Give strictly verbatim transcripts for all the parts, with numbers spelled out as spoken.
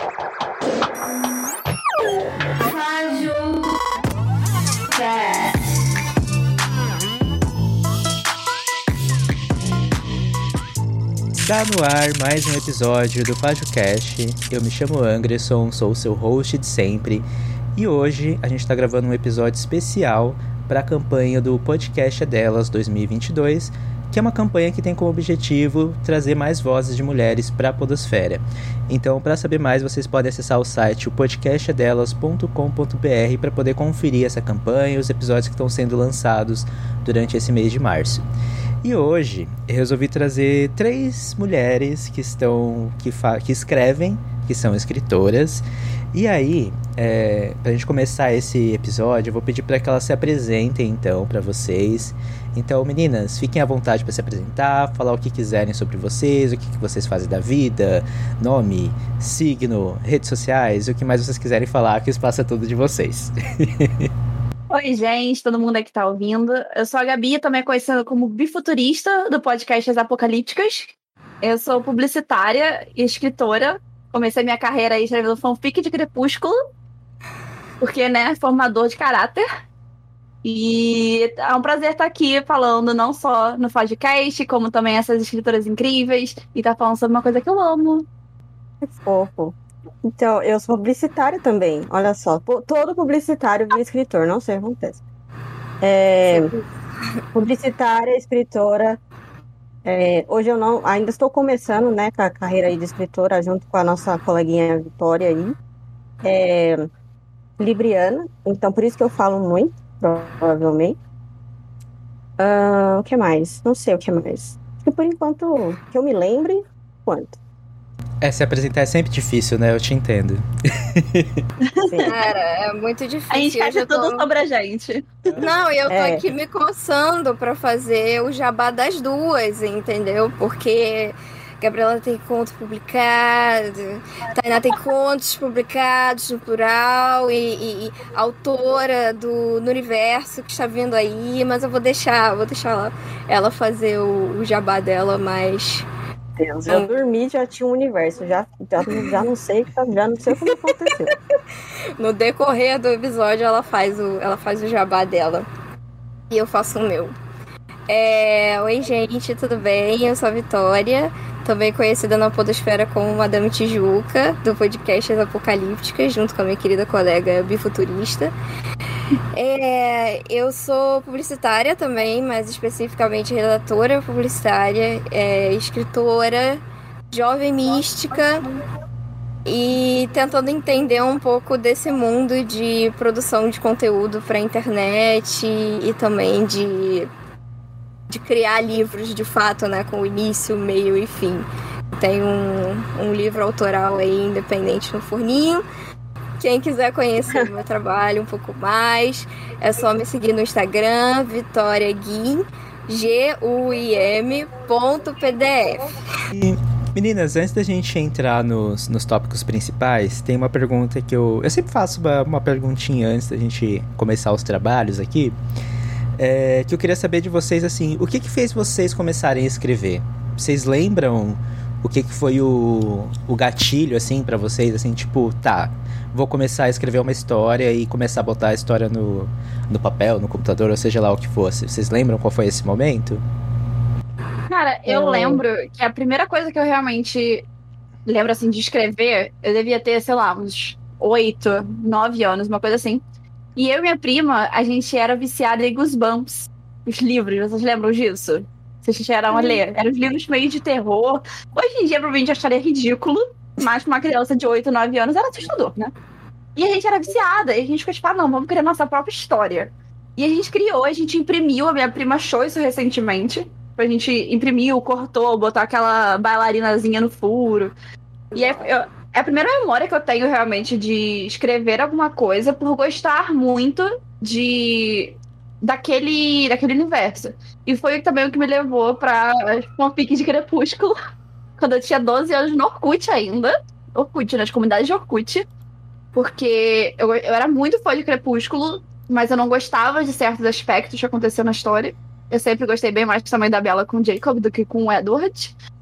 Está no ar mais um episódio do FágioCast. Eu me chamo Anderson, sou o seu host de sempre. E hoje a gente está gravando um episódio especial para a campanha do Podcast é Delas dois mil e vinte e dois, que é uma campanha que tem como objetivo trazer mais vozes de mulheres para a podosfera. Então, para saber mais, vocês podem acessar o site o podcast é delas ponto com ponto b r para poder conferir essa campanha e os episódios que estão sendo lançados durante esse mês de março. E hoje eu resolvi trazer três mulheres que estão que, fa- que escrevem, que são escritoras. E aí, é, pra gente começar esse episódio, eu vou pedir para que elas se apresentem então para vocês. Então, meninas, fiquem à vontade para se apresentar, falar o que quiserem sobre vocês, o que, que vocês fazem da vida, nome, signo, redes sociais, o que mais vocês quiserem falar, que o espaço é todo de vocês. Oi, gente, todo mundo aí que tá ouvindo. Eu sou a Gabi, também conhecida como bifuturista do podcast As Apocalípticas. Eu sou publicitária e escritora. Comecei minha carreira aí escrevendo fanfic de Crepúsculo, porque, né, formador de caráter. E é um prazer estar aqui falando não só no podcast, como também essas escritoras incríveis, e tá falando sobre uma coisa que eu amo. Que fofo. Então, eu sou publicitária também, olha só. Todo publicitário vira escritor, não sei o que acontece. É, publicitária, escritora. É, hoje eu não, ainda estou começando, né, com a carreira aí de escritora, junto com a nossa coleguinha Vitória aí. É, libriana, então por isso que eu falo muito, provavelmente. Ah, o que mais? Não sei o que mais. Acho que por enquanto, que eu me lembre, quanto. É, se apresentar é sempre difícil, né? Eu te entendo. Cara, é muito difícil. A gente faz tudo tô... sobre a gente. Não, e eu tô É. aqui me coçando pra fazer o jabá das duas, entendeu? Porque Gabriela tem conto publicado, Tainá tem contos publicados no plural e, e, e autora do no universo que está vindo aí, mas eu vou deixar, vou deixar ela, ela fazer o, o jabá dela, mas... Deus, eu dormi, já tinha um universo, já, já, já não sei, já não sei como aconteceu. No decorrer do episódio ela faz o, ela faz o jabá dela. E eu faço o meu. É... Oi, gente, tudo bem? Eu sou a Vitória, também conhecida na podosfera como Madame Tijuca, do podcast As Apocalípticas, junto com a minha querida colega bifuturista. É, eu sou publicitária também, mais especificamente redatora publicitária, é, escritora, jovem mística e tentando entender um pouco desse mundo de produção de conteúdo para a internet e, e também de, de criar livros de fato, né, com início, meio e fim. Tem um, um livro autoral aí independente no forninho. Quem quiser conhecer o meu trabalho um pouco mais, é só me seguir no Instagram, Vitória Guim, G U I M ponto P D F. E, meninas, antes da gente entrar nos, nos tópicos principais, tem uma pergunta que eu... Eu sempre faço uma, uma perguntinha antes da gente começar os trabalhos aqui, é, que eu queria saber de vocês, assim, o que que fez vocês começarem a escrever? Vocês lembram o que que foi o, o gatilho, assim, pra vocês? Assim, tipo, tá, vou começar a escrever uma história e começar a botar a história no, no papel, no computador, ou seja lá o que fosse. Vocês lembram qual foi esse momento? Cara, eu Eu- lembro que a primeira coisa que eu realmente lembro, assim, de escrever, eu devia ter, sei lá, uns oito, nove anos, uma coisa assim. E eu e minha prima, a gente era viciada em Goosebumps, os livros, vocês lembram disso? Vocês chegaram a ler? Eram os livros meio de terror. Hoje em dia, provavelmente, eu acharia ridículo, mas pra uma criança de oito, nove anos era assustador, né? E a gente era viciada, e a gente ficou tipo, ah, não, vamos criar nossa própria história. E a gente criou, a gente imprimiu, a minha prima achou isso recentemente. A gente imprimiu, cortou, botou aquela bailarinazinha no furo. E aí, eu, é a primeira memória que eu tenho realmente de escrever alguma coisa por gostar muito de daquele, daquele universo. E foi também o que me levou pra fanfic de Crepúsculo, quando eu tinha doze anos no Orkut ainda. Orkut, nas comunidades de Orkut. Porque eu, eu era muito fã de Crepúsculo, mas eu não gostava de certos aspectos que aconteceu na história. Eu sempre gostei bem mais também da Bella com o Jacob do que com o Edward.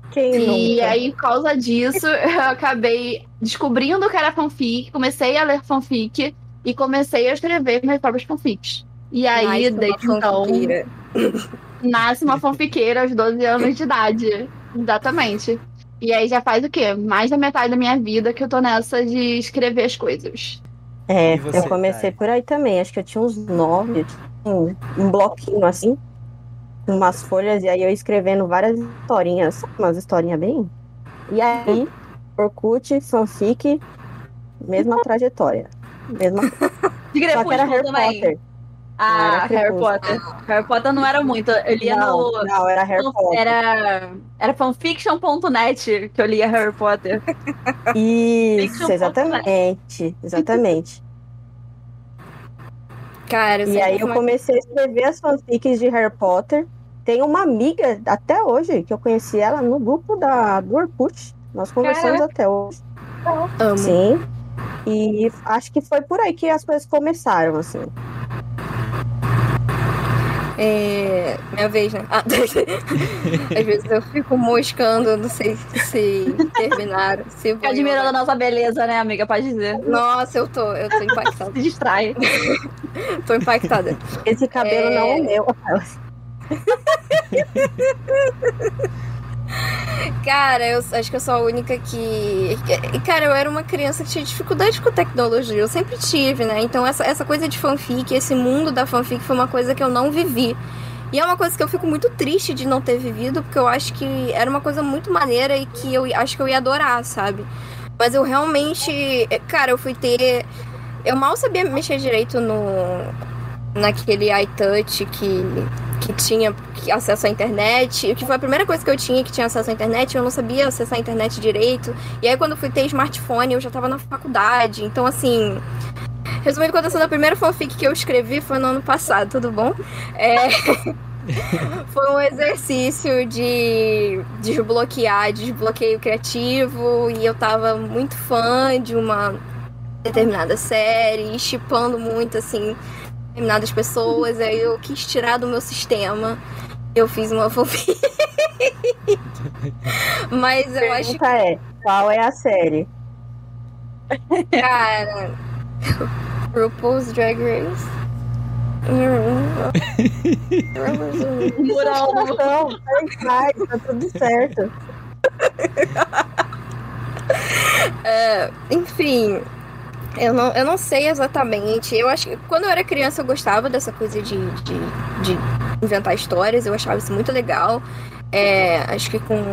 Quem E nunca? aí, por causa disso, eu acabei descobrindo que era fanfic, comecei a ler fanfic e comecei a escrever minhas próprias fanfics. E aí, Nasce uma desde então, fanfiqueira. nasce uma fanfiqueira aos doze anos de idade. Exatamente. E aí já faz o quê? Mais da metade da minha vida que eu tô nessa de escrever as coisas. É, E você, eu comecei Thay? por aí também. Acho que eu tinha uns nove, eu tinha um, um bloquinho assim, com umas folhas, e aí eu escrevendo várias historinhas, sabe, umas historinhas bem. E aí, Orkut, fanfic, mesma trajetória. Mesma coisa. De Só que era Crepúsculo Harry também. Potter, não era Ah, Harry Crepúsculo. Potter. Harry Potter não era muito. Eu lia Não, no. não, era Harry Potter. Era, era fanfiction ponto net que eu lia Harry Potter. Isso, Fiction ponto net. exatamente, exatamente. Cara, eu E sempre aí fui eu uma- comecei a escrever as fanfics de Harry Potter. Tem uma amiga até hoje, que eu conheci ela no grupo da, do Orkut. Nós conversamos Caraca. até hoje. amo. Sim. E acho que foi por aí que as coisas começaram, assim. É... Minha vez, né? Ah, às vezes eu fico moscando, não sei se terminaram, se vou Fica admirando a embora. nossa beleza, né, amiga? Pode dizer. Nossa, eu tô, eu tô impactada. Se distrai. Tô impactada. Esse cabelo É. não é meu. Cara, eu acho que eu sou a única que. que- Cara, eu era uma criança que tinha dificuldade com tecnologia. Eu sempre tive, né? Então, essa, essa coisa de fanfic, esse mundo da fanfic foi uma coisa que eu não vivi. E é uma coisa que eu fico muito triste de não ter vivido, porque eu acho que era uma coisa muito maneira e que eu acho que eu ia adorar, sabe? Mas eu realmente. Cara, eu fui ter. Eu mal sabia mexer direito no. Naquele iTouch que. que tinha acesso à internet, que foi a primeira coisa que eu tinha que tinha acesso à internet, eu não sabia acessar a internet direito. E aí quando eu fui ter smartphone, eu já tava na faculdade. Então, assim, resumindo, acontecendo, a primeira fanfic que eu escrevi foi no ano passado, tudo bom? É... foi um exercício de desbloquear, desbloqueio criativo, e eu tava muito fã de uma determinada série, shippando muito, assim, determinadas pessoas, aí eu quis tirar do meu sistema. Eu fiz uma fanfic. Mas eu acho que, Pergunta é, qual é a série? cara, RuPaul's Drag Race. Moral. Não, faz, tá tudo certo. É, enfim, eu não, eu não sei exatamente. Eu acho que quando eu era criança eu gostava dessa coisa de, de, de inventar histórias, eu achava isso muito legal. É, acho que com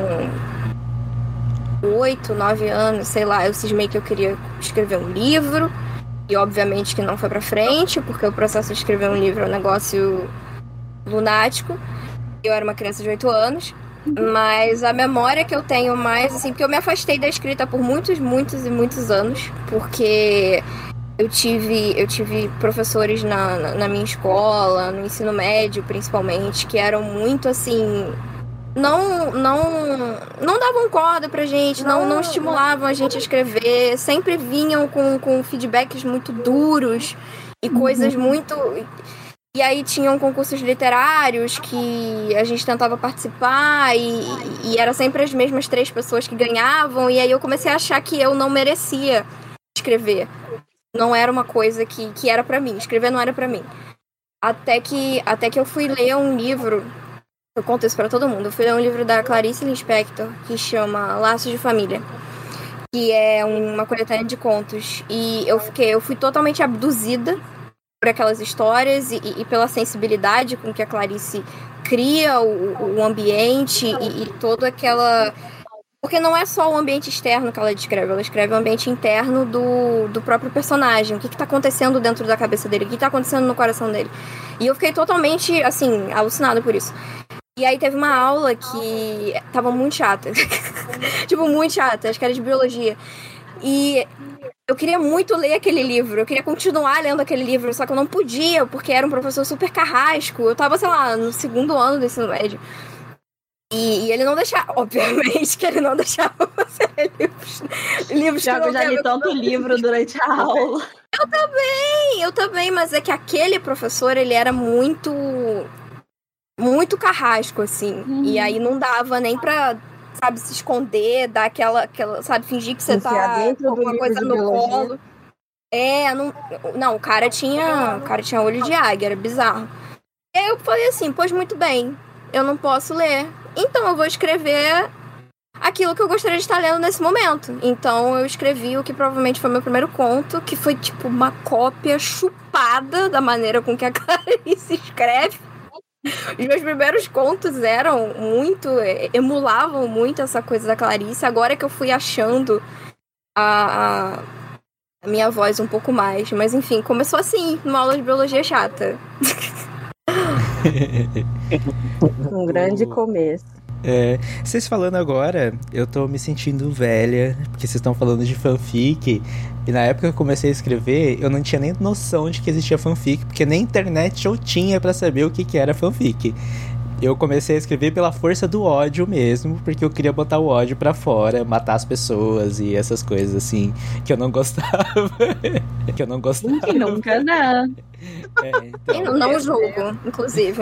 oito, nove anos, sei lá, eu cismei que eu queria escrever um livro. E obviamente que não foi pra frente, porque o processo de escrever um livro é um negócio lunático. Eu era uma criança de oito anos. Mas a memória que eu tenho mais, assim, porque eu me afastei da escrita por muitos, muitos e muitos anos, porque eu tive, eu tive professores na, na, na minha escola, no ensino médio principalmente, que eram muito assim. Não, não, não davam corda pra gente, não, não estimulavam a gente a escrever, sempre vinham com, com feedbacks muito duros e coisas muito. E aí tinham concursos literários que a gente tentava participar e, e era sempre as mesmas três pessoas que ganhavam, e aí eu comecei a achar que eu não merecia escrever. Não era uma coisa que, que era pra mim, escrever não era pra mim. Até que, até que eu fui ler um livro, eu conto isso pra todo mundo, eu fui ler um livro da Clarice Lispector, que chama Laços de Família, que é uma coletânea de contos, e eu fiquei, eu fui totalmente abduzida por aquelas histórias e, e pela sensibilidade com que a Clarice cria o, o ambiente e, e toda aquela... Porque não é só o ambiente externo que ela descreve, ela escreve o ambiente interno do, do próprio personagem, o que está acontecendo dentro da cabeça dele, o que está acontecendo no coração dele. E eu fiquei totalmente, assim, alucinada por isso. E aí teve uma aula que tava muito chata. Tipo, muito chata, acho que era de biologia. E eu queria muito ler aquele livro, eu queria continuar lendo aquele livro, só que eu não podia, porque era um professor super carrasco. Eu tava, sei lá, no segundo ano do ensino médio. E, e ele não deixava, obviamente, que ele não deixava você ler livros. livros Já, que não já li tem a ver tanto com- livro durante a aula. Sim, eu também, mas é que aquele professor, ele era muito... muito carrasco, assim. Uhum. E aí não dava nem pra sabe, se esconder, dar aquela, aquela sabe, fingir que você Enfiar tá dentro com do alguma livro coisa de no biologia. colo. É, não, não, o cara tinha, o cara tinha olho de águia, era bizarro. E aí eu falei assim, pois muito bem, eu não posso ler, então eu vou escrever aquilo que eu gostaria de estar lendo nesse momento. Então eu escrevi o que provavelmente foi meu primeiro conto, que foi tipo uma cópia chupada da maneira com que a Clarice escreve. Os meus primeiros contos eram muito, emulavam muito essa coisa da Clarice. Agora que eu fui achando a, a, a minha voz um pouco mais. Mas enfim, começou assim, numa aula de biologia chata. Um grande começo. É, vocês falando agora, eu tô me sentindo velha, porque vocês estão falando de fanfic, e na época que eu comecei a escrever, eu não tinha nem noção de que existia fanfic, porque nem internet eu tinha pra saber o que, que era fanfic. Eu comecei a escrever pela força do ódio mesmo, porque eu queria botar o ódio pra fora, matar as pessoas e essas coisas assim, que eu não gostava. que eu não gostava. Quem nunca, né? É, então, Eu não julgo, inclusive.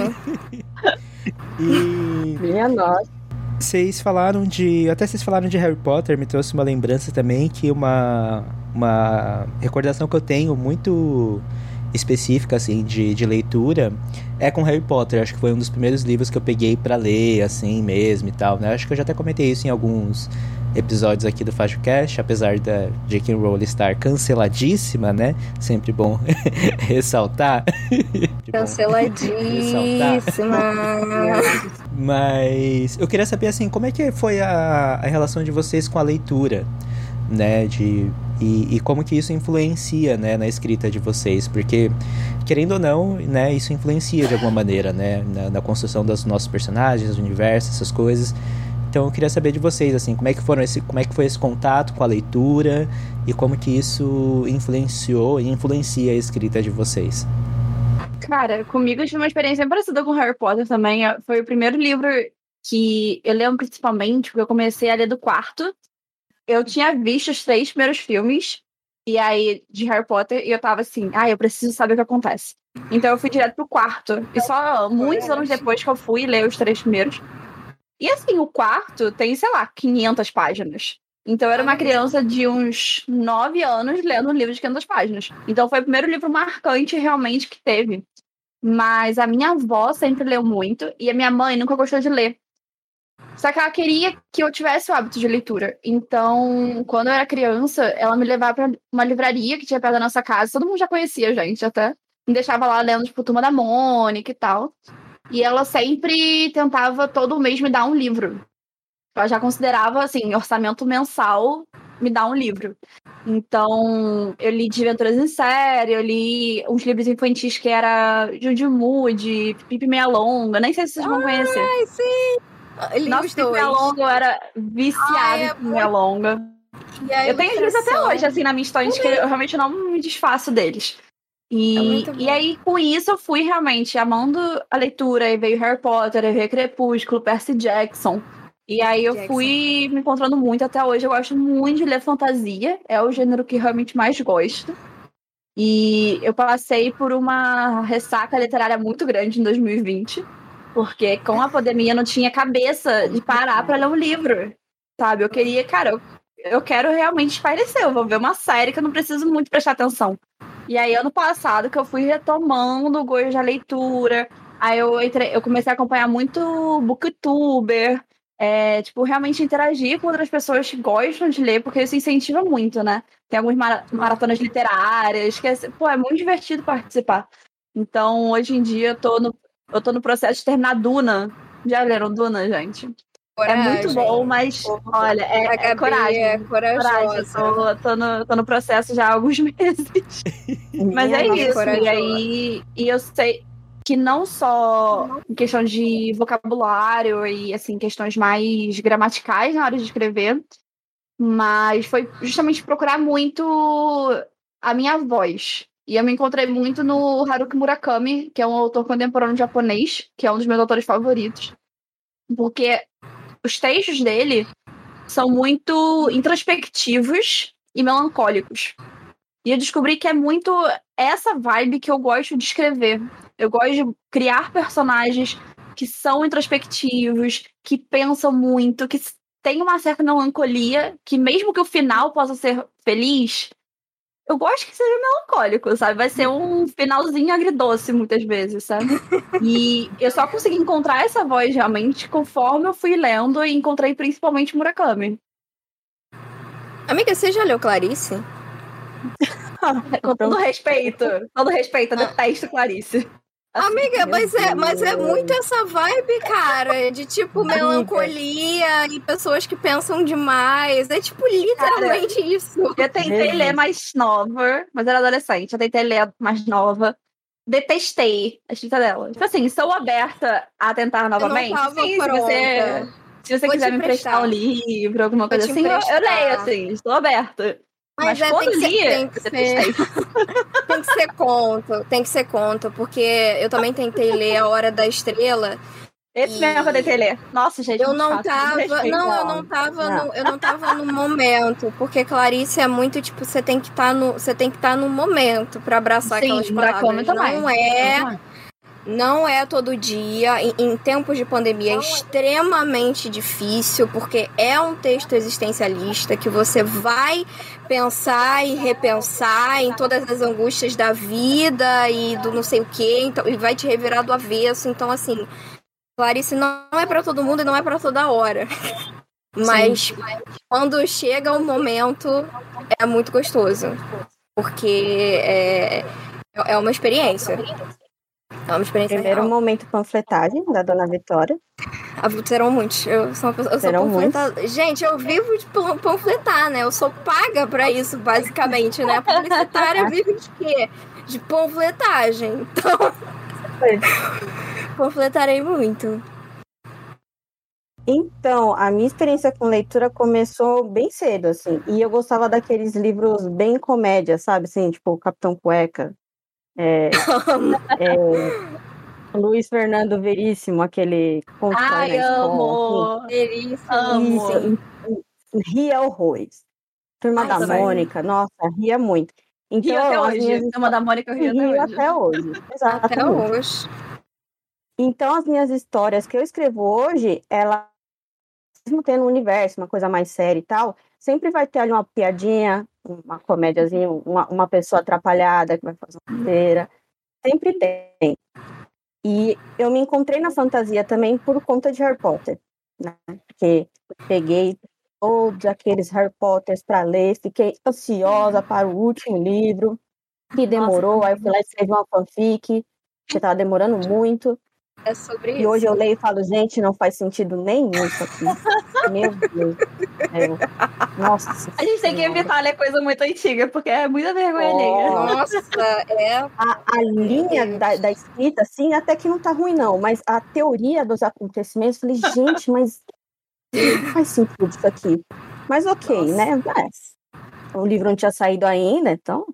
E Minha nossa. vocês falaram de... Até vocês falaram de Harry Potter, me trouxe uma lembrança também, que uma, uma recordação que eu tenho muito específica, assim, de, de leitura, é com Harry Potter. Acho que foi um dos primeiros livros que eu peguei pra ler, assim, mesmo e tal, né? Acho que eu já até comentei isso em alguns episódios aqui do FajoCast, apesar da J K. Rowling estar canceladíssima, né? Sempre bom ressaltar. Canceladíssima. Mas eu queria saber, assim, como é que foi a, a relação de vocês com a leitura, né? De, e, e como que isso influencia, né, na escrita de vocês, porque, querendo ou não, né, isso influencia de alguma maneira, né, na, na construção dos nossos personagens, do universo, essas coisas. Então eu queria saber de vocês, assim, como é que foram esse, como é que foi esse contato com a leitura e como que isso influenciou e influencia a escrita de vocês. Cara, comigo eu tive uma experiência parecida com Harry Potter também. Foi o primeiro livro que eu lembro principalmente, porque eu comecei a ler do quarto. Eu tinha visto os três primeiros filmes, e aí, de Harry Potter, e eu tava assim, ah, eu preciso saber o que acontece. Então eu fui direto pro quarto. E só muitos anos depois que eu fui ler os três primeiros. E assim, o quarto tem, sei lá, quinhentas páginas. Então eu era uma criança de uns nove anos lendo um livro de quinhentas páginas. Então foi o primeiro livro marcante realmente que teve. Mas a minha avó sempre leu muito e a minha mãe nunca gostou de ler. Só que ela queria que eu tivesse o hábito de leitura. Então, quando eu era criança, ela me levava pra uma livraria que tinha perto da nossa casa. Todo mundo já conhecia a gente até. Me deixava lá lendo, tipo, Turma da Mônica e tal. E ela sempre tentava todo mês me dar um livro. Ela já considerava, assim, orçamento mensal me dar um livro. Então, eu li Desventuras em Série, eu li uns livros infantis que era Judy Moody, Pipi Meia Longa, nem sei se vocês vão conhecer. Ai, sim! Li Nossa, os Pipi Meia dois. Longa, eu era viciada Ai, é em Pipi Meia Longa. E a Eu tenho eles até ilustração. hoje, assim, na minha história, que eu realmente não me desfaço deles. E, É muito bom. e aí, com isso, eu fui realmente amando a leitura. Aí veio Harry Potter, aí veio Crepúsculo, Percy Jackson. E aí eu Jackson. fui me encontrando muito até hoje. Eu gosto muito de ler fantasia. É o gênero que realmente mais gosto. E eu passei por uma ressaca literária muito grande em dois mil e vinte. Porque com a pandemia eu não tinha cabeça de parar pra ler um livro. Sabe? Eu queria, cara, eu, eu quero realmente espairecer. Eu vou ver uma série que eu não preciso muito prestar atenção. E aí, ano passado, que eu fui retomando o gosto da leitura. Aí eu, entrei, eu comecei a acompanhar muito booktuber. É, tipo, realmente interagir com outras pessoas que gostam de ler, porque isso incentiva muito, né? Tem algumas mara- maratonas literárias, que é, pô, é muito divertido participar. Então, hoje em dia, eu tô no, eu tô no processo de terminar Duna. Já leram Duna, gente? É muito bom, mas, olha, é, A é Gabi coragem. é corajosa. Coragem, tô, tô, no, tô no processo já há alguns meses. Mas é Minha isso, corajosa. e aí e eu sei que não só em questão de vocabulário e assim, questões mais gramaticais na hora de escrever, mas foi justamente procurar muito a minha voz. E eu me encontrei muito no Haruki Murakami, que é um autor contemporâneo japonês, que é um dos meus autores favoritos. Porque os textos dele são muito introspectivos e melancólicos. E eu descobri que é muito essa vibe que eu gosto de escrever. Eu gosto de criar personagens que são introspectivos, que pensam muito, que tem uma certa melancolia que, mesmo que o final possa ser feliz, eu gosto que seja melancólico, sabe? Vai ser um finalzinho agridoce muitas vezes, sabe? E eu só consegui encontrar essa voz realmente conforme eu fui lendo e encontrei principalmente Murakami. Amiga, você já leu Clarice? Com todo respeito, todo respeito, eu detesto Clarice. Assim, Amiga, mas é, mas é muito essa vibe, cara, de tipo Amiga. melancolia e pessoas que pensam demais. É tipo literalmente cara, isso. Eu tentei Jesus. ler mais nova, mas era adolescente. Eu tentei ler mais nova. Detestei a escrita dela. Tipo assim, sou aberta a tentar novamente. Eu não tava Sim, se você, se você quiser me emprestar um livro, alguma coisa assim, eu, eu leio, assim, estou aberta. Mas, mas é, quando tem li, que ser, tem que ser, tem que ser conto, tem que ser conto, porque eu também tentei ler A Hora da Estrela. Esse e... mesmo eu tentei ler. Nossa, gente, eu não chato, tava, não, eu não tava, não. No, eu não tava no momento, porque Clarice é muito tipo, você tem que estar tá no, você tem que estar tá no momento para abraçar Sim, aquelas palavras. Não é Não é todo dia, em, em tempos de pandemia é extremamente difícil, porque é um texto existencialista que você vai pensar e repensar em todas as angústias da vida e do não sei o que, então, e vai te revirar do avesso. Então, assim, Clarice não é para todo mundo e não é para toda hora. Mas Sim. quando chega o momento, é muito gostoso, porque é, é uma experiência. É uma experiência Primeiro real. momento panfletagem da Dona Vitória. Ah, serão muitos. Eu sou, uma pessoa, eu sou panfletada. Gente, eu vivo de panfletar, né? Eu sou paga pra isso, basicamente, né? A publicitária vive de quê? De panfletagem. Então, panfletarei muito. Então, a minha experiência com leitura começou bem cedo, assim. E eu gostava daqueles livros bem comédia, sabe? Assim, tipo, Capitão Cueca. É, é, Luiz Fernando Veríssimo, aquele conto Ai, na amo! Escola, Veríssimo, amo! Isso, ria horrores. Turma Ai, da também. Mônica, nossa, ria muito. Então, rio até as hoje. Minhas... Turma da Mônica eu rio até rio hoje. até hoje. Exatamente. Até hoje. Então, as minhas histórias que eu escrevo hoje, ela, mesmo tendo um universo, uma coisa mais séria e tal, sempre vai ter ali uma piadinha, uma comédiazinha, uma, uma pessoa atrapalhada que vai fazer uma besteira. Sempre tem. E eu me encontrei na fantasia também por conta de Harry Potter, né? Porque peguei todos aqueles Harry Potters para ler, fiquei ansiosa para o último livro, que demorou, Nossa, aí eu fui lá e escrevi uma fanfic, que estava demorando muito. É sobre e isso. hoje eu leio e falo, gente, não faz sentido nenhum isso aqui. Meu Deus. Eu... Nossa. A gente tem que evitar ler coisa muito antiga, porque é muita vergonha alheia. Oh. Nossa, é. A, a linha da, da escrita, assim, até que não tá ruim, não, mas a teoria dos acontecimentos, eu falei, gente, mas não faz sentido isso aqui. Mas ok, Nossa. né? É. O livro não tinha saído ainda, então.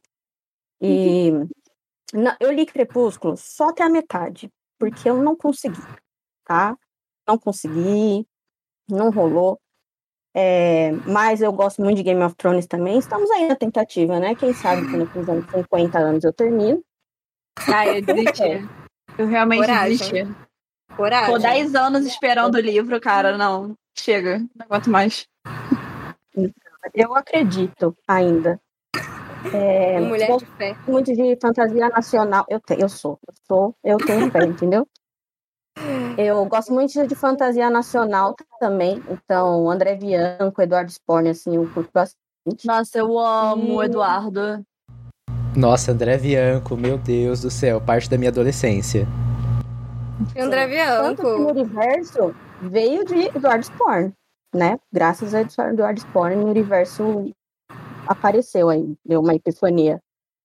E não, eu li Crepúsculo só até a metade. Porque eu não consegui, tá? Não consegui, não rolou. É, mas eu gosto muito de Game of Thrones também. Estamos aí na tentativa, né? Quem sabe que nos cinquenta anos eu termino. Ah, eu desisti. Eu realmente Coragem. desisti. Coragem. Tô dez anos esperando o livro, cara. Não, chega. Não aguento mais. Eu acredito ainda. É, Mulher de fé. Muito de fantasia nacional. Eu, te, eu sou, eu sou, eu tenho fé, entendeu? Eu gosto muito de fantasia nacional também. Então, André Bianco, Eduardo Sporne, assim, eu curto bastante. Nossa, eu amo o Eduardo. Nossa, André Bianco, meu Deus do céu, parte da minha adolescência. André Bianco. Tanto que o universo veio de Eduardo Sporne, né? Graças a Eduardo Sporne, o universo apareceu aí, deu uma epifania.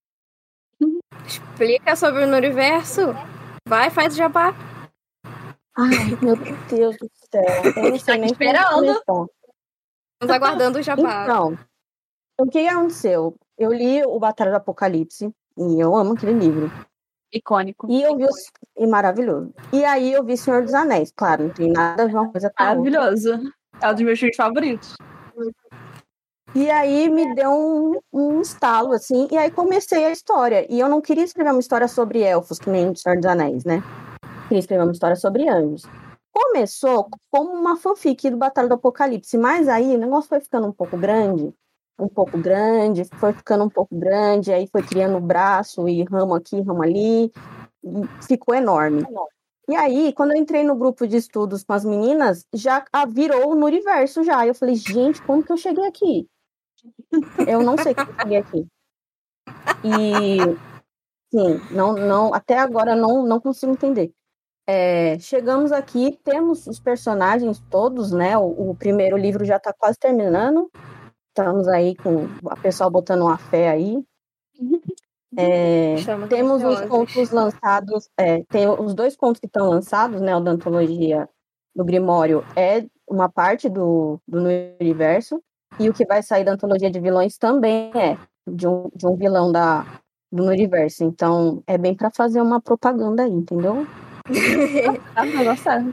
Explica sobre o universo. Vai, faz o jabá. Ai, meu Deus do céu. Eu não sei nem esperando. Estamos aguardando o jabá. Então, o que aconteceu? Eu li o Batalha do Apocalipse e eu amo aquele livro. Icônico. E eu vi os... e maravilhoso. E aí eu vi Senhor dos Anéis. Claro, não tem nada a ver uma coisa com a outra. Maravilhoso. É um dos meus filmes favoritos. E aí me deu um, um estalo, assim, e aí comecei a história. E eu não queria escrever uma história sobre elfos, que nem o Senhor dos Anéis, né? Queria escrever uma história sobre anjos. Começou como uma fanfic do Batalha do Apocalipse, mas aí o negócio foi ficando um pouco grande, um pouco grande, foi ficando um pouco grande, aí foi criando braço e ramo aqui, ramo ali, e ficou enorme. E aí, quando eu entrei no grupo de estudos com as meninas, já virou no universo já. Eu falei, gente, como que eu cheguei aqui? Eu não sei como eu cheguei aqui. E, sim, não, não, até agora não, não consigo entender. É, chegamos aqui, temos os personagens todos, né? O, o primeiro livro já está quase terminando. Estamos aí com a pessoal botando uma fé aí. É, temos os contos lançados, é, tem os dois contos que estão lançados, né? O da antologia do Grimório é uma parte do, do universo, e o que vai sair da antologia de vilões também é de um, de um vilão da, do universo. Então, é bem para fazer uma propaganda aí, entendeu? Ah, vai gostar.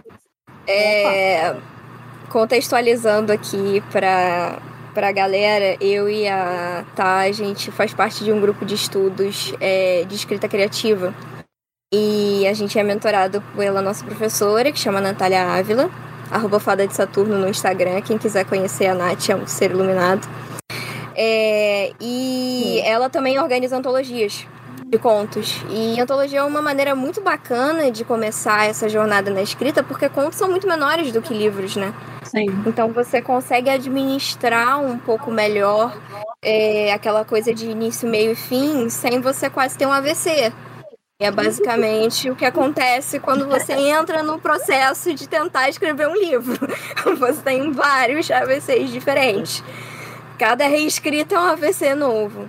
É, contextualizando aqui para pra galera, eu e a Tá, a gente faz parte de um grupo de estudos é, de escrita criativa. E a gente é mentorado pela nossa professora, que chama Natália Ávila, arroba Fada de Saturno no Instagram. Quem quiser conhecer a Nath, é um ser iluminado. É, e Sim. ela também organiza antologias de contos. E antologia é uma maneira muito bacana de começar essa jornada na escrita, porque contos são muito menores do que livros, né? Sim. Então você consegue administrar um pouco melhor é, aquela coisa de início, meio e fim, sem você quase ter um A V C. E é basicamente o que acontece quando você entra no processo de tentar escrever um livro. Você tem vários A V Cs diferentes. Cada reescrita é um A V C novo.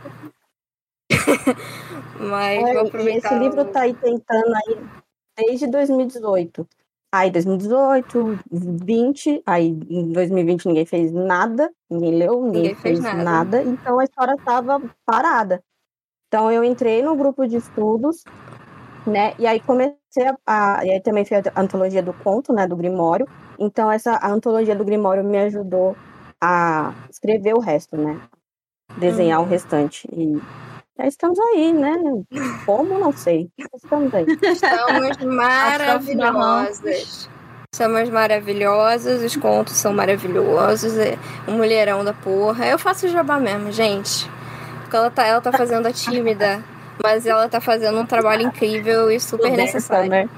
Mas é, vou aproveitar. Esse livro tá aí tentando aí desde dois mil e dezoito. Aí dois mil e dezoito, vinte, aí em dois mil e vinte ninguém fez nada, ninguém leu, ninguém, ninguém fez, fez nada. nada, então a história estava parada. Então eu entrei no grupo de estudos, né, e aí comecei a, a e aí também fiz a antologia do conto, né, do Grimório. Então essa a antologia do Grimório me ajudou a escrever o resto, né, desenhar hum. o restante. E já estamos aí, né? Como? Não sei. Estamos aí. Estamos maravilhosas. Somos maravilhosas, os contos são maravilhosos. É um mulherão da porra. Eu faço jabá mesmo, gente. Porque ela tá, ela tá fazendo a tímida, mas ela tá fazendo um trabalho incrível e super necessário. Né?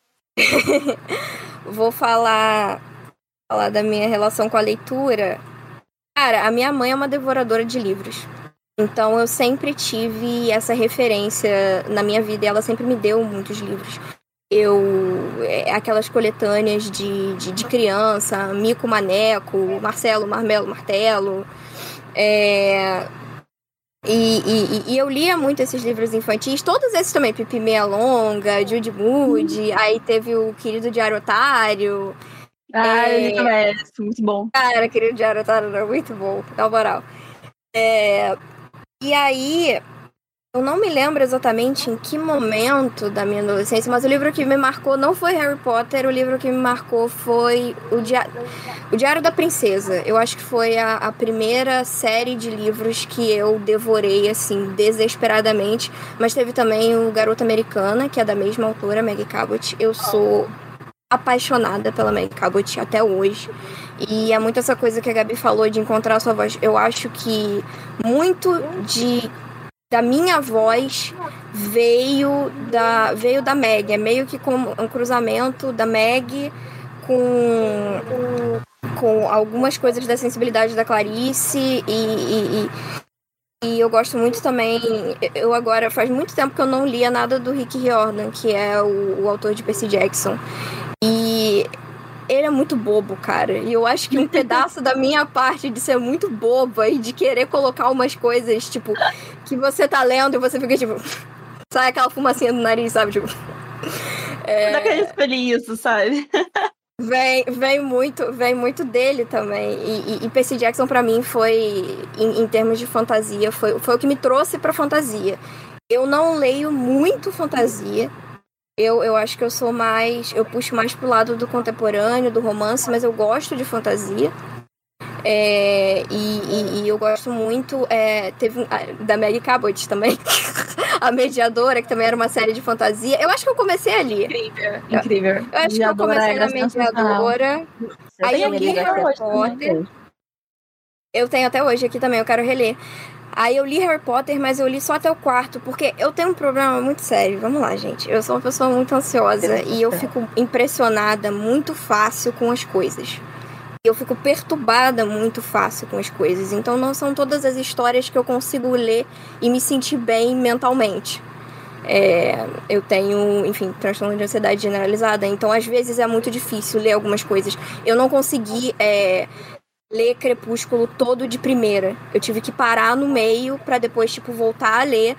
Vou falar, falar da minha relação com a leitura. Cara, a minha mãe é uma devoradora de livros. Então eu sempre tive essa referência na minha vida e ela sempre me deu muitos livros. Eu, aquelas coletâneas de, de, de criança, Mico, Maneco, Marcelo, Marmelo, Martelo. É, e, e, e eu lia muito esses livros infantis, todos esses também, Pipi Meia Longa, Judy Moody, hum. Aí teve o Querido Diário Otário. Ah, é, eu também, é muito bom. Cara, Querido Diário Otário era muito bom, na moral. É... E aí, eu não me lembro exatamente em que momento da minha adolescência, mas o livro que me marcou não foi Harry Potter, o livro que me marcou foi o, Dia... o Diário da Princesa. Eu acho que foi a, a primeira série de livros que eu devorei, assim, desesperadamente. Mas teve também o Garota Americana, que é da mesma autora, Meg Cabot. Eu sou apaixonada pela Meg Cabot até hoje. E é muito essa coisa que a Gabi falou de encontrar a sua voz. Eu acho que muito de, da minha voz veio da, veio da Meg. É meio que como um cruzamento da Meg com, com algumas coisas da sensibilidade da Clarice. E, e, e, e eu gosto muito também... Eu agora, faz muito tempo que eu não lia nada do Rick Riordan, que é o, o autor de Percy Jackson. E... ele é muito bobo, cara. E eu acho que um pedaço da minha parte de ser muito boba e de querer colocar umas coisas, tipo, que você tá lendo e você fica, tipo... sai aquela fumacinha do nariz, sabe? Tipo... É... Não é que eu escolhi isso, sabe? Vem, vem, muito, vem muito dele também. E, e, e Percy Jackson, pra mim, foi... Em, em termos de fantasia, foi, foi o que me trouxe pra fantasia. Eu não leio muito fantasia. Eu, eu acho que eu sou mais... Eu puxo mais pro lado do contemporâneo, do romance, mas eu gosto de fantasia. É, e, e, e eu gosto muito. É, teve um, da Maggie Cabot também. A Mediadora, que também era uma série de fantasia. Eu acho que eu comecei ali. Incrível, incrível. Eu acho que eu comecei na Mediadora. Eu Aí eu tenho li livro aqui Harry até Potter. hoje. Eu tenho até hoje aqui também, eu quero reler. Aí eu li Harry Potter, mas eu li só até o quarto, porque eu tenho um problema muito sério. Vamos lá, gente. Eu sou uma pessoa muito ansiosa e eu fico impressionada muito fácil com as coisas. Eu fico perturbada muito fácil com as coisas. Então não são todas as histórias que eu consigo ler e me sentir bem mentalmente. É, eu tenho, enfim, transtorno de ansiedade generalizada. Então às vezes é muito difícil ler algumas coisas. Eu não consegui... É, ler Crepúsculo todo de primeira. Eu tive que parar no meio pra depois, tipo, voltar a ler,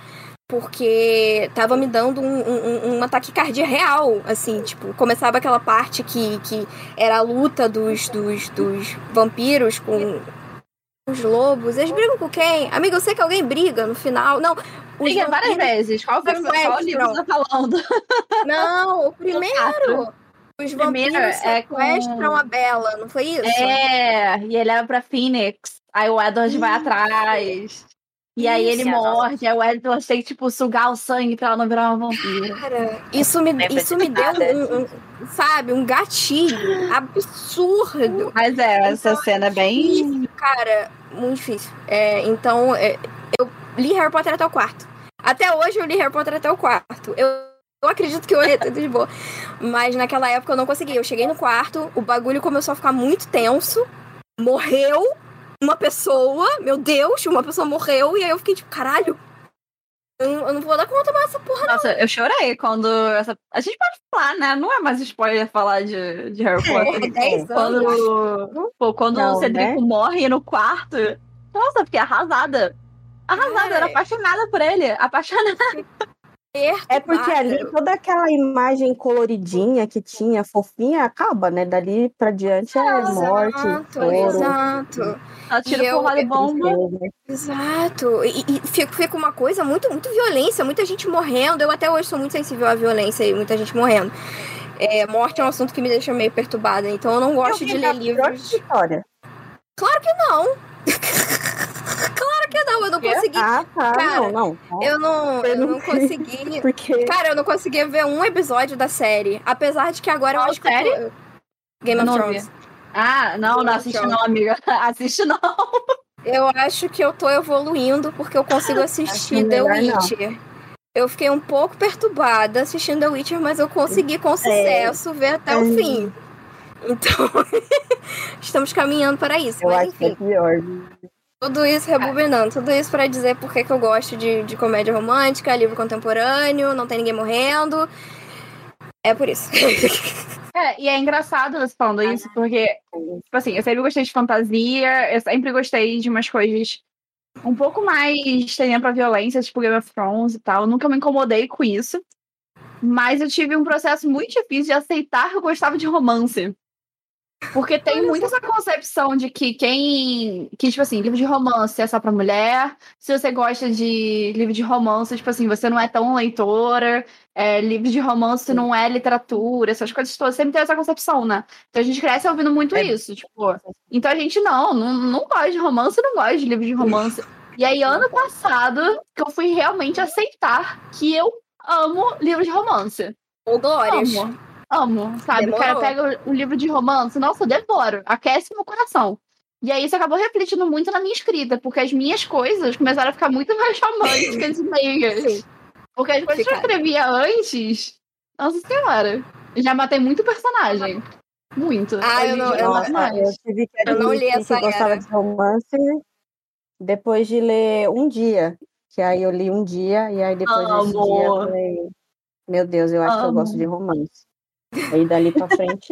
porque tava me dando um, um, uma taquicardia real, assim, tipo, começava aquela parte que, que era a luta dos, dos, dos vampiros com os lobos. Eles brigam com quem? Amiga, eu sei que alguém briga no final. Não, os Briga várias vampiros... vezes. Qual foi qual livro você tá falando? Não, o primeiro... Os Primeiro vampiros é sequestram com- a Bella, não foi isso? É, e ele leva pra Phoenix. Aí o Edward vai atrás. E aí ele Isso. morde, aí o Edward tem que, tipo, sugar o sangue pra ela não virar uma vampira. Cara, isso me, Lembra isso de me deu nada. um, um, sabe, um gatilho absurdo. Mas é, essa Então, cena é bem... Difícil, cara, muito difícil. É, então, é, eu li Harry Potter até o quarto. Até hoje eu li Harry Potter até o quarto. Eu, eu acredito que eu li tudo de boa. Mas naquela época eu não consegui. Eu cheguei no quarto, o bagulho começou a ficar muito tenso. Morreu uma pessoa, meu Deus, uma pessoa morreu. E aí eu fiquei tipo, caralho, eu, eu não vou dar conta mais dessa porra, não. Nossa, eu chorei quando essa... A gente pode falar, né? Não é mais spoiler falar de, de Harry Potter. É, dez anos. Quando, pô, quando Não, o Cedrico né? morre no quarto, nossa, eu fiquei arrasada. Arrasada, eu era Ai. apaixonada por ele. Apaixonada. É porque ali toda aquela imagem coloridinha que tinha, fofinha, acaba, né? Dali pra diante é morte, Exato, choro. exato. Ela tira E eu- porrada de bomba. tristeza. Exato. E, e fica, fica uma coisa muito, muito violência, muita gente morrendo. Eu até hoje sou muito sensível à violência e muita gente morrendo. É, morte é um assunto que me deixa meio perturbada, então eu não gosto Eu de vi ler a livros. História. Claro que não. Claro que não, eu não Quê? consegui. Ah, tá. Cara, não, não. Eu não, Eu eu não não consegui. Porque Cara, eu não conseguia ver um episódio da série. Apesar de que agora eu Qual acho que eu tô... Game Eu of não Thrones. Ah, não, não assiste não, amiga. Assiste não. Eu acho que eu tô evoluindo porque eu consigo assistir Acho The melhor não. Witcher. Eu fiquei um pouco perturbada assistindo The Witcher, mas eu consegui com sucesso ver até o Hum. fim. Então, estamos caminhando para isso. eu Mas acho que é enfim, pior. tudo isso rebobinando. Tudo isso pra dizer por que que eu gosto de, de comédia romântica, livro contemporâneo, não tem ninguém morrendo. É por isso. É, e é engraçado você falando isso, porque, tipo assim, eu sempre gostei de fantasia, eu sempre gostei de umas coisas um pouco mais tendendo pra violência, tipo Game of Thrones e tal. Eu nunca me incomodei com isso. Mas eu tive um processo muito difícil de aceitar que eu gostava de romance. Porque tem Olha muito essa concepção de que quem. Que, tipo assim, livro de romance é só pra mulher. Se você gosta de livro de romance, tipo assim, você não é tão leitora. É, livro de romance não é literatura, essas coisas todas. Sempre tem essa concepção, né? Então a gente cresce ouvindo muito É. isso. Tipo, então a gente não, não, não gosta de romance, não gosta de livro de romance. E aí, ano passado, que eu fui realmente aceitar que eu amo livro de romance. Ô, Glórias. Amo. Amo, sabe? O Demorou. cara pega o livro de romance, nossa, eu devoro, aquece meu coração. E aí isso acabou refletindo muito na minha escrita, porque as minhas coisas começaram a ficar muito mais românticas e meias. Sim. Porque as coisas que eu Ficaram. escrevia antes, nossa senhora, eu já matei muito personagem. Muito. Ah, Hoje eu em não- dia, eu não- Nossa, mais. eu tive que Eu não li admitir essa que gostava era. de romance depois de ler um dia. Que aí eu li um dia, e aí depois desse dia eu Amo. falei, meu Deus, eu acho que eu Amo. gosto de romance. Aí dali pra frente,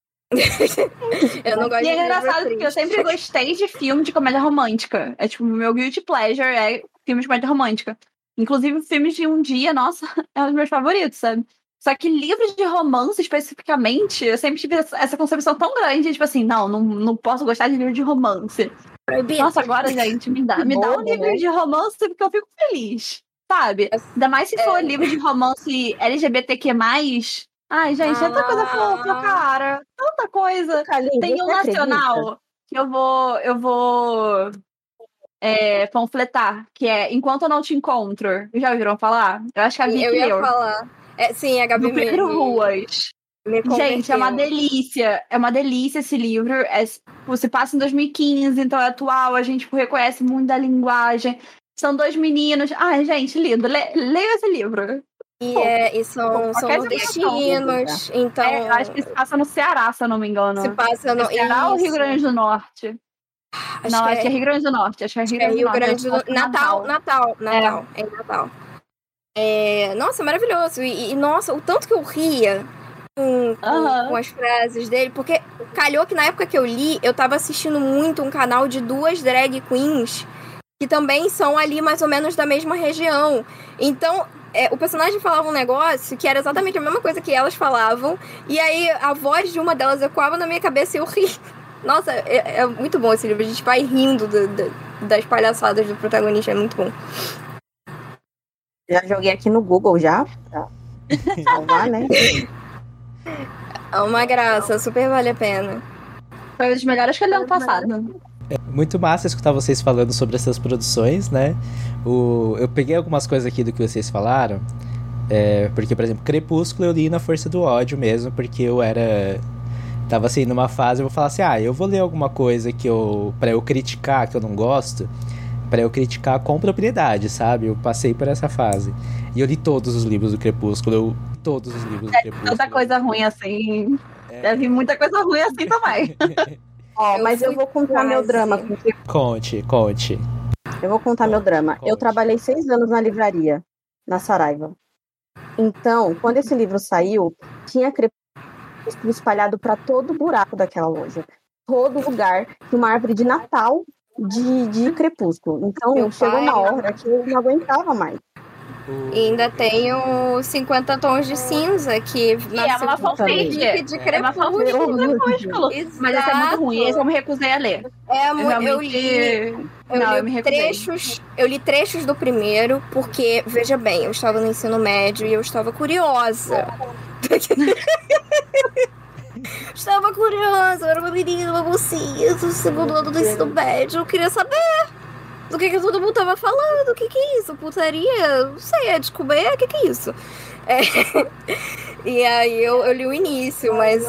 Eu não gosto E de é livro engraçado porque eu triste. sempre gostei de filme de comédia romântica. É tipo, meu guilty pleasure é filme de comédia romântica. Inclusive, filmes de um dia, nossa, é um dos meus favoritos, sabe? Só que livros de romance, especificamente, eu sempre tive essa essa concepção tão grande, tipo assim, não, não, não posso gostar de livro de romance. Proibido. Nossa, agora, gente, me dá, me dá um Bobo, livro né? de romance porque eu fico feliz, sabe? Ainda mais se for livro de romance L G B T Q mais. Ai, gente, tanta coisa fofa, Ah. cara. Tanta coisa. Kaline, Tem você um acredita? nacional que eu vou, eu vou é, panfletar, que é Enquanto Eu Não Te Encontro. Já ouviram falar? Eu acho que a Vicky Eu ia leu. falar. É, sim, a Gabi Do me, Pedro me, Ruas. me Gente, é uma converteu. delícia. É uma delícia esse livro. É, tipo, se passa em dois mil e quinze, então é atual. A gente tipo, reconhece muito da linguagem. São dois meninos. Ai, gente, lindo. Le, leia esse livro. E, Fofo. é, e são, são Qualquer situação. nordestinos, então É, eu acho que se passa no Ceará, se eu não me engano. se passa no. É Ceará ou Rio Isso. Grande do Norte? Acho Não, que acho que é é, Rio Grande do Norte. Acho que é Rio é Grande do Rio Norte. Grande do Acho que é Natal, Natal, Natal. É, em Natal. É, nossa, maravilhoso. E, e, nossa, o tanto que eu ria com, com, Aham. com as frases dele, porque calhou que na época que eu li, eu tava assistindo muito um canal de duas drag queens que também são ali mais ou menos da mesma região. Então, é, o personagem falava um negócio que era exatamente a mesma coisa que elas falavam, e aí a voz de uma delas ecoava na minha cabeça e eu ri. Nossa, é, é muito bom esse livro. A gente vai rindo do, do, das palhaçadas do protagonista, é muito bom. Já joguei aqui no Google já, pra salvar, né? É uma graça, super vale a pena. Foi um dos melhores que eu li ano passado. Muito massa escutar vocês falando sobre essas produções, né? O, eu peguei algumas coisas aqui do que vocês falaram. É, porque, por exemplo, Crepúsculo eu li na força do ódio mesmo, porque eu era... Tava assim, numa fase, eu vou falar assim, ah, eu vou ler alguma coisa que eu... pra eu criticar, que eu não gosto, pra eu criticar com propriedade, sabe? Eu passei por essa fase. E eu li todos os livros do Crepúsculo, eu li todos os livros do Crepúsculo. Tanta coisa ruim assim. É. Deve vir muita coisa ruim assim também. Ó, Eu mas eu fui vou contar meu quase. drama. com- Conte, conte. Eu vou contar meu drama. Eu Conte. trabalhei seis anos na livraria, na Saraiva. Então, quando esse livro saiu, tinha Crepúsculo espalhado para todo buraco daquela loja. Todo lugar tinha uma árvore de Natal de, de Crepúsculo. Então, Meu chegou pai- uma hora que eu não aguentava mais. O- E ainda tem o cinquenta Tons de Cinza, que E é uma fanfic. de É uma fanfic Crepúsculo. do Crepúsculo. Mas esse é muito ruim. Esse eu me recusei a ler. É, Eu mu- eu realmente... li, eu Não, li eu me recusei. trechos, eu li trechos do primeiro, porque, veja bem, eu estava no ensino médio e eu estava curiosa. Estava curiosa, eu era uma menina, uma mocinha do segundo ano do ensino médio, eu queria saber do que, que todo mundo tava falando, o que que é isso, putaria, não sei, é de comer, o que que é isso? É. E aí eu, eu li o início, mas...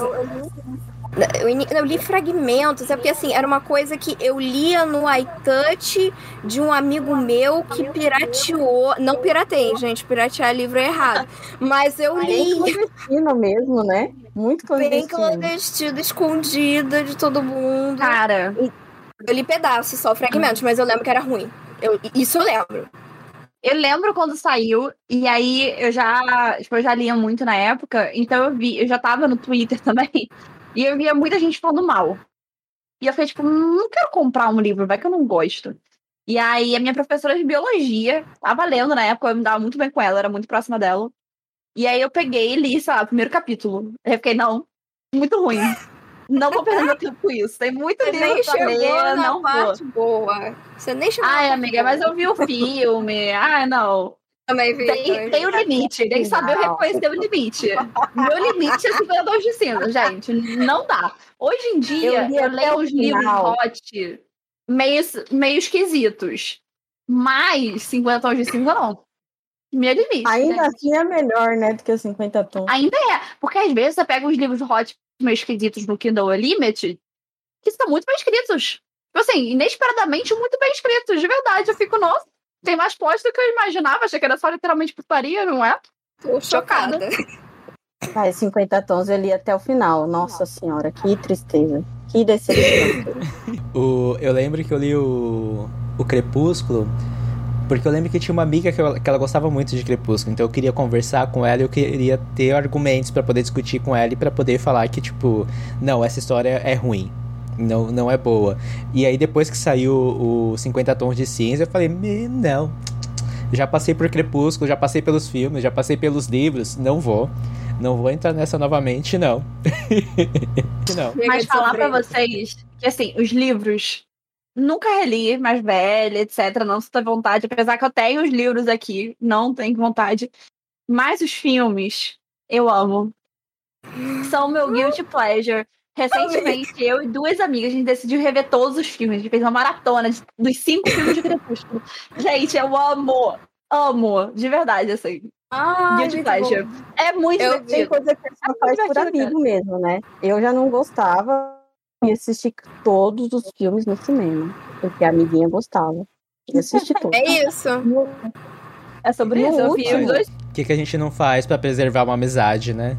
Eu, ini- eu li fragmentos, é porque assim, era uma coisa que eu lia no iTouch de um amigo meu que pirateou. Não piratei, gente, piratear livro é errado. Mas eu Bem li clandestino mesmo, né? Muito bem clandestino. clandestino, escondida de todo mundo. Cara, Eu li pedaços, só fragmentos, mas eu lembro que era ruim. Eu, isso eu lembro. eu lembro quando saiu, e aí eu já, tipo, eu já lia muito na época, então eu vi, eu já tava no Twitter também, e eu via muita gente falando mal. E eu fiquei tipo, "Hum, não quero comprar um livro, vai que eu não gosto." E aí a minha professora de biologia, tava lendo na época, eu me dava muito bem com ela, era muito próxima dela. E aí eu peguei e li, sei lá, o primeiro capítulo. Aí eu fiquei, não, muito ruim. Não vou perder meu tempo com isso. Tem muito Você livro nem pra chegou ler, na não vou. parte boa. Você nem chegou na Ai, parte amiga, boa. mas eu vi o filme. Ai, não. Também vi. também Tem, vi. tem o limite, tem que saber Não. reconhecer o limite. Meu limite é cinquenta tons de cinza, gente. Não dá. Hoje em dia, Eu li eu, até leio o os livros final. hot meio, meio esquisitos. Mas cinquenta tons de cinza, não. Meu limite. Ainda né? assim é melhor, né, do que os cinquenta tons. Ainda é. Porque às vezes você pega uns livros hot meio esquisitos no Kindle Unlimited que são muito bem escritos. Tipo assim, inesperadamente muito bem escritos. De verdade, eu fico, nossa, tem mais plot do que eu imaginava. Achei que era só literalmente putaria, não é? Tô chocada. Vai, cinquenta tons eu li até o final. Nossa senhora, que tristeza. Que decepção. O, eu lembro que eu li o, o Crepúsculo, porque eu lembro que tinha uma amiga que, eu, que ela gostava muito de Crepúsculo, então eu queria conversar com ela e eu queria ter argumentos pra poder discutir com ela e pra poder falar que, tipo, não, essa história é ruim, não, não é boa. E aí depois que saiu o cinquenta tons de cinza, eu falei, "Me- não, já passei por Crepúsculo, já passei pelos filmes, já passei pelos livros, não vou, não vou entrar nessa novamente, não." Não. Chega Mas de falar sofrer. pra vocês que, assim, os livros nunca reli, mais velha, etcétera. Não sinto vontade, apesar que eu tenho os livros aqui, não tenho vontade. Mas os filmes, eu amo. São meu guilty pleasure. Recentemente, eu e duas amigas, a gente decidiu rever todos os filmes. A gente fez uma maratona de, dos cinco filmes de Crepúsculo. Gente, eu amo, amo, de verdade, assim. Ah, Guilty pleasure. É muito Eu Tem divertido. coisa que só faz por divertido, amigo mesmo, né? Eu já não gostava e assisti todos os filmes no cinema, porque a amiguinha gostava. E assisti todos. É isso. É sobre No isso. Eu vi os último. dois. O que, que a gente não faz pra preservar uma amizade, né?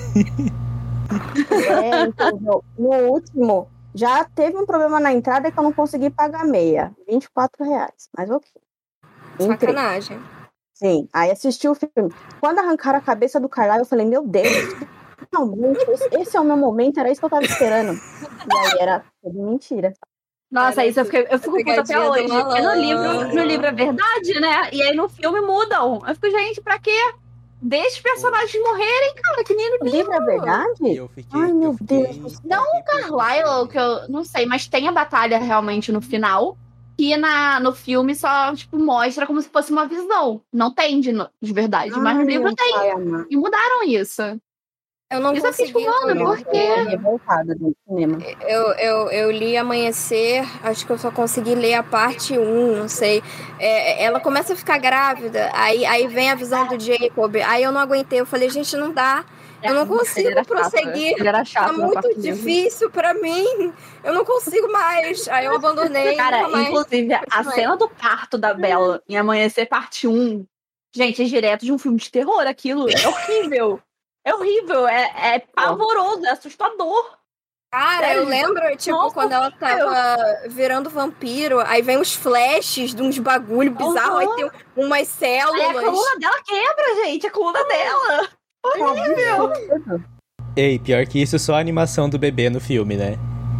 É, entendeu? No último, já teve um problema na entrada que eu não consegui pagar meia. vinte e quatro reais. Mas ok. Entrei. Sacanagem. Sim, aí assisti o filme. Quando arrancaram a cabeça do Carlyle, eu falei, meu Deus, finalmente, esse, esse é o meu momento, era isso que eu tava esperando. E aí era tudo mentira. Nossa, Cara, isso eu, fiquei, eu fico puta até pegadinha do hoje. Porque no livro, malandro. no livro é verdade, né? E aí no filme mudam. Eu fico, gente, pra quê? Deixa os personagens morrerem, cara, que nem no O livro é E verdade? eu fiquei. Ai, meu eu fiquei, Deus do céu. Não fiquei Carlyle, que eu não sei, mas tem a batalha realmente no final. Que na, no filme só, tipo, mostra como se fosse uma visão. Não tem de, no- de verdade, mas no Ai, livro meu tem. pai amado. E mudaram isso. Eu não Isso eu fiquei consegui. tipo, mano, eu- por Eu quê? fiquei revoltada do cinema. Eu, eu, eu li Amanhecer, acho que eu só consegui ler a parte um, não sei. É, ela começa a ficar grávida, aí, aí vem a visão do Jacob, aí eu não aguentei, eu falei, gente, não dá, eu não Ele consigo era chato, prosseguir, Ele era tá chato no muito quarto livro. difícil pra mim, eu não consigo mais. Aí eu abandonei, Cara, nunca mais. inclusive, a continuei. cena do parto da Bella em Amanhecer Parte um, gente, é direto de um filme de terror aquilo. É horrível. É horrível, é, é pavoroso, é assustador. Cara, Sério? eu lembro, tipo, Nossa, quando ela tava virando vampiro, aí vem uns flashes de uns bagulho bizarro, aí Uhum. tem umas Aí a células. coluna dela quebra, gente, a coluna dela. Horrível. Ei, pior que isso, só a animação do bebê no filme, né?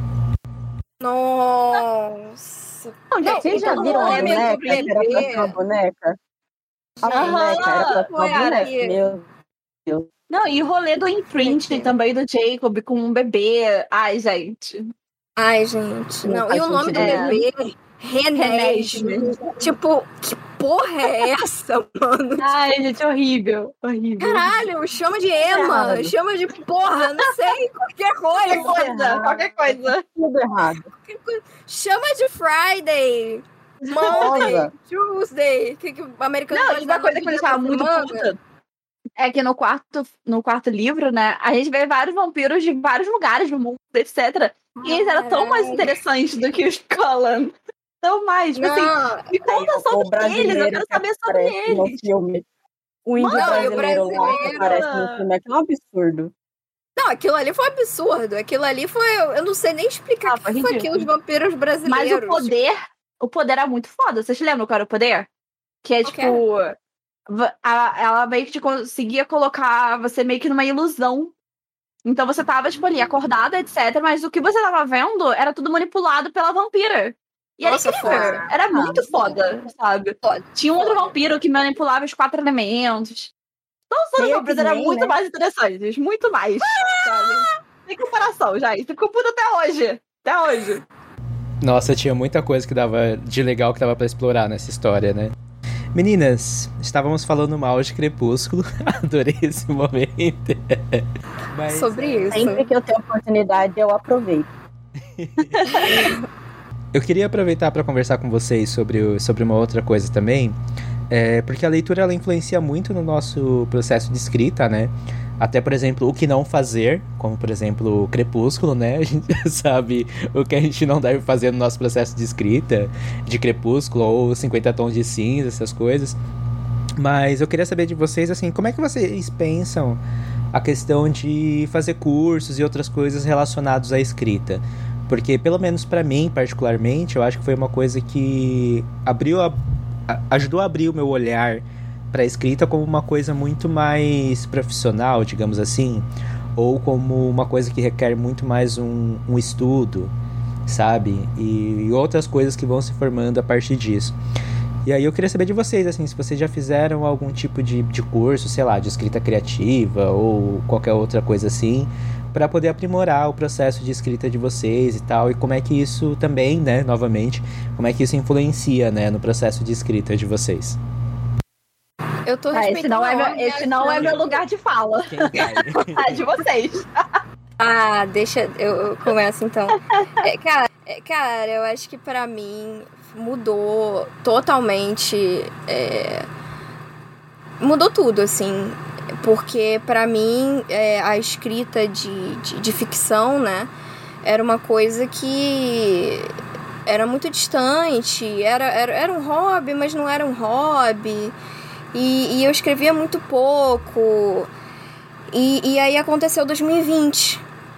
Nossa. Não, gente, Vocês já todo viram a mundo é meio boneca que era pra bebê. ser uma boneca? A Gente, boneca era pra ser uma cara, boneca. que- Meu Não, e o rolê do imprint Entendi. também do Jacob com um bebê. Ai, gente. Ai, gente. Não Não, faz e o nome do sentido nenhum. bebê? Renesme. Tipo, que porra é essa, mano? Ai, gente, horrível. Horrível. Caralho, chama de Emma, Errado. chama de porra, não sei, qualquer Qualquer coisa. coisa, qualquer coisa. tudo errado. Chama de Friday, Monday, Rosa. Tuesday. Que, que o americano Não, gosta e de uma dar coisa nome que me de deixava dia muito da semana. puta é que no quarto, no quarto livro, né, a gente vê vários vampiros de vários lugares do mundo, etcétera. E eles eram tão mais Caralho. interessantes do que os Cullen. Tão mais. Tipo assim, Não, me conta O sobre eles, eu brasileiro quero que saber sobre aparece no eles. filme. O índio Mano, e o brasileiro lá que brasileiro? aparece no filme é que é um absurdo. não, aquilo ali foi absurdo. Aquilo ali foi. Eu não sei nem explicar Ah, o que foi foi ridículo. aquilo, os vampiros brasileiros. Mas o poder, o poder era muito foda. Vocês lembram qual era o poder? Que é Qual que tipo. va- a- ela meio que te conseguia colocar você meio que numa ilusão. Então você tava, tipo, ali, acordada, etcétera. Mas o que você tava vendo era tudo manipulado pela vampira. E Nossa, era incrível. foda. Era muito Ah, foda, sabe? Foda, Tinha um outro foda. vampiro que manipulava os quatro elementos. Todos os Meio vampiros eram X-Men, muito né? mais interessantes. Muito mais, sabe? Sem comparação, já. Isso ficou puto até hoje. Até hoje. Nossa, tinha muita coisa que dava de legal que dava pra explorar nessa história, né? Meninas, estávamos falando mal de Crepúsculo. Adorei esse momento. Mas, Sobre isso. Sempre que eu tenho oportunidade, eu aproveito. eu queria aproveitar para conversar com vocês sobre, o- sobre uma outra coisa também, é, porque a leitura ela influencia muito no nosso processo de escrita, né? Até, por exemplo, o que não fazer, como, por exemplo, o Crepúsculo, né? A gente já sabe o que a gente não deve fazer no nosso processo de escrita, de Crepúsculo ou cinquenta tons de cinza, essas coisas. Mas eu queria saber de vocês, assim, como é que vocês pensam a questão de fazer cursos e outras coisas relacionadas à escrita? Porque, pelo menos pra mim, particularmente, eu acho que foi uma coisa que abriu a, a- ajudou a abrir o meu olhar pra escrita como uma coisa muito mais profissional, digamos assim, ou como uma coisa que requer muito mais um, um estudo, sabe? E, e outras coisas que vão se formando a partir disso. E aí eu queria saber de vocês, assim, se vocês já fizeram algum tipo de, de curso, sei lá, de escrita criativa ou qualquer outra coisa assim, para poder aprimorar o processo de escrita de vocês e tal, e como é que isso também, né, novamente, como é que isso influencia, né, no processo de escrita de vocês. Eu tô Ah, esse respeitando não, é a meu, ordem esse não é meu achando- lugar de fala. Quem vai? É de vocês. Ah, deixa. Eu, eu começo então. É, cara, é, cara, eu acho que pra mim mudou totalmente. É, mudou tudo, assim. Porque pra mim é, a escrita de, de, de ficção, né? Era uma coisa que era muito distante. Era, era, era um hobby, mas não era um hobby. E, e eu escrevia muito pouco. E, e aí aconteceu dois mil e vinte.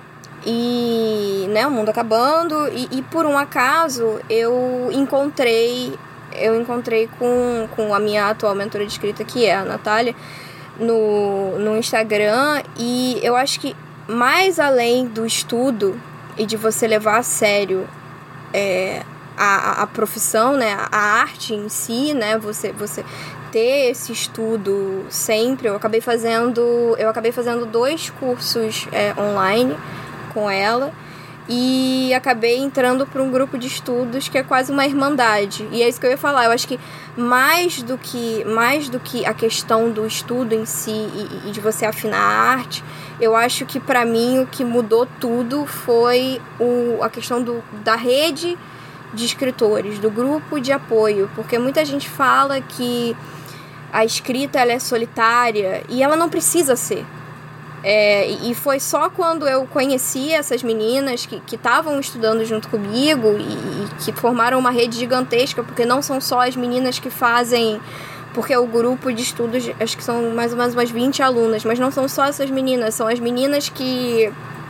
E, né, o mundo acabando. E, e por um acaso eu encontrei. Eu encontrei com, com a minha atual mentora de escrita, que é a Natália, no, no Instagram. E eu acho que mais além do estudo e de você levar a sério é, a, a profissão, né, a arte em si, né, você, você ter esse estudo sempre, eu acabei fazendo, eu acabei fazendo dois cursos é, online com ela e acabei entrando para um grupo de estudos que é quase uma irmandade. E é isso que eu ia falar, eu acho que mais do que, mais do que a questão do estudo em si e, e de você afinar a arte, eu acho que para mim o que mudou tudo foi o, a questão do, da rede de escritores, do grupo de apoio, porque muita gente fala que a escrita ela é solitária e ela não precisa ser. É, e foi só quando eu conheci essas meninas que estavam estudando junto comigo e, e que formaram uma rede gigantesca, porque não são só as meninas que fazem, porque o grupo de estudos, acho que são mais ou menos umas vinte alunas, mas não são só essas meninas, são as meninas que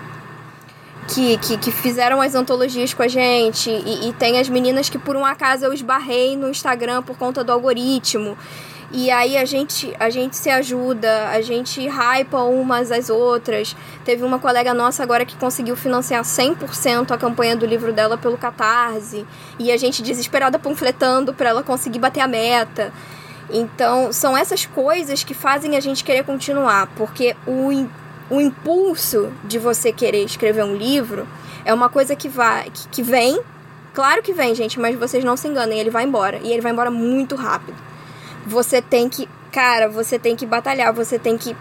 que, que, que fizeram as antologias com a gente e, e tem as meninas que por um acaso eu esbarrei no Instagram por conta do algoritmo. E aí a gente, a gente se ajuda, a gente hypa umas às outras. Teve uma colega nossa agora que conseguiu financiar cem por cento a campanha do livro dela pelo Catarse. E a gente desesperada panfletando para ela conseguir bater a meta. Então, são essas coisas que fazem a gente querer continuar. Porque o, o impulso de você querer escrever um livro é uma coisa que, vai, que, que vem. Claro que vem, gente, mas vocês não se enganem, ele vai embora. E ele vai embora muito rápido. Você tem que, cara, você tem que batalhar, você tem que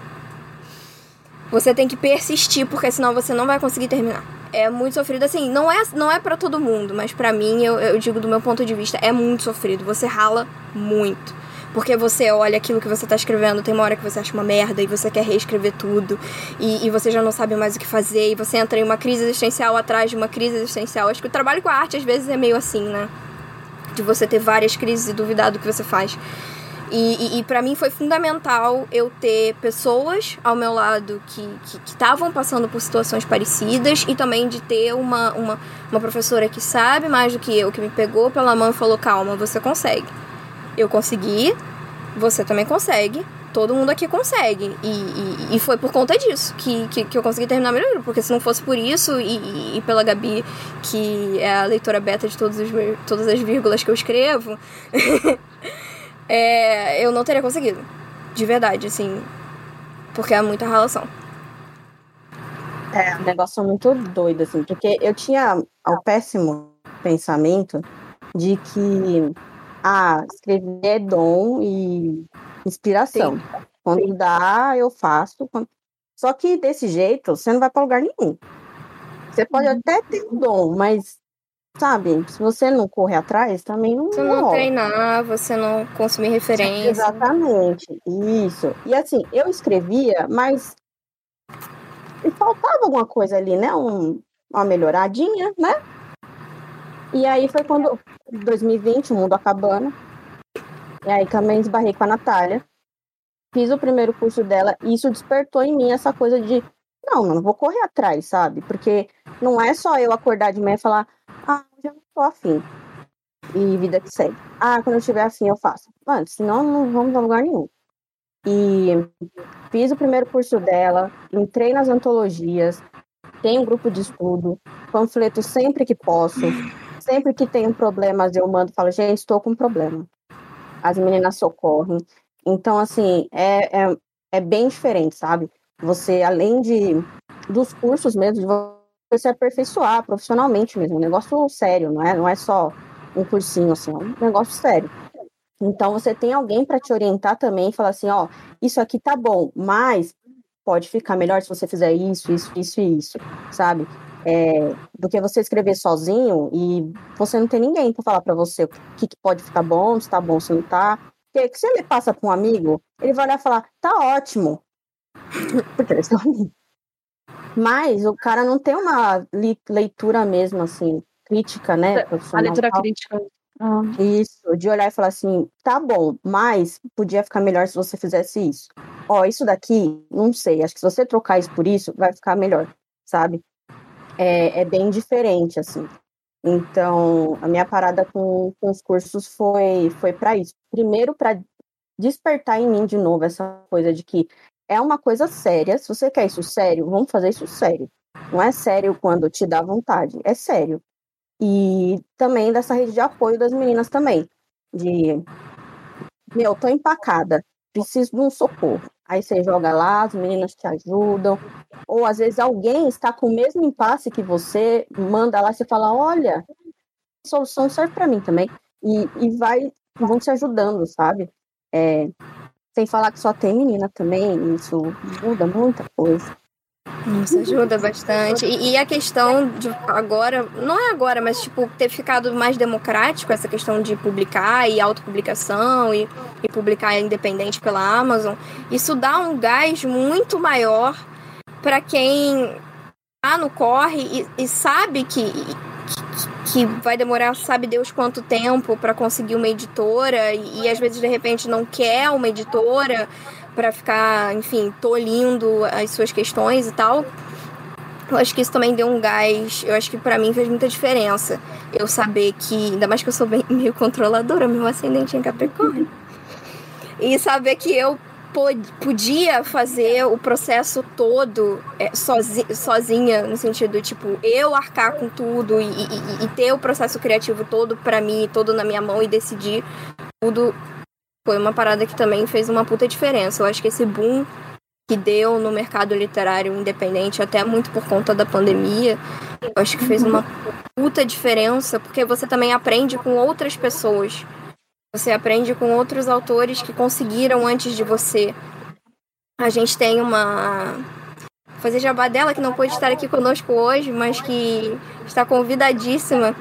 você tem que persistir, porque senão você não vai conseguir terminar. É muito sofrido, assim, não é, não é pra todo mundo, mas pra mim, eu, eu digo do meu ponto de vista, é muito sofrido, você rala muito, porque você olha aquilo que você tá escrevendo, tem uma hora que você acha uma merda e você quer reescrever tudo, e, e você já não sabe mais o que fazer, e você entra em uma crise existencial atrás de uma crise existencial. Acho que o trabalho com a arte, às vezes, é meio assim, né, de você ter várias crises e duvidar do que você faz. E, e, e pra mim foi fundamental eu ter pessoas ao meu lado que estavam passando por situações parecidas e também de ter uma, uma, uma professora que sabe mais do que eu, que me pegou pela mão e falou, calma, você consegue. Eu consegui, você também consegue, todo mundo aqui consegue. E, e, e foi por conta disso que, que, que eu consegui terminar meu livro, porque se não fosse por isso e, e, e pela Gabi, que é a leitora beta de todos os, todas as vírgulas que eu escrevo... É, eu não teria conseguido. De verdade, assim. Porque é muita relação. É, um negócio muito doido, assim. Porque eu tinha o péssimo pensamento de que ah, escrever é dom e inspiração. Sim. Quando Sim. dá, eu faço. Só que desse jeito, você não vai pra lugar nenhum. Você pode uhum. até ter um dom, mas... Sabe, se você não correr atrás, também não... Você não rola. Treinar, você não consumir referência. Exatamente, isso. E assim, eu escrevia, mas me faltava alguma coisa ali, né? Um, uma melhoradinha, né? E aí foi quando, dois mil e vinte, o mundo acabando. E aí também esbarrei com a Natália. Fiz o primeiro curso dela e isso despertou em mim essa coisa de... Não, não vou correr atrás, sabe? Porque não é só eu acordar de manhã e falar... Ah, já não tô afim. E vida que segue. Ah, quando eu estiver afim, eu faço. Mano, senão não vamos a lugar nenhum. E fiz o primeiro curso dela, entrei nas antologias, tenho um grupo de estudo, panfleto sempre que posso. Sempre que tenho problemas, eu mando e falo, gente, estou com problema. As meninas socorrem. Então, assim, é, é, é bem diferente, sabe? Você, além de dos cursos mesmo, de você se aperfeiçoar profissionalmente mesmo, um negócio sério, não é, não é só um cursinho, assim, é um negócio sério. Então, você tem alguém para te orientar também e falar assim, ó, isso aqui tá bom, mas pode ficar melhor se você fizer isso, isso, isso e isso, sabe? É, do que você escrever sozinho e você não tem ninguém para falar para você o que, que pode ficar bom, se tá bom, se não tá. Porque se ele passa para um amigo, ele vai olhar e falar, tá ótimo. Porque ele é seu amigo. Mas o cara não tem uma leitura mesmo, assim, crítica, né? A leitura crítica. Ah. Isso, de olhar e falar assim, tá bom, mas podia ficar melhor se você fizesse isso. Ó, isso daqui, não sei, acho que se você trocar isso por isso, vai ficar melhor, sabe? É, é bem diferente, assim. Então, a minha parada com, com os cursos foi, foi para isso. Primeiro, para despertar em mim de novo essa coisa de que é uma coisa séria. Se você quer isso sério, vamos fazer isso sério. Não é sério quando te dá vontade, é sério. E também dessa rede de apoio das meninas também. De, meu, tô empacada, preciso de um socorro. Aí você joga lá, as meninas te ajudam. Ou às vezes alguém está com o mesmo impasse que você, manda lá e você fala, olha, a solução serve para mim também. E, e vai, vão te ajudando, sabe? É, sem falar que só tem menina também, isso muda muita coisa. Isso ajuda bastante. E, e a questão de agora, não é agora, mas tipo, ter ficado mais democrático, essa questão de publicar e autopublicação e, e publicar independente pela Amazon, isso dá um gás muito maior para quem tá no corre e, e sabe que, que, que vai demorar, sabe Deus quanto tempo para conseguir uma editora e, e às vezes de repente não quer uma editora para ficar, enfim, tolindo as suas questões e tal. Eu acho que isso também deu um gás. Eu acho que pra mim fez muita diferença. Eu saber que, ainda mais que eu sou bem, meio controladora, meu ascendente em Capricórnio. E saber que eu pod, podia fazer o processo todo é, sozi, sozinha, no sentido, tipo, eu arcar com tudo e, e, e ter o processo criativo todo pra mim, todo na minha mão e decidir tudo. Foi uma parada que também fez uma puta diferença. Eu acho que esse boom que deu no mercado literário independente, até muito por conta da pandemia, eu acho que fez uma puta diferença, porque você também aprende com outras pessoas. Você aprende com outros autores que conseguiram antes de você. A gente tem uma... Vou fazer jabá dela, que não pôde estar aqui conosco hoje, mas que está convidadíssima,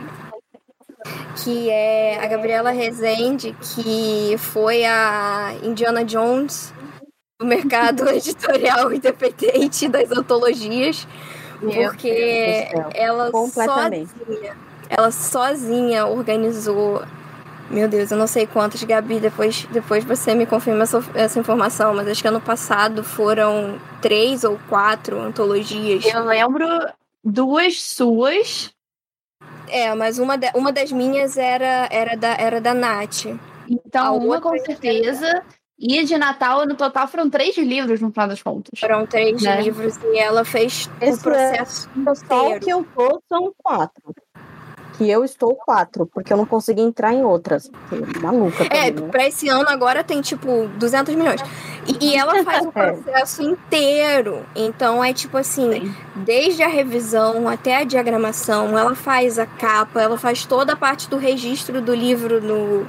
que é a Gabriela Rezende, que foi a Indiana Jones do mercado editorial independente das antologias, Meu porque ela Completamente. sozinha, ela sozinha organizou, meu Deus, eu não sei quantas, Gabi, depois, depois você me confirma essa, essa informação, mas acho que ano passado foram três ou quatro antologias. Eu lembro duas suas. É, mas uma, de, uma das minhas era, era, da, era da Nath. Então, A uma outra com certeza. E de Natal, no total, foram três livros, no final das contas. Foram três né? livros e ela fez Esse o processo é, só inteiro. o que eu tô são quatro. Que eu estou quatro, porque eu não consegui entrar em outras. Maluca É, também, né? pra esse ano agora tem, tipo, duzentos milhões. E, e ela faz o processo inteiro. Então, é tipo assim, Sim. desde a revisão até a diagramação, ela faz a capa, ela faz toda a parte do registro do livro no,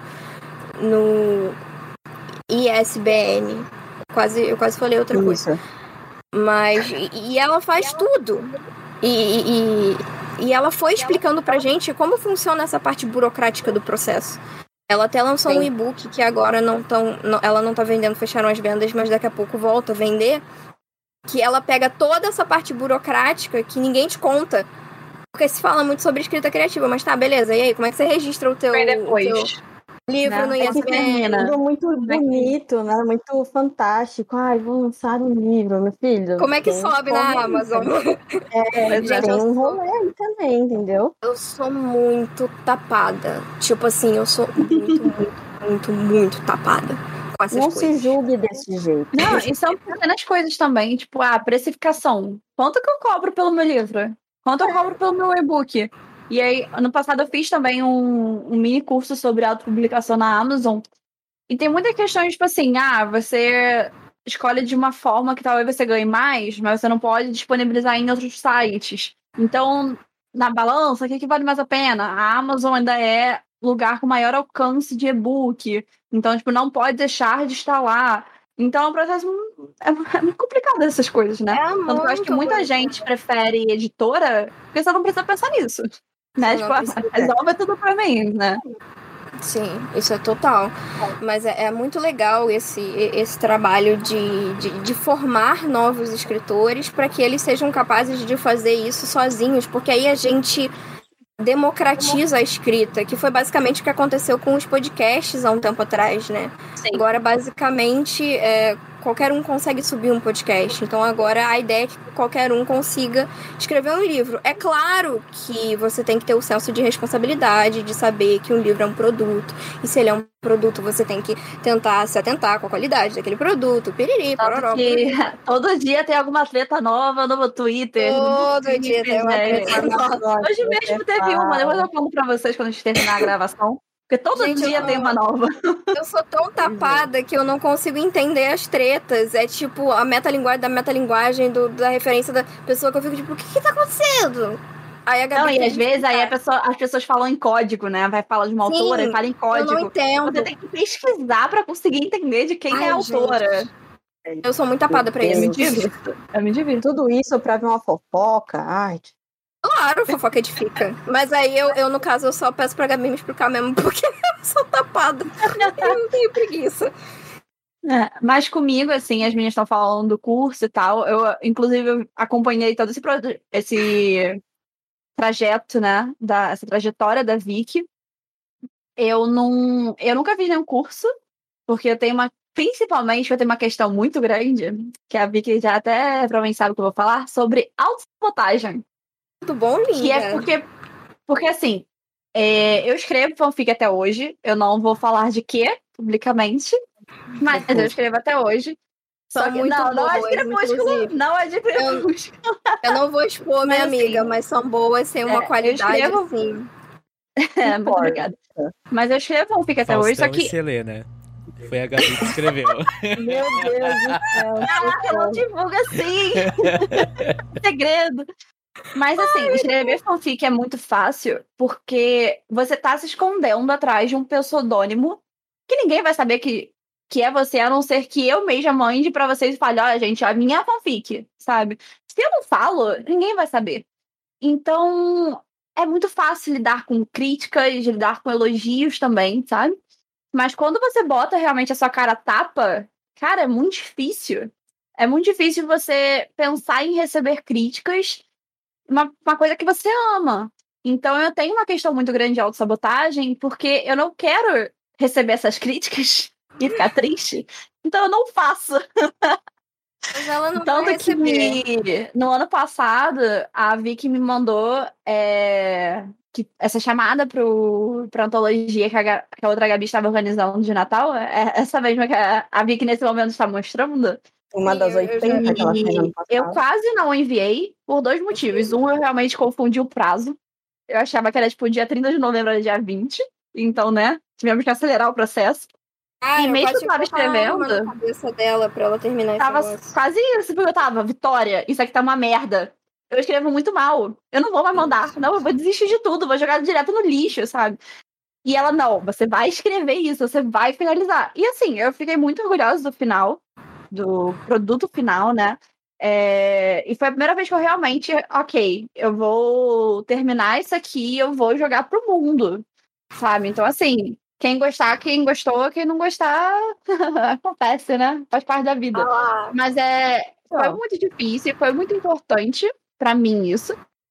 no I S B N. Quase, eu quase falei outra coisa. Isso. Mas, e, e ela faz tudo. E, e, e ela foi explicando pra gente como funciona essa parte burocrática do processo. Ela até lançou Sim. um e-book que agora não tão, não, ela não tá vendendo, fecharam as vendas, mas daqui a pouco volta a vender. Que ela pega toda essa parte burocrática que ninguém te conta. Porque se fala muito sobre escrita criativa, mas tá, beleza, e aí, como é que você registra o teu, Foi o depois. teu livro Né? no É que I S B N? termina. Tudo muito bonito, né? Muito fantástico. Ai, vou lançar um livro, meu filho. Como é que Tem sobe como na aí Amazon? também. É, Pois é. tem eu um sou- rolê aí também, entendeu? Eu sou muito tapada. Tipo assim, eu sou muito, muito, muito, muito tapada com essas Não coisas. se julgue desse jeito. Não, e são pequenas coisas também, tipo, a precificação. Quanto que eu cobro pelo meu livro? Quanto eu cobro pelo meu e-book? E aí, ano passado eu fiz também um, um mini curso sobre autopublicação na Amazon. E tem muita questão, tipo assim, ah, você escolhe de uma forma que talvez você ganhe mais, mas você não pode disponibilizar em outros sites. Então, na balança, o que, que vale mais a pena? A Amazon ainda é lugar com maior alcance de e-book. Então, tipo, não pode deixar de estar lá. Então é um processo é, é muito complicado essas coisas, né? É Tanto que eu acho que muito muita complicado. gente prefere editora porque você não precisa pensar nisso. Né? Você Tipo, não ah, precisa. resolve tudo pra mim, né? Sim, isso é total. Mas é, é muito legal esse, esse trabalho de, de, de formar novos escritores para que eles sejam capazes de fazer isso sozinhos, porque aí a gente democratiza a escrita, que foi basicamente o que aconteceu com os podcasts há um tempo atrás, né? Sim. Agora, basicamente, é, qualquer um consegue subir um podcast. Então, agora a ideia é que qualquer um consiga escrever um livro. É claro que você tem que ter o senso de responsabilidade, de saber que um livro é um produto. E se ele é um produto, você tem que tentar se atentar com a qualidade daquele produto. Piriri, Tanto pororó, que pororó. todo dia tem alguma treta nova no Twitter. no Todo dia tem uma gente. treta nova. Hoje mesmo teve uma, depois eu conto pra vocês quando a gente terminar a gravação. Porque todo Gente, dia eu- tem uma nova. Eu sou tão tapada que eu não consigo entender as tretas. É tipo a metalinguagem da metalinguagem, do, da referência da pessoa que eu fico tipo, o que que tá acontecendo? Aí a Gabi Não, e tem às que vezes aí a explicar. pessoa, as pessoas falam em código, né? Vai falar de uma Sim, autora e fala em eu código. não entendo. Você tem que pesquisar pra conseguir entender de quem Ai, é a gente. autora. Eu sou muito tapada pra Meu Eu me isso. Deus. divirto. Eu me divirto. Tudo isso pra ver uma fofoca. Ai, Claro, fofoca edifica. Mas aí eu, eu, no caso, eu só peço pra Gabi me explicar mesmo, porque eu sou tapada. Eu não tenho preguiça. É, mas comigo, assim, as meninas estão falando do curso e tal. Eu, inclusive, eu acompanhei todo esse, pro- esse trajeto, né? Da, essa trajetória da Vicky. Eu não. Eu nunca fiz nenhum curso, porque eu tenho uma. Principalmente, eu tenho uma questão muito grande, que a Vicky já até provavelmente sabe o que eu vou falar, sobre autossabotagem. Muito bom, linda. Que é porque. Porque assim, é, eu escrevo fanfic até hoje. Eu não vou falar de quê publicamente. Mas eu escrevo até hoje. São Só que muito não, não é de boas, crepúsculo. inclusive. Não é de crepúsculo. Eu não vou expor minha Mas, assim, amiga, mas são boas, têm uma é, eu qualidade, escrevo- assim. É, muito obrigada. Mas eu escrevo fanfic até hoje, só Faustão e que. Selena. Foi a Gabi que escreveu. meu Deus do céu. Caraca, não divulga assim! Segredo! Mas assim, escrever fanfic é muito fácil porque você tá se escondendo atrás de um pseudônimo que ninguém vai saber que, que é você, a não ser que eu mesma mande pra vocês e fale, olha, gente, a minha fanfic, sabe? Se eu não falo, ninguém vai saber. Então, é muito fácil lidar com críticas, lidar com elogios também, sabe? Mas quando você bota realmente a sua cara a tapa, cara, é muito difícil. É muito difícil você pensar em receber críticas, uma, uma coisa que você ama. Então eu tenho uma questão muito grande de autossabotagem, porque eu não quero receber essas críticas e ficar triste. Então eu não faço. Mas ela não Tanto vai que receber. no ano passado, a Vicky me mandou é, que essa chamada pro, pra antologia que a, Ga- que a outra Gabi estava organizando de Natal. É essa mesma que a, a Vicky nesse momento está mostrando. Uma Sim, das eu- eu já oitenta que ela fez ano E eu passado. quase não enviei por dois motivos. Um, eu realmente confundi o prazo. Eu achava que era tipo dia trinta de novembro, era dia vinte. Então, né, tivemos que acelerar o processo. Cara, E eu mesmo quase que eu tava tive uma arma escrevendo, na cabeça dela pra ela terminar esse tava negócio. quase isso, porque eu tava, Vitória, isso aqui tá uma merda. Eu escrevo muito mal. Eu não vou mais mandar. Não, eu vou desistir de tudo, vou jogar direto no lixo, sabe? E ela, não, você vai escrever isso, você vai finalizar. E assim, eu fiquei muito orgulhosa do final, do produto final, né? É, e foi a primeira vez que eu realmente, ok, eu vou terminar isso aqui, eu vou jogar pro mundo, sabe? Então, assim, quem gostar, quem gostou, quem não gostar, acontece, né? Faz parte da vida. Ah lá. Mas é, foi Não. muito difícil, foi muito importante pra mim isso.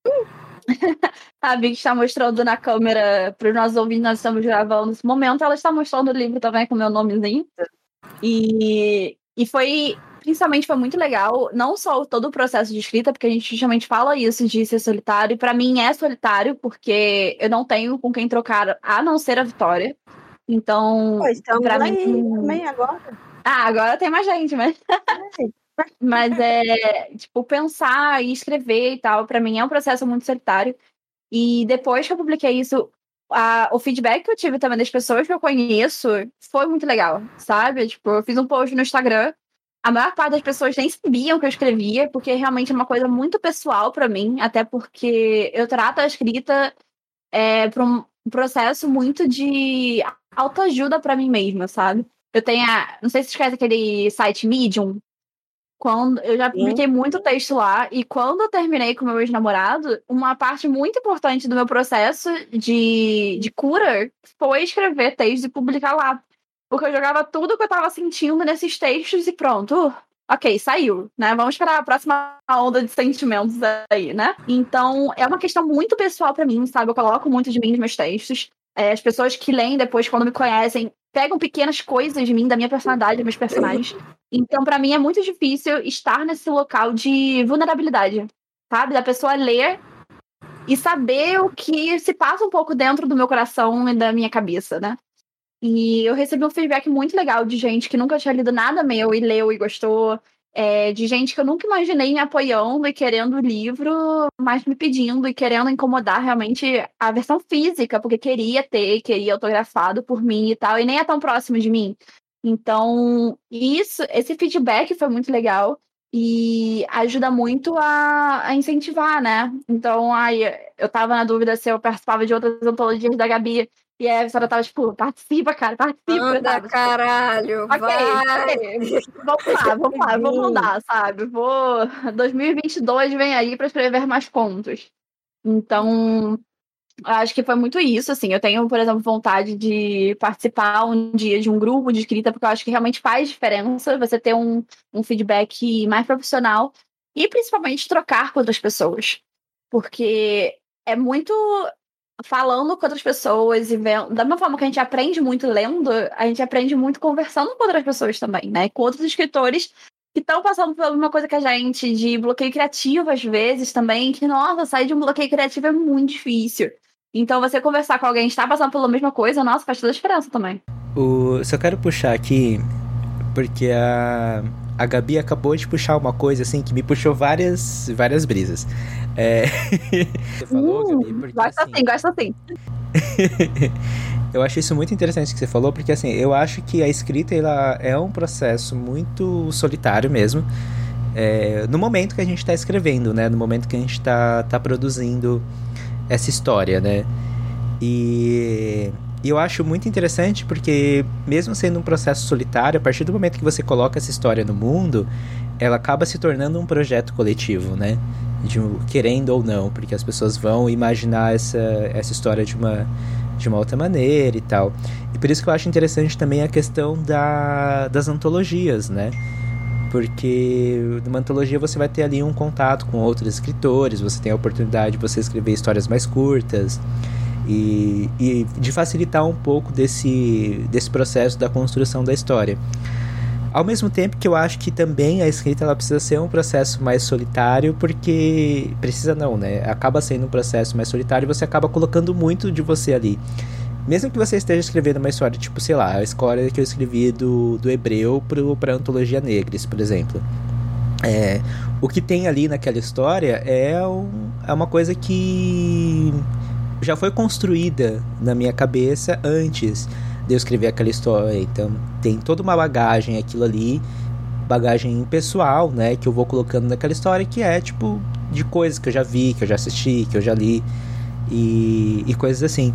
A Vicky está mostrando na câmera para os nossos ouvintes, nós estamos gravando nesse momento. Ela está mostrando o livro também com o meu nomezinho. E, e foi, principalmente, foi muito legal. Não só todo o processo de escrita, porque a gente justamente fala isso de ser solitário. E para mim é solitário, porque eu não tenho com quem trocar a não ser a Vitória. Então, Pô, estamos pra aí mim. também agora. Ah, agora tem mais gente, mas. Mas é, tipo, pensar e escrever e tal, pra mim é um processo muito solitário. E depois que eu publiquei isso, a- o feedback que eu tive também das pessoas que eu conheço foi muito legal, sabe? Tipo, eu fiz um post no Instagram, a maior parte das pessoas nem sabiam que eu escrevia, porque realmente é uma coisa muito pessoal pra mim, até porque eu trato a escrita é, pra um processo muito de autoajuda pra mim mesma, sabe? Eu tenho a... Não sei se você conhece aquele site Medium. Quando, eu já publiquei muito texto lá, e quando eu terminei com meu ex-namorado, uma parte muito importante do meu processo de, de cura foi escrever textos e publicar lá. Porque eu jogava tudo que eu tava sentindo nesses textos e pronto. Uh, ok, saiu, né? Vamos para a próxima onda de sentimentos aí, né? Então, é uma questão muito pessoal pra mim, sabe? Eu coloco muito de mim nos meus textos. É, as pessoas que leem depois, quando me conhecem, pegam pequenas coisas de mim, da minha personalidade, dos meus personagens. Então, pra mim, é muito difícil estar nesse local de vulnerabilidade, sabe? Da pessoa ler e saber o que se passa um pouco dentro do meu coração e da minha cabeça, né? E eu recebi um feedback muito legal de gente que nunca tinha lido nada meu e leu e gostou. É, de gente que eu nunca imaginei me apoiando e querendo o livro, mas me pedindo e querendo incomodar realmente a versão física, porque queria ter, queria autografado por mim e tal, e nem é tão próximo de mim. Então, isso, esse feedback foi muito legal e ajuda muito a, a incentivar, né? Então, aí eu tava na dúvida se eu participava de outras antologias da Gabi. E aí a pessoa tava tipo, participa, cara, participa. Anda, sabe? caralho, Ok, vai! ok. Vamos lá, vamos lá, vou mandar, sabe? Vou. dois mil e vinte e dois vem aí pra escrever mais contos. Então, acho que foi muito isso, assim. Eu tenho, por exemplo, vontade de participar um dia de um grupo de escrita, porque eu acho que realmente faz diferença você ter um, um feedback mais profissional e principalmente trocar com outras pessoas. Porque é muito falando com outras pessoas e vendo. Da mesma forma que a gente aprende muito lendo, a gente aprende muito conversando com outras pessoas também, né? Com outros escritores que estão passando por alguma coisa que a gente, de bloqueio criativo, às vezes, também, que, nossa, sair de um bloqueio criativo é muito difícil. Então, você conversar com alguém que está passando pela mesma coisa, nossa, faz toda a diferença também. O, só quero puxar aqui, porque a, a Gabi acabou de puxar uma coisa, assim, que me puxou várias, várias brisas. É... Você falou, hum, Gabi, porque, gosta assim... assim, gosta assim. Eu acho isso muito interessante que você falou, porque assim, eu acho que a escrita ela é um processo muito solitário mesmo, é, no momento que a gente está escrevendo, né? No momento que a gente está tá produzindo essa história, né? E eu acho muito interessante porque, mesmo sendo um processo solitário, a partir do momento que você coloca essa história no mundo, ela acaba se tornando um projeto coletivo, né? De, querendo ou não, porque as pessoas vão imaginar essa, essa história de uma, de uma outra maneira e tal. E por isso que eu acho interessante também a questão da, das antologias, né? Porque numa antologia você vai ter ali um contato com outros escritores, você tem a oportunidade de você escrever histórias mais curtas e, e de facilitar um pouco desse, desse processo da construção da história. Ao mesmo tempo que eu acho que também a escrita ela precisa ser um processo mais solitário, porque precisa não, né? Acaba sendo um processo mais solitário e você acaba colocando muito de você ali. Mesmo que você esteja escrevendo uma história, tipo, sei lá, a história que eu escrevi do, do Hebreu para a Antologia Negres, por exemplo. É, o que tem ali naquela história é, um, é uma coisa que já foi construída na minha cabeça antes de eu escrever aquela história. Então tem toda uma bagagem aquilo ali, bagagem pessoal, né, que eu vou colocando naquela história, que é tipo de coisas que eu já vi, que eu já assisti, que eu já li e, e coisas assim.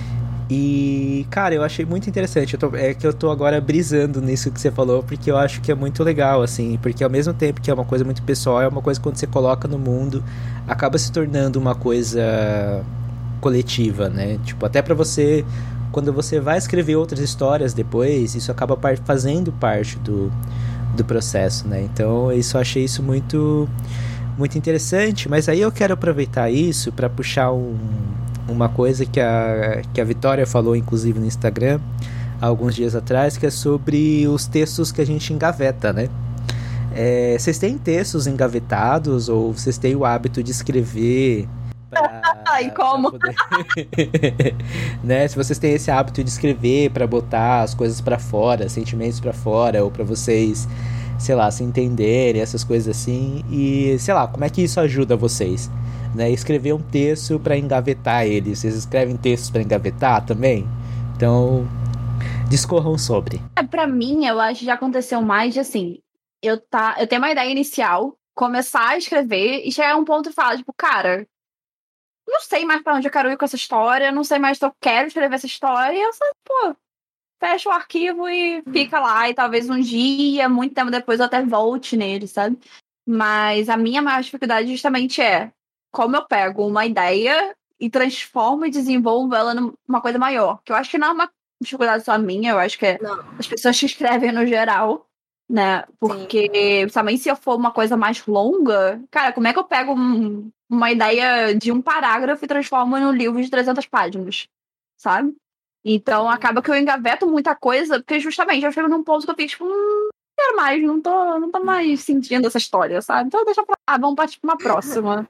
E, cara, eu achei muito interessante. Eu tô, é que eu tô agora brisando nisso que você falou, porque eu acho que é muito legal, assim. Porque ao mesmo tempo que é uma coisa muito pessoal, é uma coisa que quando você coloca no mundo, acaba se tornando uma coisa coletiva, né? Tipo, até pra você, quando você vai escrever outras histórias depois, isso acaba par- fazendo parte do, do processo, né? Então, isso eu achei isso muito, muito interessante. Mas aí eu quero aproveitar isso pra puxar um... uma coisa que a, que a Vitória falou, inclusive, no Instagram, há alguns dias atrás, que é sobre os textos que a gente engaveta, né? É, vocês têm textos engavetados ou vocês têm o hábito de escrever pra, E como? pra poder... né? Se vocês têm esse hábito de escrever para botar as coisas para fora, sentimentos para fora, ou para vocês, sei lá, se entenderem, essas coisas assim, e sei lá, como é que isso ajuda vocês? Né, escrever um texto para engavetar ele. Vocês escrevem textos para engavetar também? Então, discorram sobre. É, pra mim, eu acho que já aconteceu mais de assim, eu, tá, eu tenho uma ideia inicial, começar a escrever e chegar a um ponto e falar, tipo, cara, não sei mais pra onde eu quero ir com essa história, não sei mais se eu quero escrever essa história, e eu só, pô, fecho o arquivo e fica lá. E talvez um dia, muito tempo depois, eu até volte nele, sabe? Mas a minha maior dificuldade justamente é como eu pego uma ideia e transformo e desenvolvo ela numa coisa maior. Que eu acho que não é uma dificuldade só minha, eu acho que é Não. as pessoas que escrevem no geral, né? Porque também se eu for uma coisa mais longa, cara, como é que eu pego um, uma ideia de um parágrafo e transformo em um livro de trezentas páginas, sabe? Então acaba que eu engaveto muita coisa, porque justamente eu chego num ponto que eu fico tipo, hum, não quero mais, não tô, não tô mais sentindo essa história, sabe? Então deixa pra lá, vamos partir pra uma próxima.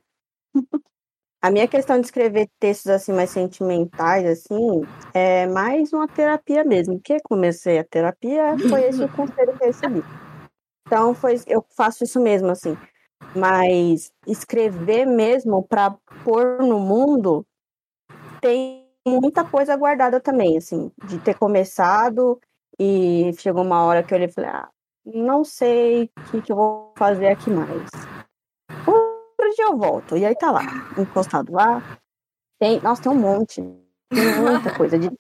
A minha questão de escrever textos assim mais sentimentais, assim, é mais uma terapia mesmo. Porque comecei a terapia, foi esse o conselho que eu recebi. Então, foi, eu faço isso mesmo, assim. Mas escrever mesmo para pôr no mundo tem muita coisa guardada também, assim, de ter começado e chegou uma hora que eu olhei e falei, ah, não sei o que, que eu vou fazer aqui mais. Outro dia eu volto, e aí tá lá, encostado lá. Tem, nossa, tem um monte, tem muita coisa de,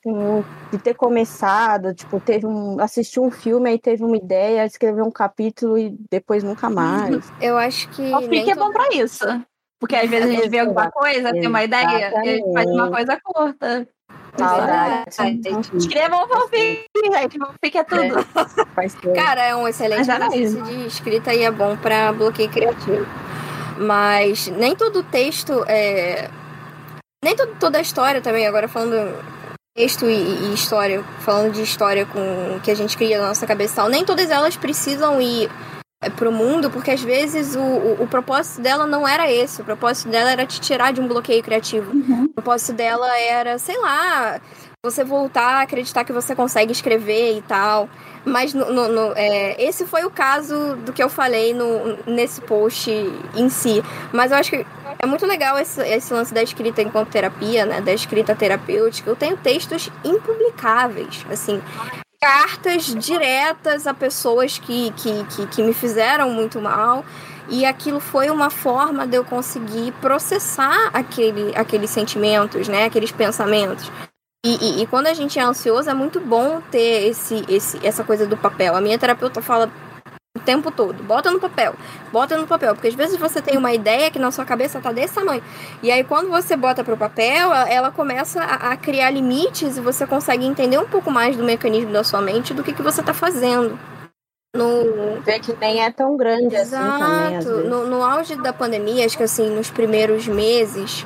de ter começado, tipo, teve um, assistiu um filme, aí teve uma ideia, escreveu um capítulo e depois nunca mais. Eu acho que. O Fic é bom pra isso. Porque às vezes a gente vê alguma coisa, tem uma ideia, e a gente faz uma coisa curta. Saudade. Escrevam o fanfic, gente. Fanfic é tudo. Cara, é um excelente exercício de escrita e é bom pra bloqueio criativo. Mas nem todo texto é. Nem todo, toda a história também, agora falando texto e, e história, falando de história com que a gente cria na nossa cabeça e tal, nem todas elas precisam ir pro mundo, porque às vezes o, o, o propósito dela não era esse. O propósito dela era te tirar de um bloqueio criativo. Uhum. O propósito dela era, sei lá, você voltar a acreditar que você consegue escrever e tal. Mas no, no, no, é, esse foi o caso do que eu falei no, nesse post em si. Mas eu acho que é muito legal esse, esse lance da escrita enquanto terapia, né? Da escrita terapêutica. Eu tenho textos impublicáveis, assim, cartas diretas a pessoas que, que, que, que me fizeram muito mal. E aquilo foi uma forma de eu conseguir processar aquele, aqueles sentimentos, né? Aqueles pensamentos. E, e, e quando a gente é ansioso, é muito bom ter esse, esse, essa coisa do papel. A minha terapeuta fala o tempo todo, bota no papel, bota no papel. Porque às vezes você tem uma ideia que na sua cabeça tá desse tamanho. E aí quando você bota pro papel, ela começa a, a criar limites e você consegue entender um pouco mais do mecanismo da sua mente, do que, que você tá fazendo. No... Vê que nem é tão grande. Exato. Assim também, às vezes. No, no auge da pandemia, acho que assim, nos primeiros meses...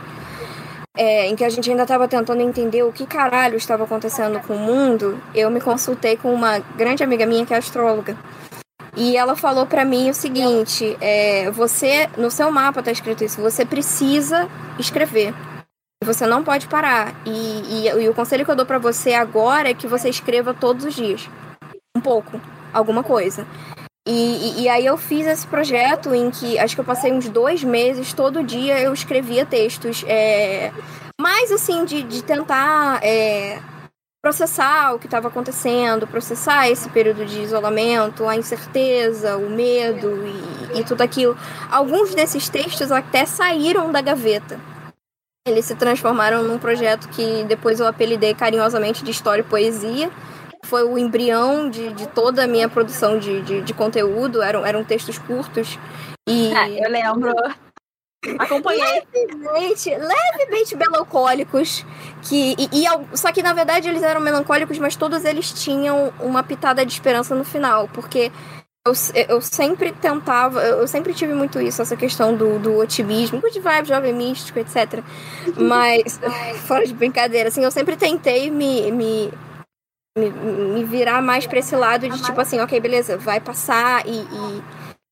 É, em que a gente ainda estava tentando entender o que caralho estava acontecendo com o mundo, eu me consultei com uma grande amiga minha que é astróloga. E ela falou pra mim o seguinte, é, você, no seu mapa tá escrito isso, você precisa escrever. Você não pode parar. E, e, e o conselho que eu dou pra você agora é que você escreva todos os dias. Um pouco, alguma coisa. E, e, e aí eu fiz esse projeto em que acho que eu passei uns dois meses, todo dia eu escrevia textos, é, mais assim, de, de tentar é, processar o que estava acontecendo, processar esse período de isolamento, a incerteza, o medo e, e tudo aquilo. Alguns desses textos até saíram da gaveta. Eles se transformaram num projeto que depois eu apelidei carinhosamente de História e Poesia. Foi o embrião de, de toda a minha produção de, de, de conteúdo, eram, eram textos curtos. E... Ah, eu lembro. Acompanhei. Levemente, levemente melancólicos. Que, e, e, só que, na verdade, eles eram melancólicos, mas todos eles tinham uma pitada de esperança no final. Porque eu, eu sempre tentava, eu sempre tive muito isso, essa questão do, do otimismo, good vibe, jovem místico, etcétera. Mas, fora de brincadeira, assim, eu sempre tentei me... me Me, me virar mais pra esse lado de tipo assim, ok, beleza, vai passar e, e,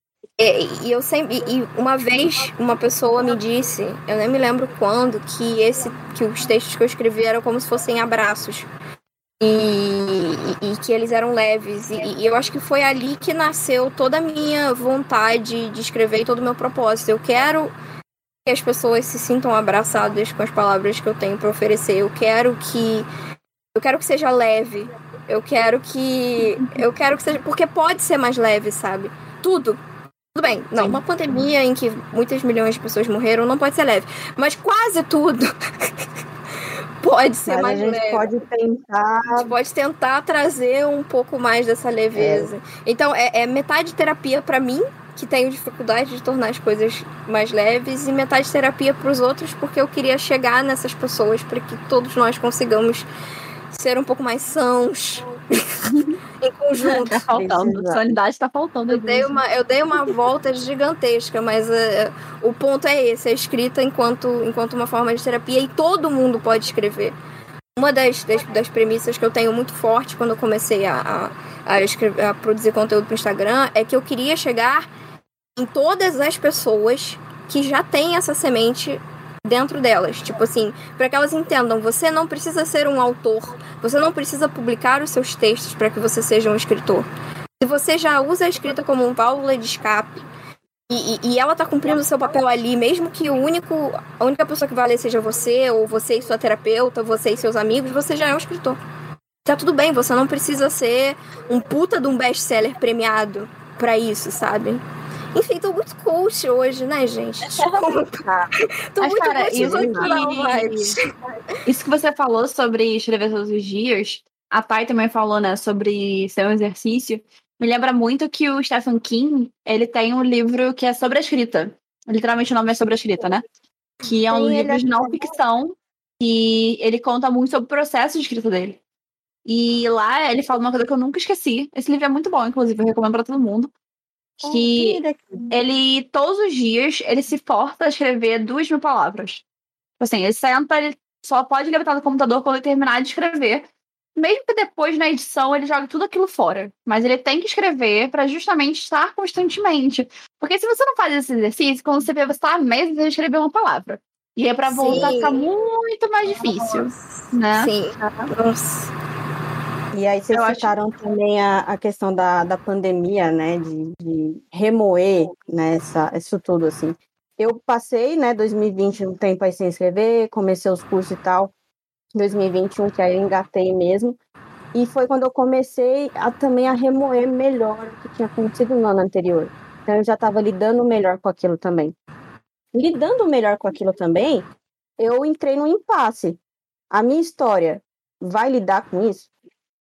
e, e eu sempre e uma vez uma pessoa me disse, eu nem me lembro quando, que esse que os textos que eu escrevi eram como se fossem abraços e, e, e que eles eram leves e, e eu acho que foi ali que nasceu toda a minha vontade de escrever e todo o meu propósito. Eu quero que as pessoas se sintam abraçadas com as palavras que eu tenho pra oferecer. Eu quero que Eu quero que seja leve. Eu quero que... Eu quero que seja... Porque pode ser mais leve, sabe? Tudo. Tudo bem. Não, Sim. Uma pandemia em que muitas milhões de pessoas morreram não pode ser leve. Mas quase tudo pode ser Mas mais a gente leve. pode tentar. A gente pode tentar trazer um pouco mais dessa leveza. É. Então, é, é metade terapia pra mim, que tenho dificuldade de tornar as coisas mais leves, e metade terapia pros outros, porque eu queria chegar nessas pessoas para que todos nós consigamos ser um pouco mais sãos em conjunto. Tá faltando, sanidade tá faltando. Eu dei uma, eu dei uma volta gigantesca, mas uh, o ponto é esse, a escrita enquanto, enquanto uma forma de terapia, e todo mundo pode escrever. Uma das, das, das premissas que eu tenho muito forte quando eu comecei a, a, a, escrever, a produzir conteúdo pro Instagram é que eu queria chegar em todas as pessoas que já têm essa semente dentro delas. Tipo assim, para que elas entendam, você não precisa ser um autor, você não precisa publicar os seus textos para que você seja um escritor. Se você já usa a escrita como um válvula de escape e, e, e ela tá cumprindo o seu papel ali, mesmo que o único, a única pessoa que vai ler seja você, ou você e sua terapeuta, você e seus amigos, você já é um escritor. Tá tudo bem, você não precisa ser um puta de um best-seller premiado pra isso, sabe? Enfim, tô muito coach hoje, né, gente? Desculpa. Tô Mas, muito cara, isso que... isso que você falou sobre escrever todos os dias, a Thay também falou, né, sobre ser um exercício. Me lembra muito que o Stephen King, ele tem um livro que é sobre a escrita. Literalmente o nome é sobre a escrita, né? Que é um Sim, livro ele de é- não ficção e ele conta muito sobre o processo de escrita dele. E lá ele fala uma coisa que eu nunca esqueci. Esse livro é muito bom, inclusive, eu recomendo pra todo mundo. Que Mira aqui. ele, todos os dias, ele se força a escrever duas mil palavras. Tipo assim, ele senta, ele só pode levantar do computador quando ele terminar de escrever. Mesmo que depois, na edição, ele jogue tudo aquilo fora. Mas ele tem que escrever pra justamente estar constantemente. Porque se você não faz esse exercício, quando você vê, você tá há meses sem escrever uma palavra. E aí pra voltar Sim. fica muito mais difícil, né? Sim. Nossa. E aí vocês Eu acho- citaram também a, a questão da, da pandemia, né? De, de remoer, né, essa, isso tudo, assim. Eu passei, né, dois mil e vinte um tempo aí sem escrever, comecei os cursos e tal. dois mil e vinte e um, que aí eu engatei mesmo. E foi quando eu comecei a, também a remoer melhor o que tinha acontecido no ano anterior. Então eu já estava lidando melhor com aquilo também. Lidando melhor com aquilo também, eu entrei no impasse. A minha história vai lidar com isso?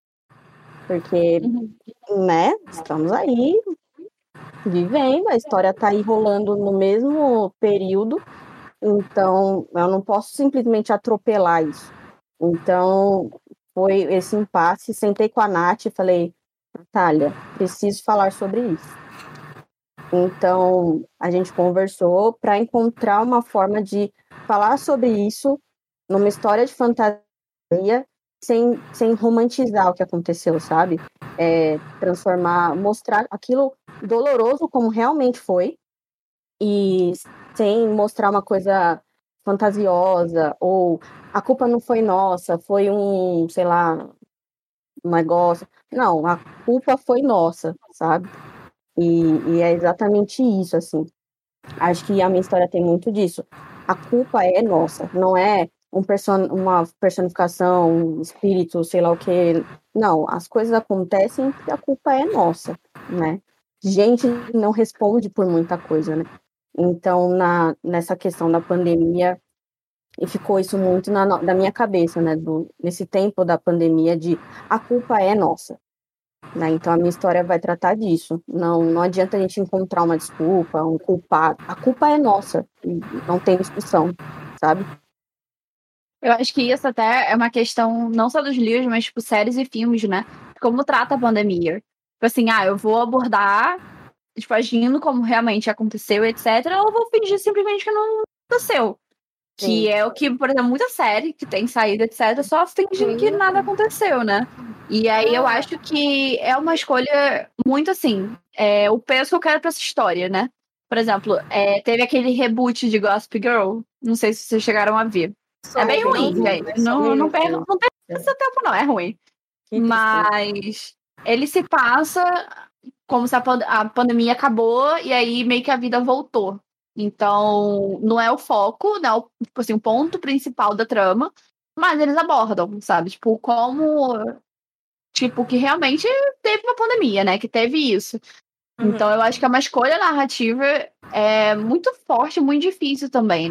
Porque, Uhum. né, estamos aí vivendo, a história tá aí rolando no mesmo período, então eu não posso simplesmente atropelar isso. Então, foi esse impasse, sentei com a Nath e falei, Natália, preciso falar sobre isso. Então, a gente conversou para encontrar uma forma de falar sobre isso numa história de fantasia sem, sem romantizar o que aconteceu, sabe? É, transformar, mostrar aquilo doloroso como realmente foi e sem mostrar uma coisa fantasiosa ou a culpa não foi nossa, foi um, sei lá, um negócio. Não, a culpa foi nossa, sabe? E, e é exatamente isso, assim. Acho que a minha história tem muito disso. A culpa é nossa, não é um person uma personificação, um espírito, sei lá o que. Não, as coisas acontecem porque a culpa é nossa, né? Gente não responde por muita coisa, né? Então, na, nessa questão da pandemia, e ficou isso muito na, na minha cabeça, né? Do, nesse tempo da pandemia, de a culpa é nossa. Né? Então, a minha história vai tratar disso. Não, não adianta a gente encontrar uma desculpa, um culpado. A culpa é nossa. E não tem discussão, sabe? Eu acho que isso até é uma questão não só dos livros, mas tipo séries e filmes, né? Como trata a pandemia. Tipo assim, ah, eu vou abordar, tipo, agindo como realmente aconteceu, etcétera. Ou eu vou fingir simplesmente que não aconteceu. Que Sim. é o que, por exemplo, muita série que tem saído, etcétera, só fingem que nada aconteceu, né? E aí eu acho que é uma escolha muito assim, é, o peso que eu quero pra essa história, né? Por exemplo, é, teve aquele reboot de Gossip Girl, não sei se vocês chegaram a ver. É bem Só ruim, vi, gente. mas Não, só não, vi. perca, não perca seu tempo, não, é ruim. Que Mas ele se passa como se a, pan- a pandemia acabou e aí meio que a vida voltou. Então, não é o foco, não é o, tipo assim, o ponto principal da trama, mas eles abordam, sabe? Tipo, como. Tipo, que realmente teve uma pandemia, né? Que teve isso. Uhum. Então, eu acho que é uma escolha narrativa é muito forte, muito difícil também, né?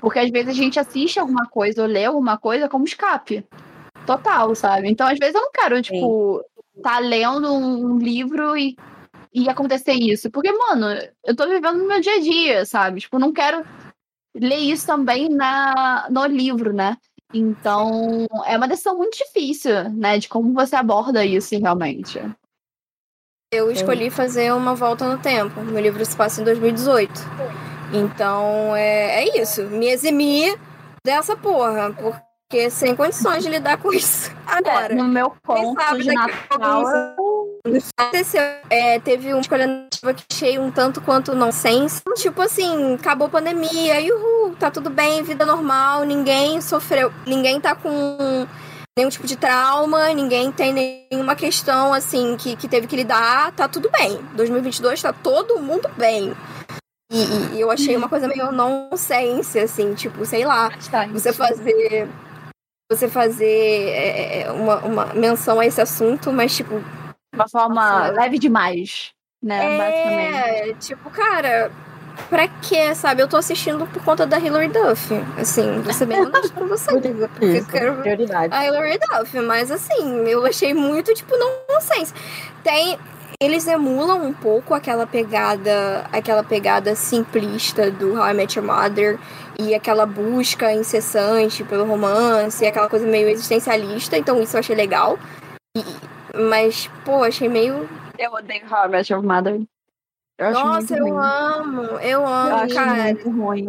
Porque às vezes a gente assiste alguma coisa ou lê alguma coisa como escape. Total, sabe? Então, às vezes eu não quero, tipo, tá lendo um livro e, e acontecer isso. Porque, mano, eu tô vivendo no meu dia a dia, sabe? Tipo, eu não quero ler isso também na, no livro, né? Então, é uma decisão muito difícil, né? De como você aborda isso realmente. Eu escolhi fazer uma volta no tempo. Meu livro se passa em dois mil e dezoito. Então, é, é isso. Me eximir dessa porra. Porque sem condições de lidar com isso agora. É, no meu ponto sabe, de Natal... Aconteceu, é, teve uma escolha narrativa que achei um tanto quanto nonsense. Tipo assim, acabou a pandemia, uhul, tá tudo bem, vida normal, ninguém sofreu, ninguém tá com nenhum tipo de trauma, ninguém tem nenhuma questão, assim, que, que teve que lidar, tá tudo bem. dois mil e vinte e dois tá todo mundo bem. E, e eu achei uma coisa meio nonsense, assim, tipo, sei lá, você fazer... Você fazer é, uma, uma menção a esse assunto, mas, tipo... Uma forma leve demais, né, é, basicamente. É, tipo, cara, pra quê, sabe? Eu tô assistindo por conta da Hilary Duff, assim, vou ser bem honesta pra você. Porque eu quero prioridade. a Hilary Duff, mas, assim, eu achei muito, tipo, nonsense. Tem... Eles emulam um pouco aquela pegada, aquela pegada simplista do How I Met Your Mother e aquela busca incessante pelo romance, aquela coisa meio existencialista, então isso eu achei legal. E, mas, pô, achei meio... Eu odeio How I Met Your Mother. Eu acho Nossa, muito eu ruim. amo, eu amo, eu acho cara. muito ruim.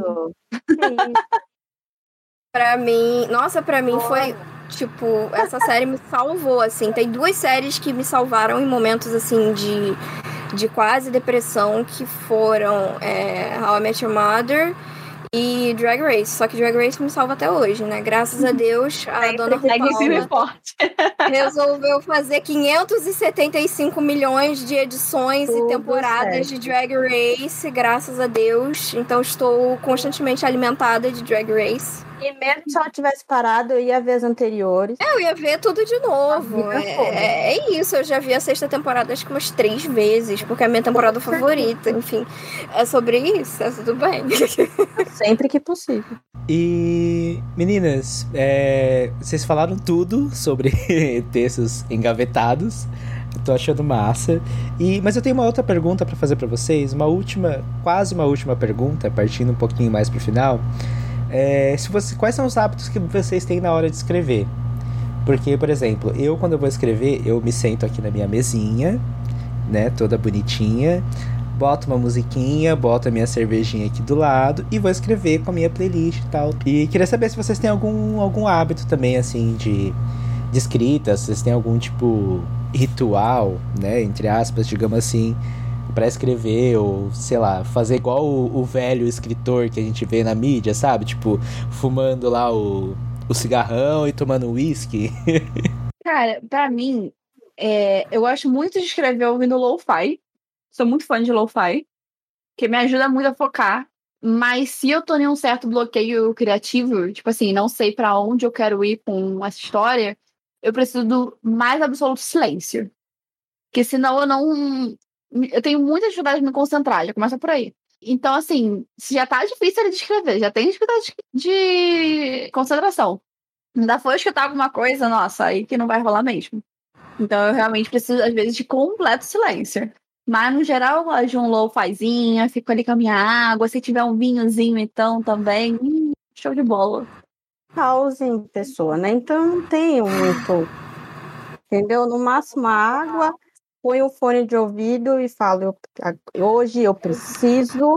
Pra mim, nossa, pra mim foi, tipo, essa série me salvou, assim. Tem duas séries que me salvaram em momentos, assim, de, de quase depressão, que foram é, How I Met Your Mother e Drag Race. Só que Drag Race me salva até hoje, né? Graças a Deus, a dona Paula resolveu fazer quinhentos e setenta e cinco milhões de edições Tudo e temporadas certo. de Drag Race, graças a Deus. Então estou constantemente alimentada de Drag Race. E mesmo se ela tivesse parado, eu ia ver as anteriores. É, eu ia ver tudo de novo. É, é isso, eu já vi a sexta temporada acho que umas três vezes, porque é a minha temporada favorita. Enfim, é sobre isso, é tudo bem. Sempre que possível. E, meninas, é, vocês falaram tudo sobre textos engavetados. Eu tô achando massa. E, mas eu tenho uma outra pergunta pra fazer pra vocês. Uma última, quase uma última pergunta, partindo um pouquinho mais pro final. É, se você, quais são os hábitos que vocês têm na hora de escrever? Porque, por exemplo, eu quando eu vou escrever, eu me sento aqui na minha mesinha, né, toda bonitinha, boto uma musiquinha, boto a minha cervejinha aqui do lado e vou escrever com a minha playlist e tal. E queria saber se vocês têm algum, algum hábito também, assim, de, de escrita, se vocês têm algum, tipo, ritual, né, entre aspas, digamos assim, pra escrever, ou, sei lá, fazer igual o, o velho escritor que a gente vê na mídia, sabe? Tipo, fumando lá o, o cigarrão e tomando uísque. Cara, pra mim, é, eu gosto muito de escrever ouvindo lo-fi. Sou muito fã de lo-fi, que me ajuda muito a focar. Mas se eu tô em um certo bloqueio criativo, tipo assim, não sei pra onde eu quero ir com essa história, eu preciso do mais absoluto silêncio. Porque senão eu não... Eu tenho muita dificuldade de me concentrar, já começa por aí. Então, assim, se já tá difícil de escrever, já tem dificuldade de concentração. Ainda foi escutar alguma coisa, nossa, aí que não vai rolar mesmo. Então, eu realmente preciso, às vezes, de completo silêncio. Mas, no geral, eu gosto de um lo-fizinho, fico ali com a minha água. Se tiver um vinhozinho, então, também, hum, show de bola. Pause em pessoa, né? Então, não tenho muito... Entendeu? No máximo, a água... Põe o fone de ouvido e falo, eu, hoje eu preciso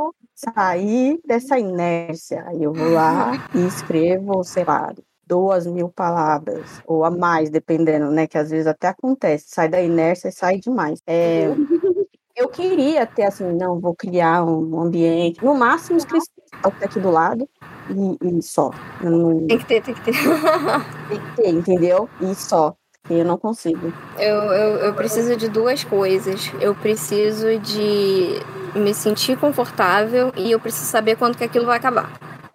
sair dessa inércia. Aí eu vou lá e escrevo, sei lá, duas mil palavras, ou a mais, dependendo, né? Que às vezes até acontece, sai da inércia e sai demais. É, eu queria ter assim, não, vou criar um ambiente, no máximo escrito aqui do lado e, e só. Não... Tem que ter, tem que ter. Tem que ter, entendeu? E só. Eu não consigo. Eu, eu, eu preciso de duas coisas. Eu preciso de me sentir confortável e eu preciso saber quando que aquilo vai acabar.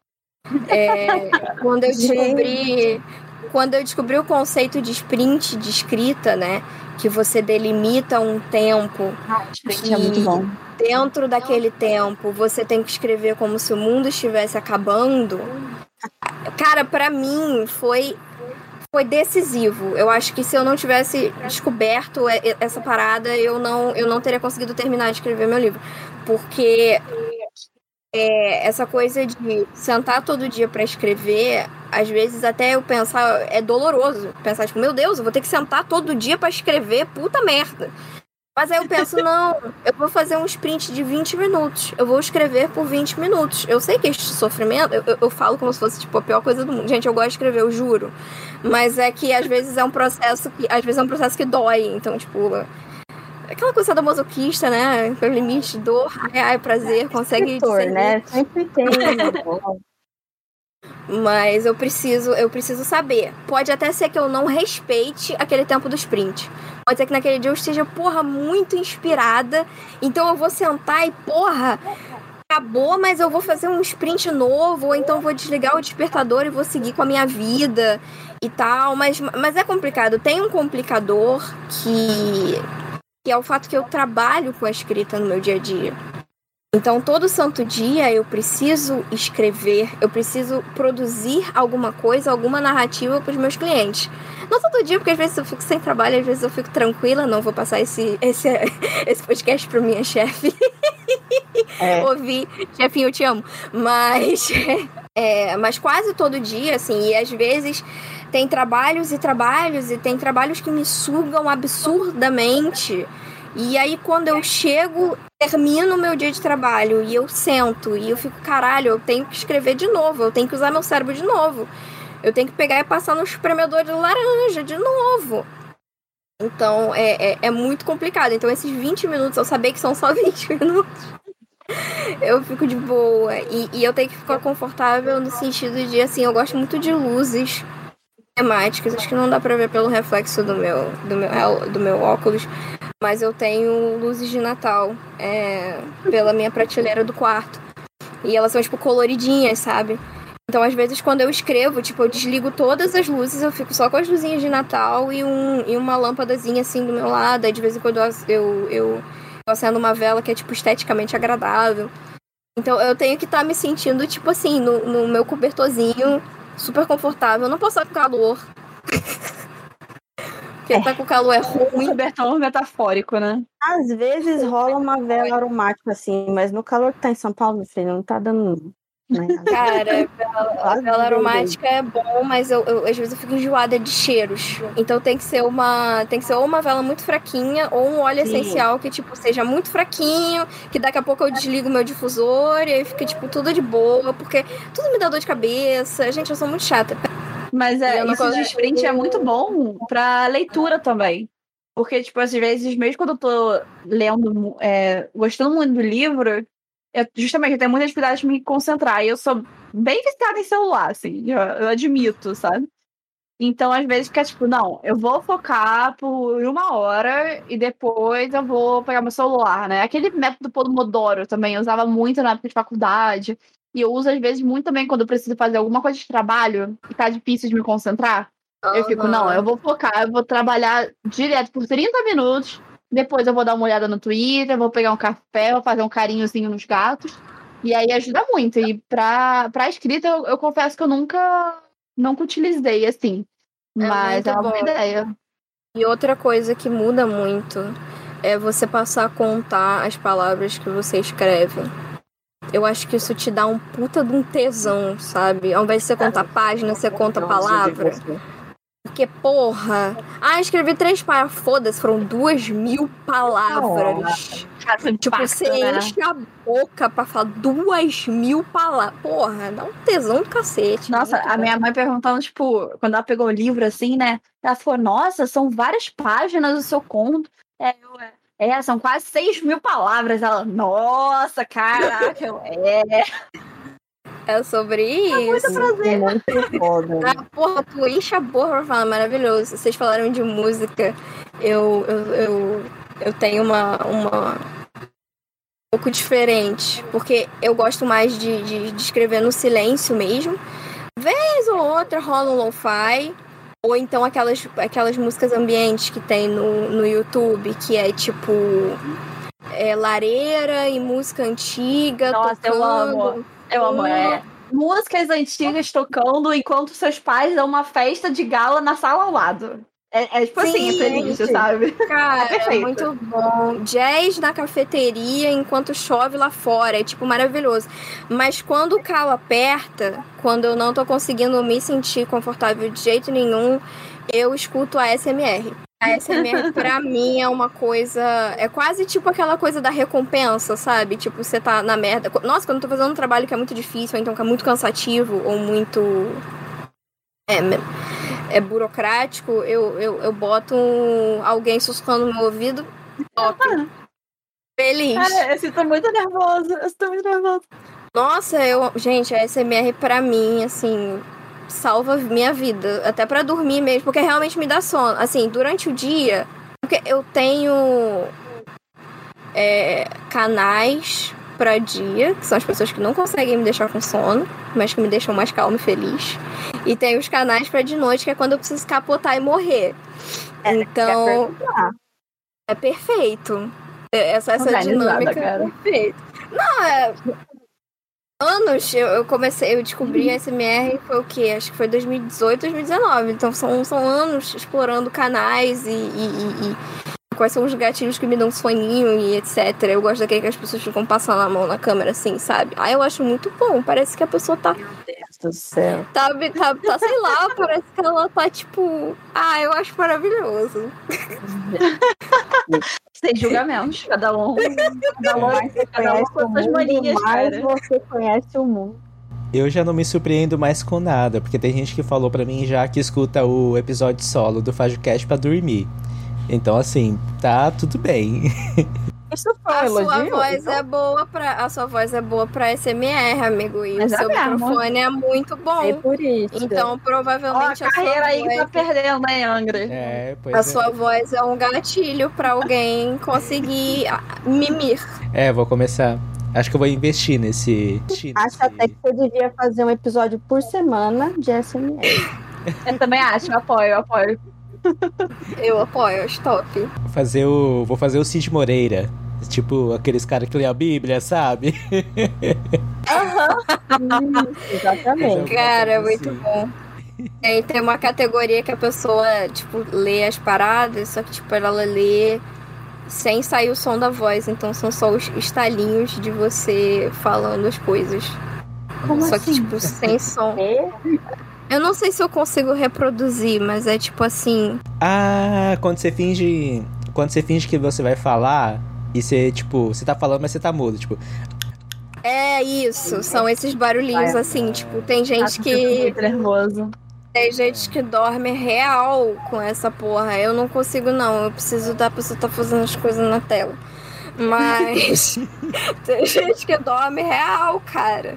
É, quando eu descobri... Quando eu descobri o conceito de sprint de escrita, né? que você delimita um tempo. Ah, sprint que é muito bom. Dentro daquele tempo você tem que escrever como se o mundo estivesse acabando. Cara, pra mim foi, foi decisivo. Eu acho que se eu não tivesse descoberto essa parada, eu não, eu não teria conseguido terminar de escrever meu livro. Porque é, essa coisa de sentar todo dia pra escrever, às vezes até eu pensar, é doloroso. Pensar, tipo, meu Deus, eu vou ter que sentar todo dia pra escrever, puta merda. Mas aí eu penso, não, eu vou fazer um sprint de vinte minutos. Eu vou escrever por vinte minutos. Eu sei que este sofrimento, eu, eu falo como se fosse, tipo, a pior coisa do mundo. Gente, eu gosto de escrever, eu juro. Mas é que às vezes é um processo que, às vezes é um processo que dói. Então, tipo, aquela coisa da masoquista, né? Pelo limite, dor, ai, ai, prazer, consegue Escritor, discernir. né? Sempre tem. Mas eu preciso, eu preciso saber. Pode até ser que eu não respeite aquele tempo do sprint. Pode ser que naquele dia eu esteja, porra, muito inspirada. Então eu vou sentar e, porra, acabou, mas eu vou fazer um sprint novo. Ou então vou desligar o despertador e vou seguir com a minha vida e tal. Mas, mas é complicado. Tem um complicador que, que é o fato que eu trabalho com a escrita no meu dia a dia. Então, todo santo dia eu preciso escrever, eu preciso produzir alguma coisa, alguma narrativa para os meus clientes. Não todo dia, porque às vezes eu fico sem trabalho, às vezes eu fico tranquila, não vou passar esse, esse, esse podcast para minha chefe. É. Ouvir, chefinho, eu te amo. Mas, é, mas quase todo dia, assim, e às vezes tem trabalhos e trabalhos, e tem trabalhos que me sugam absurdamente. E aí, quando eu chego, termino o meu dia de trabalho e eu sento e eu fico, caralho, eu tenho que escrever de novo, eu tenho que usar meu cérebro de novo. Eu tenho que pegar e passar no espremedor de laranja de novo. Então, é, é, é muito complicado. Então, esses vinte minutos, eu saber que são só vinte minutos, eu fico de boa. E, e eu tenho que ficar confortável no sentido de, assim, eu gosto muito de luzes temáticas. Acho que não dá pra ver pelo reflexo do meu, do meu, do meu óculos. Mas eu tenho luzes de Natal é, pela minha prateleira do quarto. E elas são, tipo, coloridinhas, sabe? Então, às vezes, quando eu escrevo, tipo, eu desligo todas as luzes, eu fico só com as luzinhas de Natal e, um, e uma lâmpadazinha, assim, do meu lado. Aí, de vez em quando, eu, eu, eu acendo uma vela que é, tipo, esteticamente agradável. Então, eu tenho que estar tá me sentindo, tipo assim, no, no meu cobertorzinho, super confortável. Eu não posso estar com calor. Porque tá com calor é ruim. Cobertor metafórico, né? Às vezes rola uma vela aromática, assim, mas no calor que tá em São Paulo, meu filho, não tá dando. Né? Cara, a vela aromática é bom, mas eu, eu, às vezes eu fico enjoada de cheiros. Então tem que ser uma. Tem que ser ou uma vela muito fraquinha, ou um óleo Sim. essencial que, tipo, seja muito fraquinho, que daqui a pouco eu desligo o meu difusor e aí fica, tipo, tudo de boa, porque tudo me dá dor de cabeça. Gente, eu sou muito chata. Mas é, isso de sprint é muito bom pra leitura também. Porque, tipo, às vezes, mesmo quando eu tô lendo, é, gostando muito do livro, eu, justamente, eu tenho muita dificuldade de me concentrar. E eu sou bem viciada em celular, assim, eu, eu admito, sabe? Então, às vezes, fica tipo, não, eu vou focar por uma hora e depois eu vou pegar meu celular, né? Aquele método Pomodoro também, eu usava muito na época de faculdade. E eu uso, às vezes, muito também quando eu preciso fazer alguma coisa de trabalho e tá difícil de me concentrar. Uhum. Eu fico, não, eu vou focar, eu vou trabalhar direto por trinta minutos, depois eu vou dar uma olhada no Twitter, vou pegar um café, vou fazer um carinhozinho nos gatos. E aí ajuda muito. E pra, pra escrita, eu, eu confesso que eu nunca, nunca utilizei, assim. É mas é uma boa ideia. E outra coisa que muda muito é você passar a contar as palavras que você escreve. Eu acho que isso te dá um puta de um tesão, sabe? Ao invés de você contar página, você conta palavra. Porque, porra... Ah, escrevi três palavras. Foda-se, foram duas mil palavras. Oh, tipo, você enche a boca pra falar duas mil palavras. Porra, dá um tesão do cacete. Nossa, a bom. Minha mãe perguntando, tipo... Quando ela pegou o livro, assim, né? Ela falou, nossa, são várias páginas do seu conto. É, eu... É, são quase seis mil palavras. Ela, nossa, caraca, eu, é. É sobre isso. É muito prazer. É muito foda. Ah, porra, tu enche a boca pra falar, maravilhoso. Vocês falaram de música. Eu, eu, eu, eu tenho uma, uma... um pouco diferente. Porque eu gosto mais de, de, de escrever no silêncio mesmo. Vez ou outra rola um lo-fi. Ou então aquelas, aquelas músicas ambientes que tem no, no YouTube, que é tipo é, lareira e música antiga. Nossa, tocando. eu amo. Eu amo, é. Músicas antigas tocando enquanto seus pais dão uma festa de gala na sala ao lado. É, é tipo Sim, assim, é feliz, sabe? Cara, É é perfeito. muito bom. Jazz na cafeteria enquanto chove lá fora. É, tipo, maravilhoso. Mas quando o calo aperta, quando eu não tô conseguindo me sentir confortável de jeito nenhum, eu escuto a S M R. A S M R, pra mim, é uma coisa... É quase tipo aquela coisa da recompensa, sabe? Tipo, você tá na merda. Nossa, quando eu tô fazendo um trabalho que é muito difícil, ou então que é muito cansativo, ou muito... É, é burocrático, eu, eu, eu boto um, alguém sussurrando no meu ouvido, top. Feliz. Cara, eu sinto muito nervoso. Eu sinto muito nervoso. Nossa, eu... Gente, a S M R pra mim, assim... salva minha vida, até pra dormir mesmo, porque realmente me dá sono. Assim, durante o dia, porque eu tenho é, canais pra dia, que são as pessoas que não conseguem me deixar com sono, mas que me deixam mais calma e feliz. E tem os canais pra de noite, que é quando eu preciso capotar e morrer. É, Então, é perfeito. Essa, essa dinâmica é perfeita. Não, é... anos eu, eu comecei, eu descobri a S M R foi o quê? Acho que foi dois mil e dezoito, dois mil e dezenove. Então são, são anos explorando canais e, e, e, e quais são os gatilhos que me dão soninho e etcétera. Eu gosto daquele que as pessoas ficam passando a mão na câmera assim, sabe? Ah, eu acho muito bom. Parece que a pessoa tá... Meu Deus do céu. Tá, tá, tá sei lá, parece que ela tá tipo... Ah, eu acho maravilhoso. Sem julgamentos. Cada um... Cada um, Mais você cada um conhece com o suas mundo, manias, mais cara. você conhece o mundo. Eu já não me surpreendo mais com nada, porque tem gente que falou pra mim já que escuta o episódio solo do FajoCast pra dormir. Então, assim, tá tudo bem. Isso foi um A elogio? sua voz então? é boa pra, a sua voz é boa pra S M R, amigo. E Mas o é seu mesmo. microfone é muito bom. É por isso. Então, Ó, a provavelmente a carreira sua aí que voz... tá perdendo, hein, Angra? É, pois A é. sua voz é um gatilho pra alguém conseguir ah, mimir. É, vou começar. Acho que eu vou investir nesse. investir Acho nesse- até que você devia fazer um episódio por semana de S M R. Eu também acho, eu apoio, eu apoio. Eu apoio, acho top. fazer o. Vou fazer o Cid Moreira. Tipo, aqueles caras que lê a Bíblia, sabe? Isso, exatamente. Cara, é Alguma coisa muito assim. bom. Tem, tem uma categoria que a pessoa, tipo, lê as paradas, só que, tipo, ela lê sem sair o som da voz. Então são só os estalinhos de você falando as coisas. Como só assim? que, tipo, sem som. E Eu não sei se eu consigo reproduzir, mas é tipo assim. Ah, quando você finge. Quando você finge que você vai falar e você, tipo, você tá falando, mas você tá mudo, tipo. É isso, são esses barulhinhos assim, tipo, tem gente Nossa, eu tô que. muito nervoso. Tem gente que dorme real com essa porra. Eu não consigo, não. Eu preciso da pessoa estar fazendo as coisas na tela. Mas tem gente que dorme real, cara.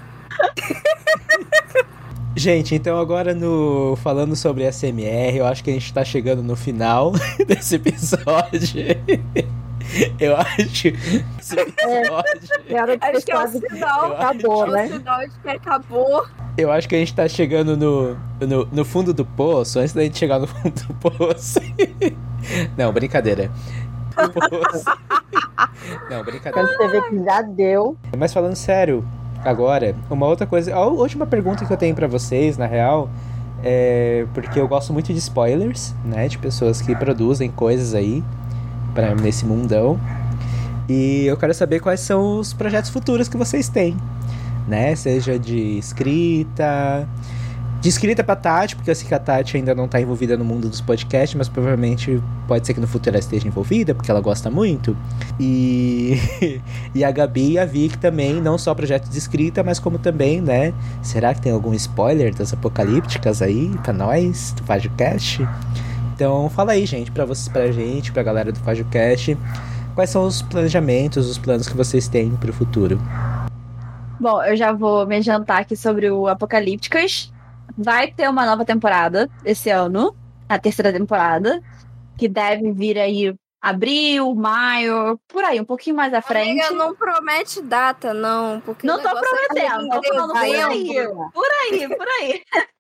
Gente, então agora no falando sobre S M R, eu acho que a gente tá chegando no final desse episódio. Eu acho esse episódio. era de Acho que é o pessoal sinal. acabou, É o né? sinal de que acabou. Eu acho que a gente tá chegando no, no, no fundo do poço, antes da gente chegar no fundo do poço. Não, brincadeira. Poço. Não, brincadeira. Quando você vê que já deu. Mas falando sério, agora, uma outra coisa. A última pergunta que eu tenho pra vocês, na real, é porque eu gosto muito de spoilers, né? De pessoas que produzem coisas aí pra, nesse mundão. E eu quero saber quais são os projetos futuros que vocês têm, né? Seja de escrita. De escrita pra Tati, porque eu sei que a Tati ainda não tá envolvida no mundo dos podcasts, mas provavelmente pode ser que no futuro ela esteja envolvida, porque ela gosta muito. E, e a Gabi e a Vic também, não só projetos de escrita, mas como também, né? Será que tem algum spoiler das apocalípticas aí pra nós, do FajoCast? Então fala aí, gente, pra vocês, pra gente, pra galera do FajoCast, quais são os planejamentos, os planos que vocês têm pro futuro? Bom, eu já vou me adiantar aqui sobre o Apocalípticas. Vai ter uma nova temporada esse ano, a terceira temporada, que deve vir aí abril, maio, por aí, um pouquinho mais à frente. Amiga, não promete data, não. Porque Não o tô negócio é prometendo, em tô falando por aí, dezembro. por aí, por aí.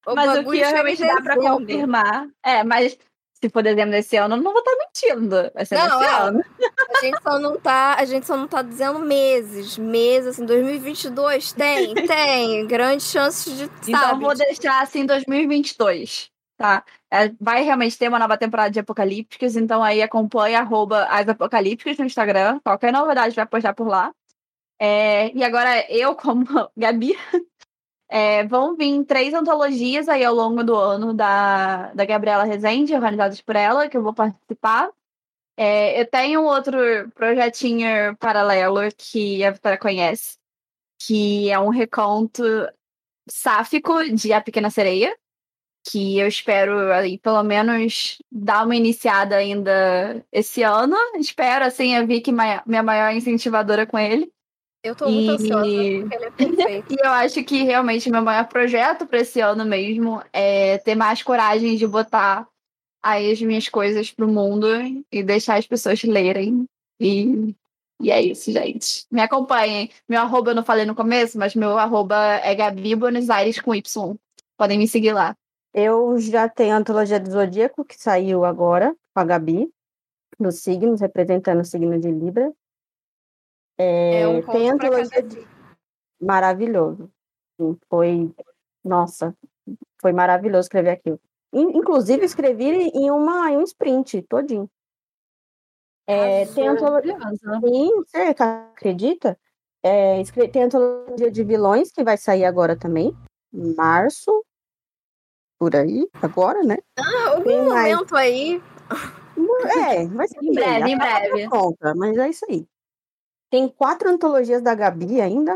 O Mas o bagulho que eu chega em realmente dá pra dezembro. confirmar. É, mas se for dezembro desse ano, eu não vou estar mentindo. Vai ser Não, nesse é. ano. A gente só não tá, a gente só não tá dizendo meses. Meses, assim, dois mil e vinte e dois tem, tem. Grandes chances de, Então sabe? eu vou deixar assim dois mil e vinte e dois, tá? É, vai realmente ter uma nova temporada de Apocalípticas, então aí acompanha arroba as Apocalípticas no Instagram. Qualquer novidade vai postar por lá. É, e agora eu, como Gabi, é, vão vir três antologias aí ao longo do ano da, da Gabriela Rezende, organizadas por ela, que eu vou participar. É, eu tenho um outro projetinho paralelo que a Vitória conhece, que é um reconto sáfico de A Pequena Sereia, que eu espero aí, pelo menos dar uma iniciada ainda esse ano. Espero, assim, a Vicky, minha maior incentivadora com ele. Eu tô muito E... ansiosa, porque ele é perfeito. E eu acho que realmente meu maior projeto para esse ano mesmo é ter mais coragem de botar aí as minhas coisas pro mundo e deixar as pessoas lerem. E, e é isso, gente. Me acompanhem. Meu arroba eu não falei no começo, mas meu arroba é Gabi Buenos Aires com Y. Podem me seguir lá. Eu já tenho a antologia do Zodíaco, que saiu agora, com a Gabi, dos signos, representando o signo de Libra. É, É um tem conto pra antologia cada de... dia. Maravilhoso. Foi, nossa, foi maravilhoso escrever aquilo. In- Inclusive, escrevi em, uma, em um sprint, todinho. É, tem antologia... Sim, você acredita? É, escre- tem antologia de vilões, que vai sair agora também, em março, por aí, agora, né? Ah, algum Tem mais... momento aí. É, vai ser Em breve, em a capa tá breve. pronta, mas é isso aí. Tem quatro antologias da Gabi ainda.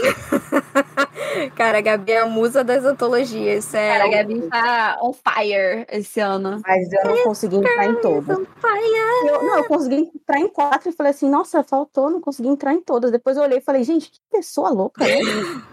Cara, a Gabi é a musa das antologias, sério. Cara, a Gabi tá on fire esse ano. Mas eu não consegui entrar em todas. Eu, não, eu consegui entrar em quatro e falei assim, nossa, faltou, não consegui entrar em todas. Depois eu olhei e falei, gente, que pessoa louca, né?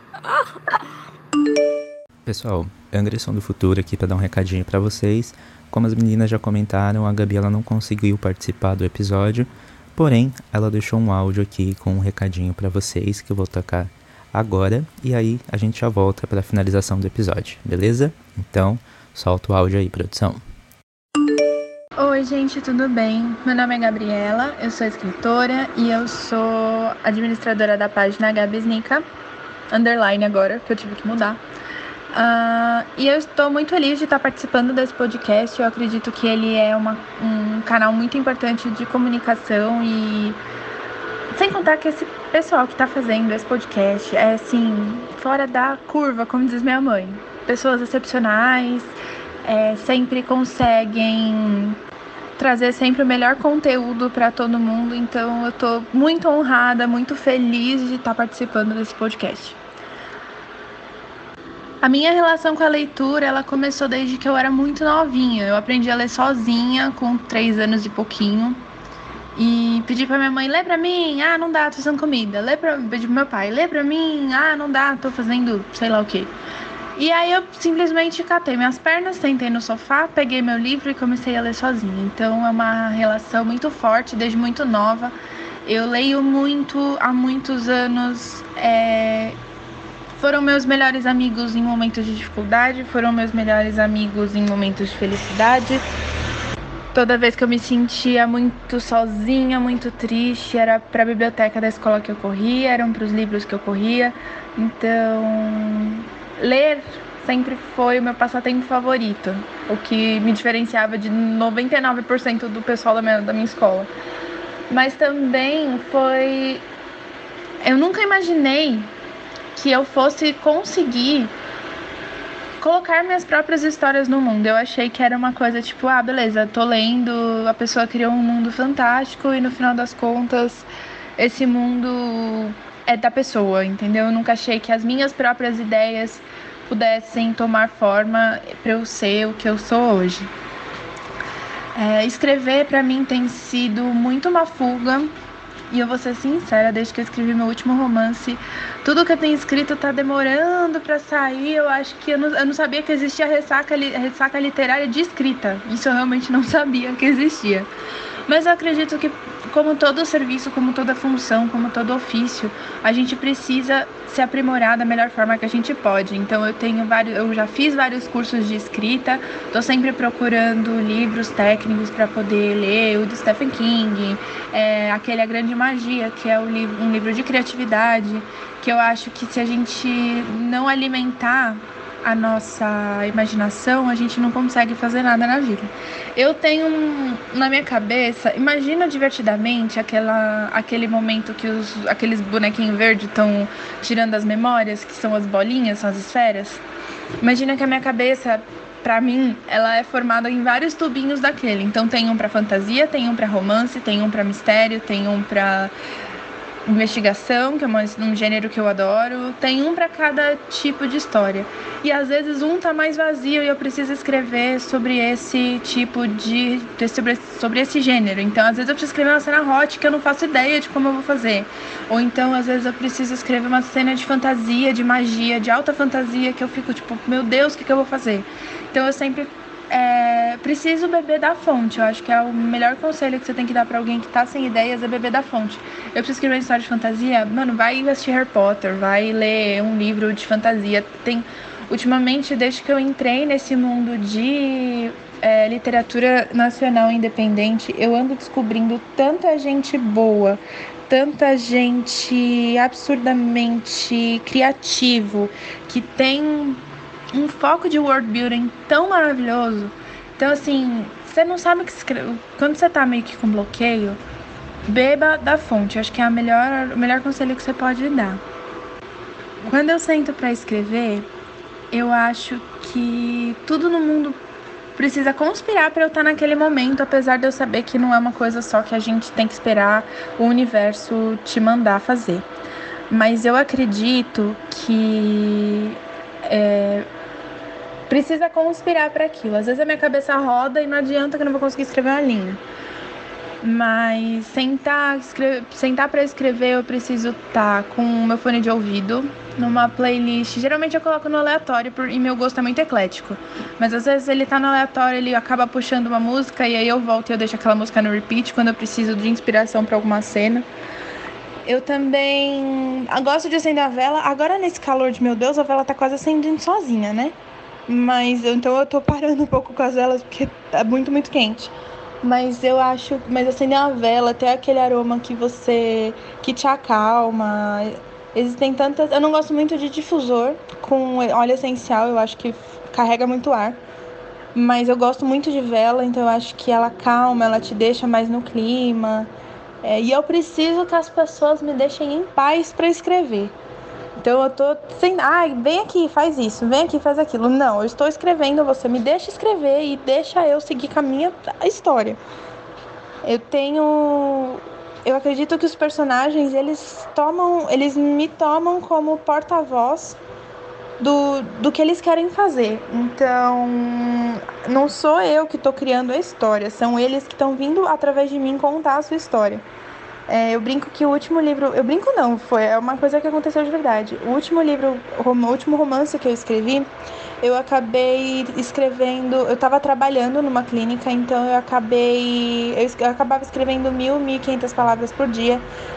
Pessoal, Anderson do Futuro aqui para dar um recadinho para vocês. Como as meninas já comentaram, a Gabi ela não conseguiu participar do episódio, porém, ela deixou um áudio aqui com um recadinho para vocês que eu vou tocar agora e aí a gente já volta para a finalização do episódio, beleza? Então, solta o áudio aí, produção. Oi, gente, tudo bem? Meu nome é Gabriela, eu sou escritora e eu sou administradora da página Gabisnica, underline agora, que eu tive que mudar. Uh, e eu estou muito feliz de estar participando desse podcast. Eu acredito que ele é uma, um canal muito importante de comunicação e sem contar que esse pessoal que está fazendo esse podcast é assim, fora da curva, como diz minha mãe. Pessoas excepcionais, é, sempre conseguem trazer sempre o melhor conteúdo para todo mundo. Então eu estou muito honrada, muito feliz de estar participando desse podcast. A minha relação com a leitura, ela começou desde que eu era muito novinha. Eu aprendi a ler sozinha, com três anos e pouquinho. E pedi pra minha mãe, lê pra mim, ah, não dá, tô fazendo comida. Lê pra... Pedi pro meu pai, lê pra mim, ah, não dá, tô fazendo sei lá o quê. E aí eu simplesmente catei minhas pernas, sentei no sofá, peguei meu livro e comecei a ler sozinha. Então é uma relação muito forte, desde muito nova. Eu leio muito, há muitos anos, é... Foram meus melhores amigos em momentos de dificuldade, foram meus melhores amigos em momentos de felicidade. Toda vez que eu me sentia muito sozinha, muito triste, era para a biblioteca da escola que eu corria, eram para os livros que eu corria. Então, ler sempre foi o meu passatempo favorito, o que me diferenciava de noventa e nove por cento do pessoal da minha, da minha escola. Mas também foi... Eu nunca imaginei que eu fosse conseguir colocar minhas próprias histórias no mundo. Eu achei que era uma coisa tipo, ah, beleza, tô lendo, a pessoa criou um mundo fantástico e no final das contas esse mundo é da pessoa, entendeu? Eu nunca achei que as minhas próprias ideias pudessem tomar forma para eu ser o que eu sou hoje. É, escrever pra mim tem sido muito uma fuga. E eu vou ser sincera, desde que eu escrevi meu último romance, tudo que eu tenho escrito tá demorando pra sair. Eu acho que eu não, eu não sabia que existia ressaca, ressaca literária de escrita. Isso eu realmente não sabia que existia. Mas eu acredito que como todo serviço, como toda função, como todo ofício, a gente precisa se aprimorar da melhor forma que a gente pode. Então eu tenho vários, eu já fiz vários cursos de escrita, tô sempre procurando livros técnicos para poder ler, o do Stephen King, é, aquele A Grande Magia, que é um livro, um livro de criatividade, que eu acho que se a gente não alimentar a nossa imaginação, a gente não consegue fazer nada na vida. Eu tenho um, na minha cabeça, imagina divertidamente aquela, aquele momento que os, aqueles bonequinhos verdes estão tirando as memórias, que são as bolinhas, são as esferas. Imagina que a minha cabeça, pra mim, ela é formada em vários tubinhos daquele. Então tem um pra fantasia, tem um pra romance, tem um pra mistério, tem um pra investigação, que é um gênero que eu adoro, tem um para cada tipo de história. E às vezes um tá mais vazio e eu preciso escrever sobre esse tipo de... sobre, sobre esse gênero. Então às vezes eu preciso escrever uma cena hot que eu não faço ideia de como eu vou fazer. Ou então às vezes eu preciso escrever uma cena de fantasia, de magia, de alta fantasia, que eu fico tipo, meu Deus, o que, que eu vou fazer? Então eu sempre É, preciso beber da fonte. Eu acho que é o melhor conselho que você tem que dar pra alguém que tá sem ideias, é beber da fonte. Eu preciso escrever uma história de fantasia, mano, vai assistir Harry Potter, vai ler um livro de fantasia. Tem, ultimamente, desde que eu entrei nesse mundo de é, literatura nacional independente, eu ando descobrindo tanta gente boa, tanta gente absurdamente criativo, que tem um foco de world building tão maravilhoso. Então, assim, você não sabe o que escrever. Quando você tá meio que com bloqueio, beba da fonte. Eu acho que é a melhor, o melhor conselho que você pode dar. Quando eu sento pra escrever, eu acho que tudo no mundo precisa conspirar pra eu estar naquele momento, apesar de eu saber que não é uma coisa só que a gente tem que esperar o universo te mandar fazer. Mas eu acredito que é, precisa conspirar para aquilo. Às vezes a minha cabeça roda e não adianta que eu não vou conseguir escrever uma linha. Mas sentar, escrever, sentar para escrever, eu preciso estar com o meu fone de ouvido, numa playlist. Geralmente eu coloco no aleatório por, e meu gosto é muito eclético. Mas às vezes ele tá no aleatório, ele acaba puxando uma música e aí eu volto e eu deixo aquela música no repeat quando eu preciso de inspiração para alguma cena. Eu também gosto de acender a vela. Agora nesse calor de meu Deus, a vela tá quase acendendo sozinha, né? Mas então eu tô parando um pouco com as velas porque tá muito, muito quente. Mas eu acho, mas acender uma vela, ter aquele aroma que você, que te acalma. Existem tantas, eu não gosto muito de difusor com óleo essencial, eu acho que carrega muito ar. Mas eu gosto muito de vela, então eu acho que ela calma, ela te deixa mais no clima. É, e eu preciso que as pessoas me deixem em paz para escrever. Então eu tô sem, ai, vem aqui, faz isso, vem aqui, faz aquilo. Não, eu estou escrevendo, você me deixa escrever e deixa eu seguir com a minha história. Eu tenho, eu acredito que os personagens, eles tomam, eles me tomam como porta-voz do, do que eles querem fazer. Então, não sou eu que estou criando a história, são eles que estão vindo através de mim contar a sua história. É, eu brinco que o último livro... Eu brinco não, foi é uma coisa que aconteceu de verdade. O último livro, o último romance que eu escrevi, eu acabei escrevendo... Eu estava trabalhando numa clínica, então eu acabei... Eu, eu acabava escrevendo mil, mil e quinhentas palavras por dia,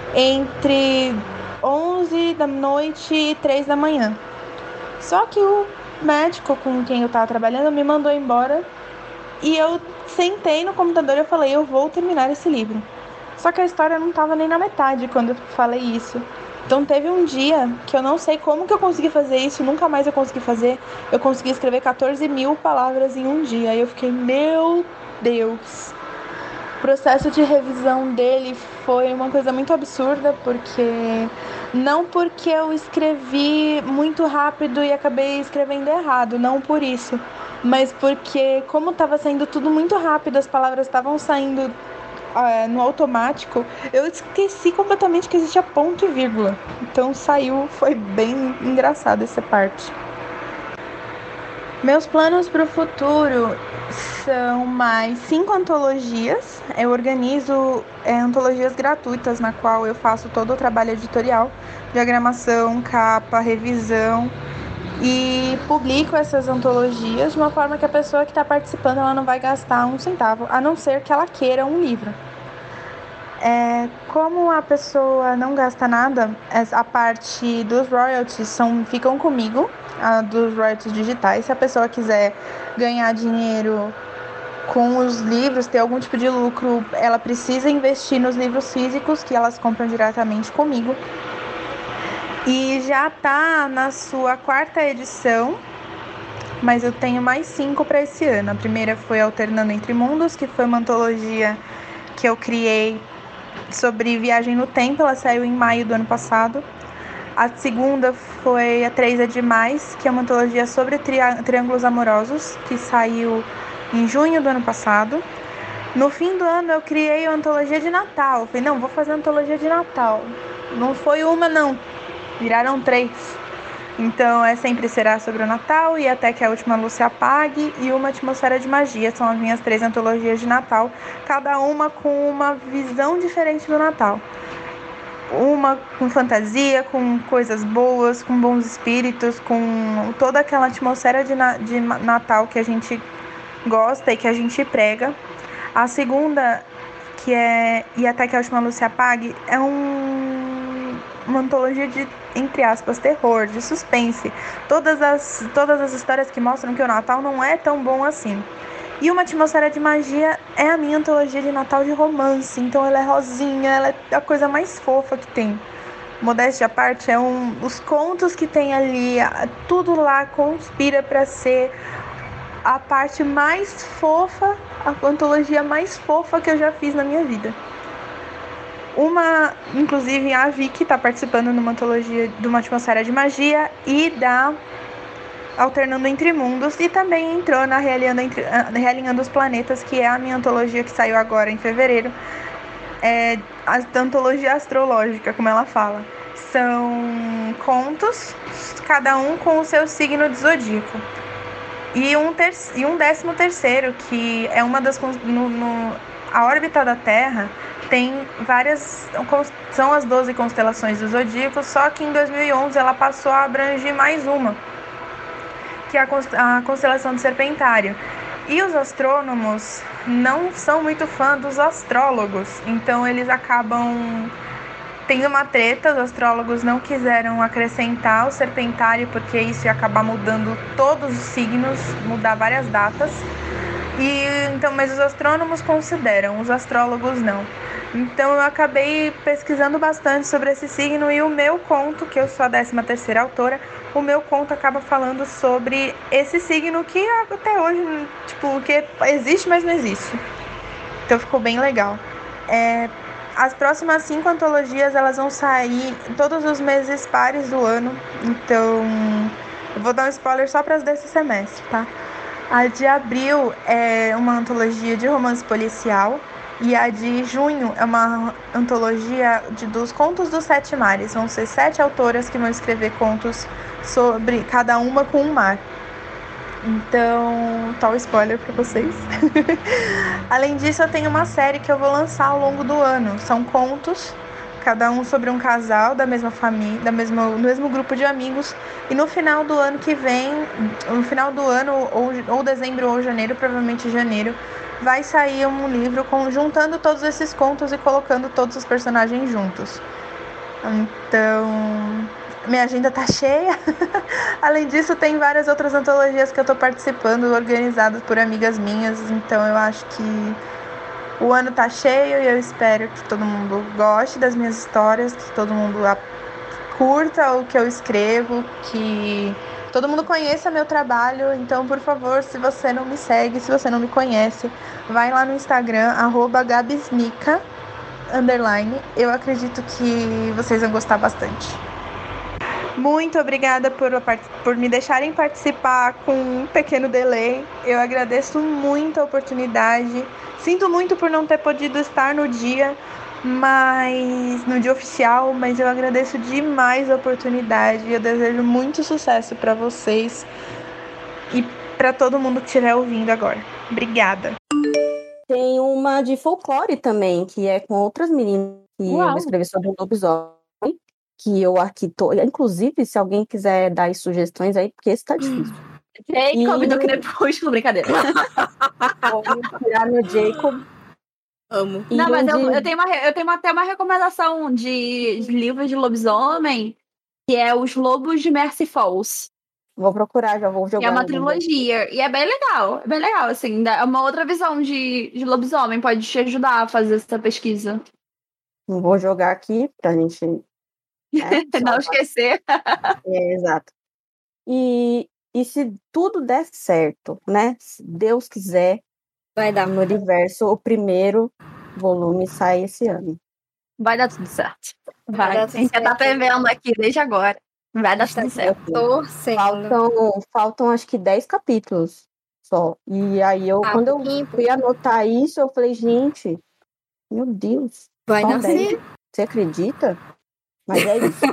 entre onze da noite e três da manhã. Só que o médico com quem eu estava trabalhando me mandou embora e eu sentei no computador e eu falei, eu vou terminar esse livro. Só que a história não estava nem na metade quando eu falei isso. Então teve um dia que eu não sei como que eu consegui fazer isso, nunca mais eu consegui fazer. Eu consegui escrever quatorze mil palavras em um dia. E eu fiquei, meu Deus. O processo de revisão dele foi uma coisa muito absurda, porque... Não porque eu escrevi muito rápido e acabei escrevendo errado, não por isso. Mas porque como estava saindo tudo muito rápido, as palavras estavam saindo... Uh, no automático, eu esqueci completamente que existia ponto e vírgula. Então saiu, foi bem engraçado essa parte. Meus planos para o futuro são mais cinco antologias. Eu organizo é, antologias gratuitas na qual eu faço todo o trabalho editorial, diagramação, capa, revisão, e publico essas antologias de uma forma que a pessoa que está participando ela não vai gastar um centavo, a não ser que ela queira um livro. É, como a pessoa não gasta nada, a parte dos royalties são, ficam comigo, a dos royalties digitais. Se a pessoa quiser ganhar dinheiro com os livros, ter algum tipo de lucro, ela precisa investir nos livros físicos, que elas compram diretamente comigo. E já tá na sua quarta edição, mas eu tenho mais cinco para esse ano. A primeira foi Alternando Entre Mundos, que foi uma antologia que eu criei sobre viagem no tempo, ela saiu em maio do ano passado. A segunda foi A Três é Demais, que é uma antologia sobre tri- triângulos amorosos, que saiu em junho do ano passado. No fim do ano eu criei a antologia de Natal. Falei, não, vou fazer a antologia de Natal. Não foi uma, não. Viraram três. Então é Sempre Será sobre o Natal, e Até que a Última Luz se Apague, e Uma Atmosfera de Magia. São as minhas três antologias de Natal, cada uma com uma visão diferente do Natal. Uma com fantasia, com coisas boas, com bons espíritos, com toda aquela atmosfera de, na- de Natal que a gente gosta e que a gente prega. A segunda, que é E Até que a Última Luz se Apague, é um, uma antologia de, entre aspas, terror, de suspense. Todas as, todas as histórias que mostram que o Natal não é tão bom assim. E Uma Atmosfera de Magia é a minha antologia de Natal de romance. Então ela é rosinha, ela é a coisa mais fofa que tem. Modéstia à parte, é um, os contos que tem ali, tudo lá conspira para ser a parte mais fofa, a antologia mais fofa que eu já fiz na minha vida. Uma, inclusive, a Vicky está participando numa antologia de Uma Atmosfera de Magia e da Alternando Entre Mundos, e também entrou na Realinhando, Entre, Realinhando os Planetas, que é a minha antologia que saiu agora em fevereiro. É a antologia astrológica, como ela fala. São contos, cada um com o seu signo de zodíaco. E um, ter, e um décimo terceiro, que é uma das... No, no, a órbita da Terra tem várias... São as doze constelações do zodíaco, só que em dois mil e onze ela passou a abranger mais uma, que é a constelação do Serpentário. E os astrônomos não são muito fãs dos astrólogos, então eles acabam tendo uma treta. Os astrólogos não quiseram acrescentar o Serpentário, porque isso ia acabar mudando todos os signos, mudar várias datas. E, então, mas os astrônomos consideram, os astrólogos não. Então eu acabei pesquisando bastante sobre esse signo, e o meu conto, que eu sou a décima terceira autora, o meu conto acaba falando sobre esse signo que até hoje, tipo, que existe, mas não existe. Então ficou bem legal. É, as próximas cinco antologias, elas vão sair todos os meses pares do ano. Então, eu vou dar um spoiler só para as desse semestre, tá? A de abril é uma antologia de romance policial, e a de junho é uma antologia de, dos Contos dos Sete Mares. Vão ser sete autoras que vão escrever contos sobre, cada uma com um mar. Então, tal spoiler para vocês. Além disso, eu tenho uma série que eu vou lançar ao longo do ano. São contos, cada um sobre um casal da mesma família, da mesma, do mesmo grupo de amigos. E no final do ano que vem, no final do ano, ou, ou dezembro ou janeiro, provavelmente janeiro, vai sair um livro com, juntando todos esses contos e colocando todos os personagens juntos. Então, minha agenda tá cheia. Além disso, tem várias outras antologias que eu tô participando, organizadas por amigas minhas. Então, eu acho que o ano tá cheio, e eu espero que todo mundo goste das minhas histórias, que todo mundo curta o que eu escrevo, que todo mundo conheça meu trabalho. Então, por favor, se você não me segue, se você não me conhece, vai lá no Instagram, arroba gabisnica, underline. Eu acredito que vocês vão gostar bastante. Muito obrigada por, por me deixarem participar com um pequeno delay. Eu agradeço muito a oportunidade. Sinto muito por não ter podido estar no dia, mas no dia oficial, mas eu agradeço demais a oportunidade. Eu desejo muito sucesso para vocês e para todo mundo que estiver ouvindo agora. Obrigada. Tem uma de folclore também, que é com outras meninas, que Uau. eu vou escrever sobre um lobisomem, que eu aqui tô... Inclusive, se alguém quiser dar aí sugestões aí, porque esse tá difícil. Jacob e... do Crepúsculo, brincadeira. Vou tirar meu Jacob. Amo. Não, mas eu, de- eu tenho, uma, re- eu tenho até uma recomendação de, de livros de lobisomem, que é Os Lobos de Mercy Falls. Vou procurar, já vou Que é jogar. uma no Google. trilogia. E é bem legal. É bem legal, assim. dá- É uma outra visão de, de lobisomem. Pode te ajudar a fazer essa pesquisa. Vou jogar aqui pra gente. Né, Não salvar. esquecer. É, exato. E, e se tudo der certo, né? Se Deus quiser, Vai dar. no universo, o primeiro volume sai esse ano. Vai dar tudo certo. Vai Vai. dar A tudo gente já tá certo. prevendo aqui desde agora. Vai dar Está tudo certo. torcendo. Faltam, faltam acho que dez capítulos só. E aí eu, Ah, quando eu pouquinho, fui anotar isso, eu falei, gente, meu Deus, Vai só nascer. dez? Você acredita? Mas é isso.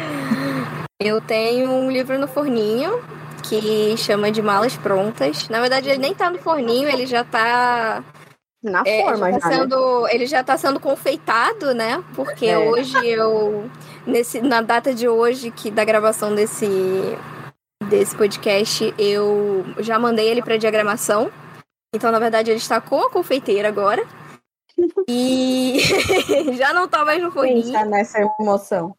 Eu tenho um livro no forninho que chama de Malas Prontas. Na verdade, ele nem tá no forninho, ele já tá, Na é, forma já já, tá né? sendo, ele já tá sendo confeitado, né? Porque É. hoje eu nesse na data de hoje que da gravação desse desse podcast, eu já mandei ele para diagramação. Então, na verdade, ele está com a confeiteira agora. E já não tá mais no forninho. Pensa nessa emoção.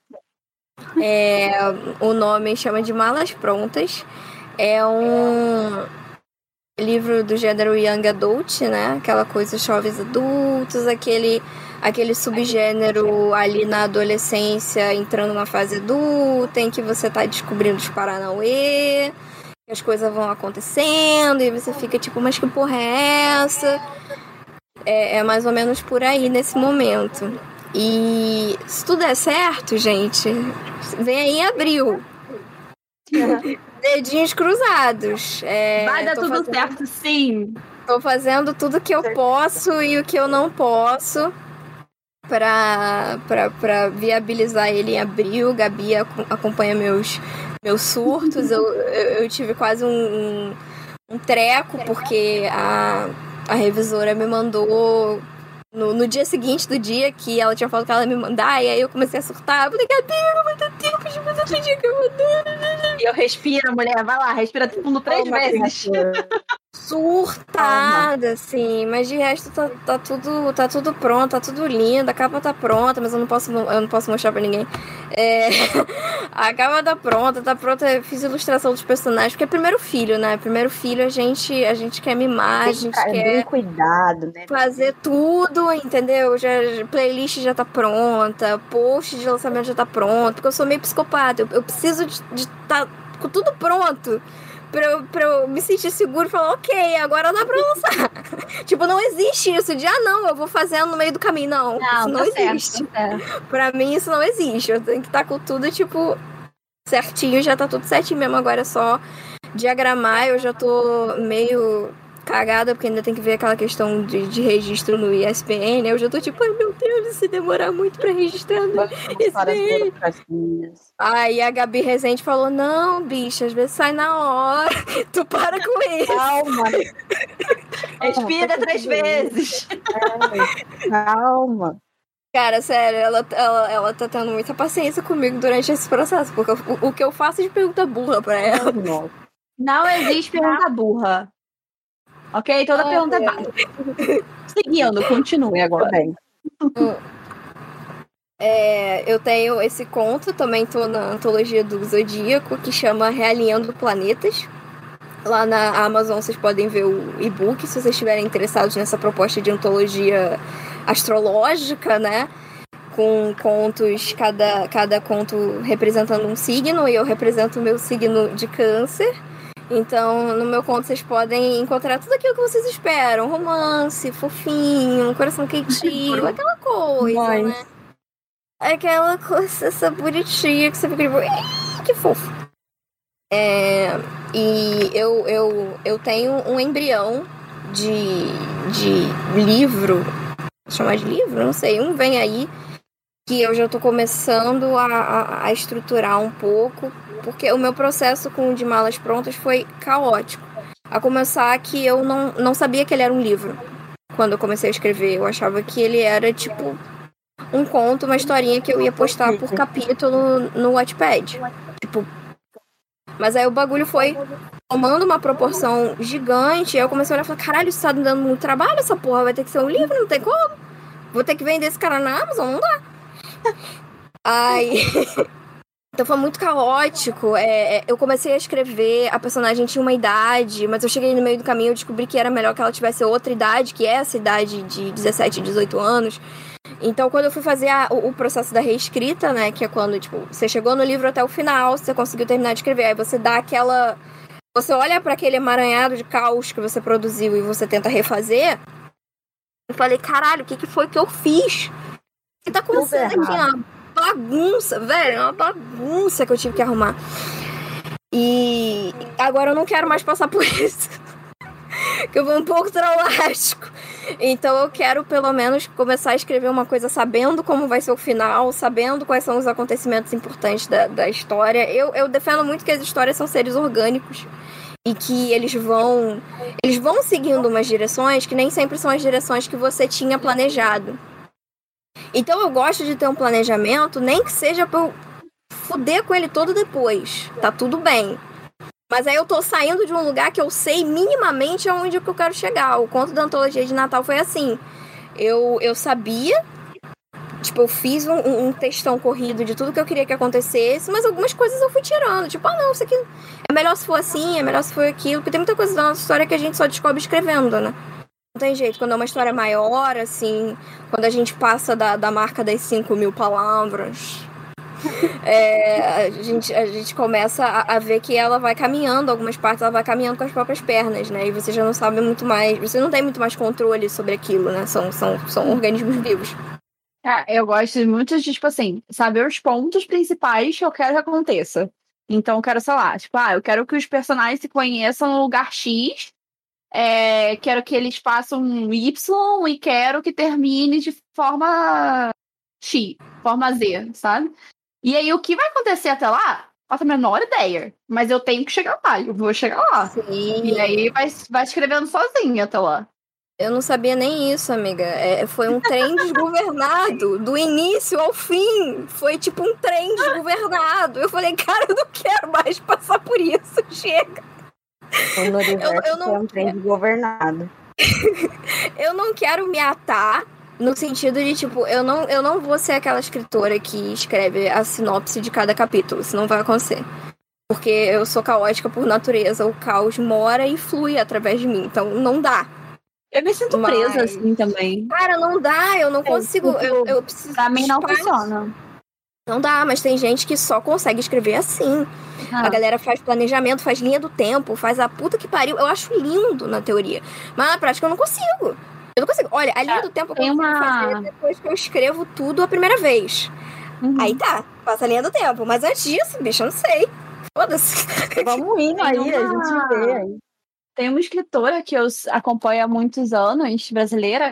É, o nome chama de Malas Prontas. É um livro do gênero Young Adult, né? Aquela coisa jovens adultos, aquele, aquele subgênero ali na adolescência, entrando na fase adulta, em que você tá descobrindo os paranauê, as coisas vão acontecendo, e você fica tipo, mas que porra é essa? É, é mais ou menos por aí nesse momento. E se tudo der certo, gente, vem aí em abril. Dedinhos cruzados. É, Vai dar tô tudo fazendo, certo, sim. Tô fazendo tudo que eu posso e o que eu não posso pra, pra, pra viabilizar ele em abril. Gabi ac- acompanha meus, meus surtos. Eu, eu, eu tive quase um, um, um treco, porque a, a revisora me mandou no, no dia seguinte do dia que ela tinha falado que ela ia me mandar, e aí eu comecei a surtar. Eu falei, Gabi, não vai dar tempo de mandar o dia que eu mandou. E eu respiro, mulher. Vai lá, respira fundo três Calma, vezes. criatura. Surtada, assim, mas de resto tá, tá, tudo, tá tudo pronto, tá tudo lindo, a capa tá pronta, mas eu não posso, eu não posso mostrar pra ninguém. É, a capa tá pronta, tá pronta, eu fiz ilustração dos personagens, porque é primeiro filho, né? Primeiro filho a gente, a gente quer mimar, a Tem que gente ficar quer bem cuidado, né? fazer tudo, entendeu? Já, playlist já tá pronta, post de lançamento já tá pronto, porque eu sou meio psicopata, eu, eu preciso de estar tá com tudo pronto. Pra eu, pra eu me sentir seguro e falar, ok, agora dá pra lançar. Tipo, não existe isso de, ah, não, eu vou fazendo no meio do caminho. Não, Não, isso não tá certo, existe. tá certo. Pra mim, isso não existe. Eu tenho que estar com tudo, tipo, certinho. Já tá tudo certinho mesmo. Agora é só diagramar. Eu já tô meio cagada, porque ainda tem que ver aquela questão de, de registro no I S B N. Eu já tô tipo, ai, meu Deus, se demorar muito pra registrar no Vamos para as I S B N. burocracias. Aí a Gabi Rezende falou, não, bicha, às vezes sai na hora. Tu para com isso. Calma, Respira três vezes. calma. Cara, sério, ela, ela, ela tá tendo muita paciência comigo durante esse processo, porque o, o que eu faço é de pergunta burra pra ela. Nossa. Não existe pergunta burra. Ok? Toda Ah, pergunta é é. válida. Seguindo, continue agora. Tá bem. É, eu tenho esse conto, também tô na antologia do Zodíaco, que chama Realinhando Planetas. Lá na Amazon vocês podem ver o e-book, se vocês estiverem interessados nessa proposta de antologia astrológica, né? Com contos, cada, cada conto representando um signo, e eu represento o meu signo de câncer. Então, no meu conto, vocês podem encontrar tudo aquilo que vocês esperam. Romance, fofinho, coração quentinho, aquela coisa, Mas- né? Aquela coisa, essa bonitinha que você fica tipo, "Ih, que fofo." É, e eu, eu, eu tenho um embrião de, de livro, vou chamar de livro? Não sei, um vem aí, que eu já tô começando a, a, a estruturar um pouco, porque o meu processo com o de Malas Prontas foi caótico. A começar que eu não, não sabia que ele era um livro. Quando eu comecei a escrever, eu achava que ele era tipo um conto, uma historinha que eu ia postar por capítulo no Wattpad. Tipo, mas aí o bagulho foi tomando uma proporção gigante, e aí eu comecei a olhar e falar, caralho, isso tá dando muito trabalho, essa porra vai ter que ser um livro, não tem como. Vou ter que vender esse cara na Amazon? Não dá. Aí... Então foi muito caótico. É, eu comecei a escrever, a personagem tinha uma idade, mas eu cheguei no meio do caminho e descobri que era melhor que ela tivesse outra idade, que é essa idade de dezessete, dezoito anos. Então, quando eu fui fazer a, o, o processo da reescrita, né, que é quando, tipo, você chegou no livro até o final, você conseguiu terminar de escrever, aí você dá aquela... Você olha para aquele emaranhado de caos que você produziu e você tenta refazer. Eu falei, caralho, o que, que foi que eu fiz? O que tá acontecendo aqui, ó? Bagunça, velho, é uma bagunça que eu tive que arrumar. E agora eu não quero mais passar por isso. Que eu vou um pouco traumático. Então eu quero pelo menos começar a escrever uma coisa sabendo como vai ser o final, sabendo quais são os acontecimentos importantes da, da história. Eu, eu defendo muito que as histórias são seres orgânicos e que eles vão, eles vão seguindo umas direções que nem sempre são as direções que você tinha planejado. Então eu gosto de ter um planejamento, nem que seja pra eu fuder com ele todo depois. Tá tudo bem. Mas aí eu tô saindo de um lugar que eu sei minimamente aonde é que eu quero chegar. O conto da antologia de Natal foi assim. Eu, eu sabia, tipo, eu fiz um, um textão corrido de tudo que eu queria que acontecesse, mas algumas coisas eu fui tirando. Tipo, ah não, isso aqui é melhor se for assim, é melhor se for aquilo. Porque tem muita coisa da nossa história que a gente só descobre escrevendo, né? Não tem jeito, quando é uma história maior, assim, quando a gente passa da, da marca das cinco mil palavras, é, a, gente, a gente começa a, a ver que ela vai caminhando, algumas partes ela vai caminhando com as próprias pernas, né? E você já não sabe muito mais, você não tem muito mais controle sobre aquilo, né? São, são, são organismos vivos. É, eu gosto muito de, tipo assim, saber os pontos principais que eu quero que aconteça. Então, eu quero, sei lá, tipo, ah, eu quero que os personagens se conheçam no lugar X. É, quero que eles façam um Y e quero que termine de forma X, forma Z, sabe? E aí, o que vai acontecer até lá, faço a menor ideia. Mas eu tenho que chegar lá, eu vou chegar lá. Sim. E aí, vai, vai escrevendo sozinha até lá. Eu não sabia nem isso, amiga. É, foi um trem desgovernado, do início ao fim. Foi tipo um trem desgovernado. Eu falei, cara, eu não quero mais passar por isso, chega. O universo eu, eu não... é um trem governado. Eu não quero me atar no sentido de, tipo, eu não, eu não vou ser aquela escritora que escreve a sinopse de cada capítulo. Isso não vai acontecer. Porque eu sou caótica por natureza. O caos mora e flui através de mim. Então, não dá. Eu me sinto Mas... presa, assim, também. Cara, não dá. Eu não é, consigo... Tipo, eu, eu preciso pra mim não funciona. Não dá, mas tem gente que só consegue escrever assim. Ah. A galera faz planejamento, faz linha do tempo, faz a puta que pariu. Eu acho lindo na teoria. Mas na prática eu não consigo. Eu não consigo. Olha, a linha do tempo eu consigo uma... fazer depois que eu escrevo tudo a primeira vez. Uhum. Aí tá, passa a linha do tempo. Mas antes disso, bicho, eu não sei. Foda-se. Vamos indo aí, uma... a gente vê aí. Tem uma escritora que eu acompanho há muitos anos, brasileira.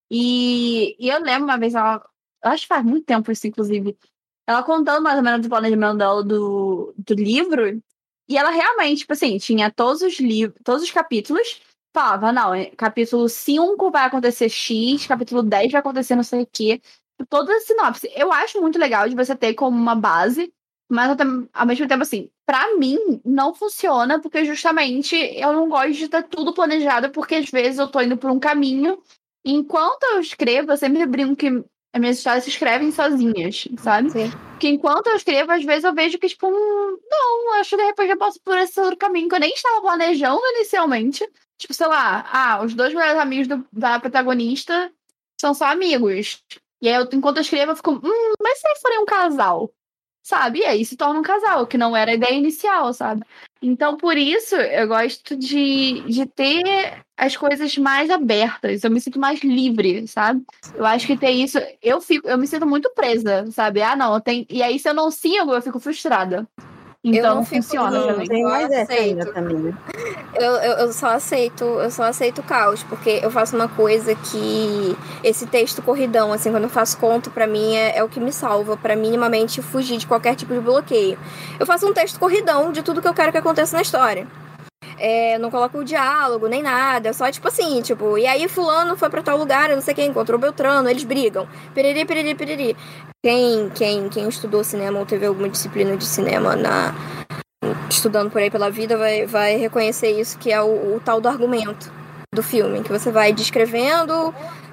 E, e eu lembro uma vez, ela, eu acho que faz muito tempo isso, inclusive. Ela contando mais ou menos o planejamento dela do, do livro. E ela realmente, tipo assim, tinha todos os livros, todos os capítulos. Falava, não, capítulo cinco vai acontecer X, capítulo dez vai acontecer não sei o quê. Toda a sinopse. Eu acho muito legal de você ter como uma base, mas ao mesmo tempo, assim, pra mim, não funciona, porque justamente eu não gosto de ter tudo planejado, porque às vezes eu tô indo por um caminho. E enquanto eu escrevo, eu sempre brinco que as minhas histórias se escrevem sozinhas, sabe? Sim. Porque enquanto eu escrevo, às vezes eu vejo que, tipo, hum, não, acho que de repente eu posso por esse outro caminho que eu nem estava planejando inicialmente. Tipo, sei lá, ah, os dois melhores amigos do, da protagonista são só amigos. E aí, eu, enquanto eu escrevo, eu fico, hum, mas se eles forem um casal? Sabe? E aí se torna um casal, que não era a ideia inicial, sabe? Então, por isso, eu gosto de, de ter as coisas mais abertas. Eu me sinto mais livre, sabe? Eu acho que ter isso... Eu, fico, eu me sinto muito presa, sabe? Ah, não, tem... E aí, se eu não sigo, eu fico frustrada. Então, eu não funciona fico, também. Tem mais essa ainda também. Eu, eu, eu só aceito, eu só aceito o caos, porque eu faço uma coisa que esse texto corridão, assim, quando eu faço conto, pra mim é, é o que me salva pra minimamente fugir de qualquer tipo de bloqueio. Eu faço um texto corridão de tudo que eu quero que aconteça na história. É, não coloco o diálogo, nem nada, é só tipo assim, tipo, e aí fulano foi pra tal lugar, eu não sei quem, encontrou Beltrano, eles brigam, periri, periri, periri. Quem, quem, quem estudou cinema ou teve alguma disciplina de cinema na, estudando por aí pela vida vai, vai reconhecer isso, que é o, o tal do argumento do filme, que você vai descrevendo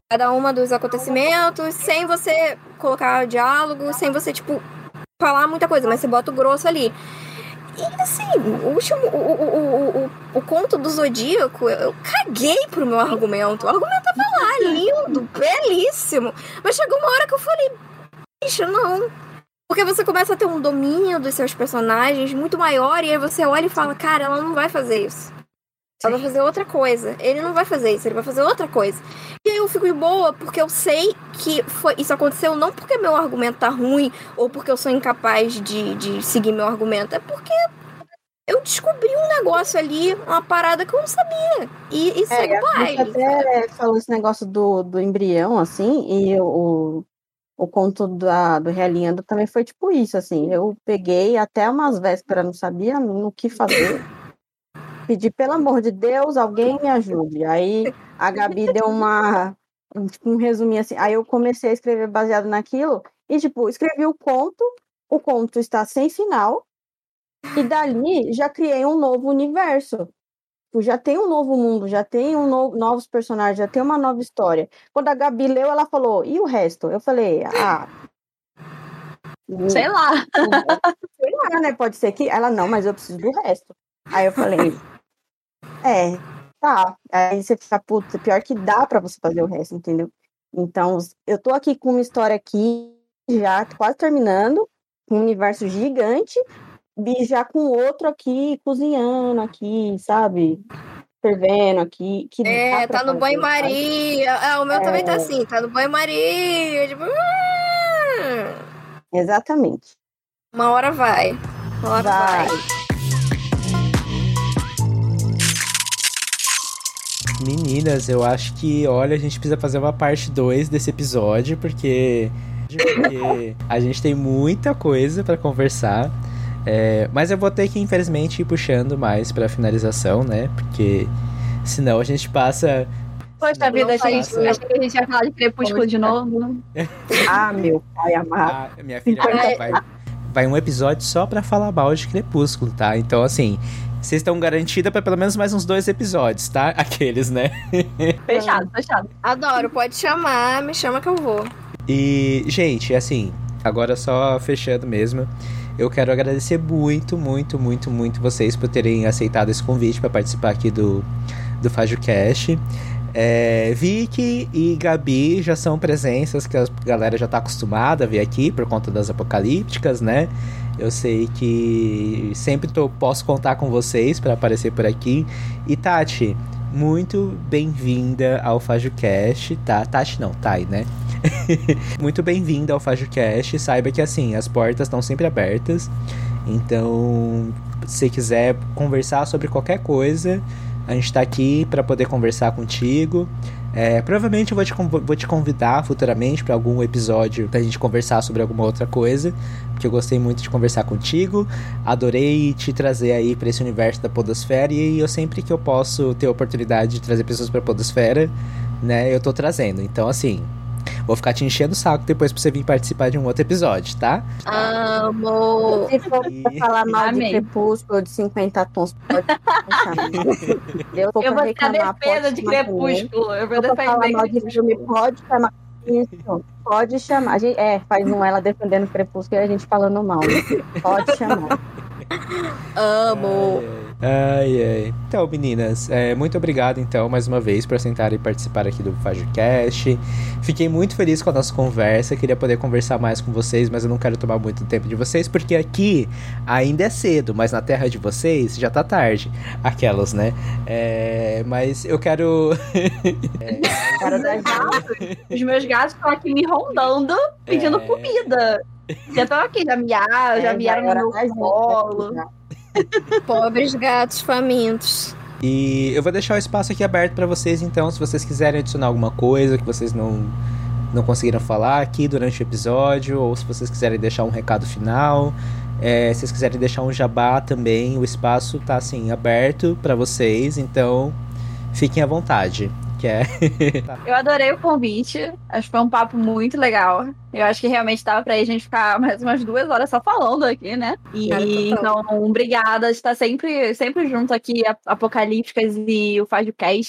cada uma dos acontecimentos, sem você colocar diálogo, sem você, tipo, falar muita coisa, mas você bota o grosso ali. E assim, o último, o, o, o, o, o conto do Zodíaco, eu caguei pro meu argumento. O argumento tava lá, lindo, belíssimo. Mas chegou uma hora que eu falei, bicho, não. Porque você começa a ter um domínio dos seus personagens muito maior, e aí você olha e fala, cara, ela não vai fazer isso. Ela vai fazer outra coisa. Ele não vai fazer isso, ele vai fazer outra coisa. E aí eu fico de boa, porque eu sei que foi, isso aconteceu não porque meu argumento tá ruim, ou porque eu sou incapaz de, de seguir meu argumento. É porque eu descobri um negócio ali, uma parada que eu não sabia. E, e segue É, o baile. você até falou esse negócio do, do embrião, assim, e o, o conto da, do Realinhando também foi tipo isso, assim. Eu peguei até umas vésperas, não sabia no que fazer. Pedi, pelo amor de Deus, alguém me ajude. Aí a Gabi deu uma, um, tipo, um resuminho assim. Aí eu comecei a escrever baseado naquilo. E, tipo, escrevi o conto. O conto está sem final. E dali já criei um novo universo. Tipo, já tem um novo mundo, já tem um no, novos personagens, já tem uma nova história. Quando a Gabi leu, ela falou, e o resto? Eu falei, ah... Sei lá. Sei lá, né? Pode ser que... Ela, não, mas eu preciso do resto. Aí eu falei... É, tá. Aí você fica, puta, pior que dá pra você fazer o resto, entendeu? Então, eu tô aqui com uma história aqui, já quase terminando, um universo gigante, e já com outro aqui, cozinhando aqui, sabe? Fervendo aqui. Que É, tá no banho-maria. Ah, o meu é... também tá assim, tá no banho-maria. Tipo... Exatamente. Uma hora vai. Uma hora vai. vai. Meninas, eu acho que, olha, a gente precisa fazer uma parte dois desse episódio, porque, porque a gente tem muita coisa pra conversar. É, mas eu vou ter que, infelizmente, ir puxando mais pra finalização, né? Porque senão a gente passa... Poxa vida, a gente, passa... acho que a gente vai falar de Crepúsculo Poxa. de novo. Ah, meu pai amado. Ah, minha filha, vai, vai um episódio só pra falar mal de Crepúsculo, tá? Então, assim... Vocês estão garantidas para pelo menos mais uns dois episódios, tá? Aqueles, né? Fechado, fechado. Adoro, pode chamar, me chama que eu vou. E, gente, assim, agora só fechando mesmo, eu quero agradecer muito, muito, muito, muito vocês por terem aceitado esse convite para participar aqui do, do FajoCast. É, Vicky e Gabi já são presenças que a galera já tá acostumada a ver aqui por conta das apocalípticas, né? Eu sei que sempre tô, posso contar com vocês para aparecer por aqui. E Tati, muito bem-vinda ao FajoCast, tá? Tati não, Thay, né? Muito bem-vinda ao FajoCast. Saiba que, assim, as portas estão sempre abertas. Então, se quiser conversar sobre qualquer coisa, a gente tá aqui para poder conversar contigo. É, provavelmente eu vou te, vou te convidar futuramente para algum episódio pra gente conversar sobre alguma outra coisa, porque eu gostei muito de conversar contigo, adorei te trazer aí pra esse universo da podosfera, e eu sempre que eu posso ter a oportunidade de trazer pessoas pra podosfera, né, eu tô trazendo. Então, assim, vou ficar te enchendo o saco depois pra você vir participar de um outro episódio, tá? Amo! Se for pra falar mal Amém. de Crepúsculo de cinquenta tons, pode deixar. Eu vou, eu vou ficar defesa de Crepúsculo. Eu vou defender falar mal de filme, pode chamar. Isso, pode chamar. A gente, é, faz um ela defendendo Crepúsculo e a gente falando mal. Né? Pode chamar. Amo! Ai, ai. Então, meninas, é, muito obrigado, então, mais uma vez, por sentarem e participar aqui do FajoCast. Fiquei muito feliz com a nossa conversa. Queria poder conversar mais com vocês, mas eu não quero tomar muito tempo de vocês, porque aqui ainda é cedo, mas na terra de vocês já tá tarde. Aquelas, né? É, mas eu quero... é... Cara da gato. Os meus gatos estão aqui me rondando, pedindo é... comida. Já estão aqui, já miaram, já miaram no meu colo. Pobres gatos famintos. E eu vou deixar o espaço aqui aberto para vocês, então, se vocês quiserem adicionar alguma coisa que vocês não, não conseguiram falar aqui durante o episódio, ou se vocês quiserem deixar um recado final, é, se vocês quiserem deixar um jabá também, o espaço tá, assim, aberto para vocês, então fiquem à vontade. Que é... Eu adorei o convite, acho que foi um papo muito legal. Eu acho que realmente dava pra a gente ficar mais umas duas horas só falando aqui, né? E Cara, então, obrigada, a gente tá sempre, sempre junto aqui, Apocalípticas e o FajoCast.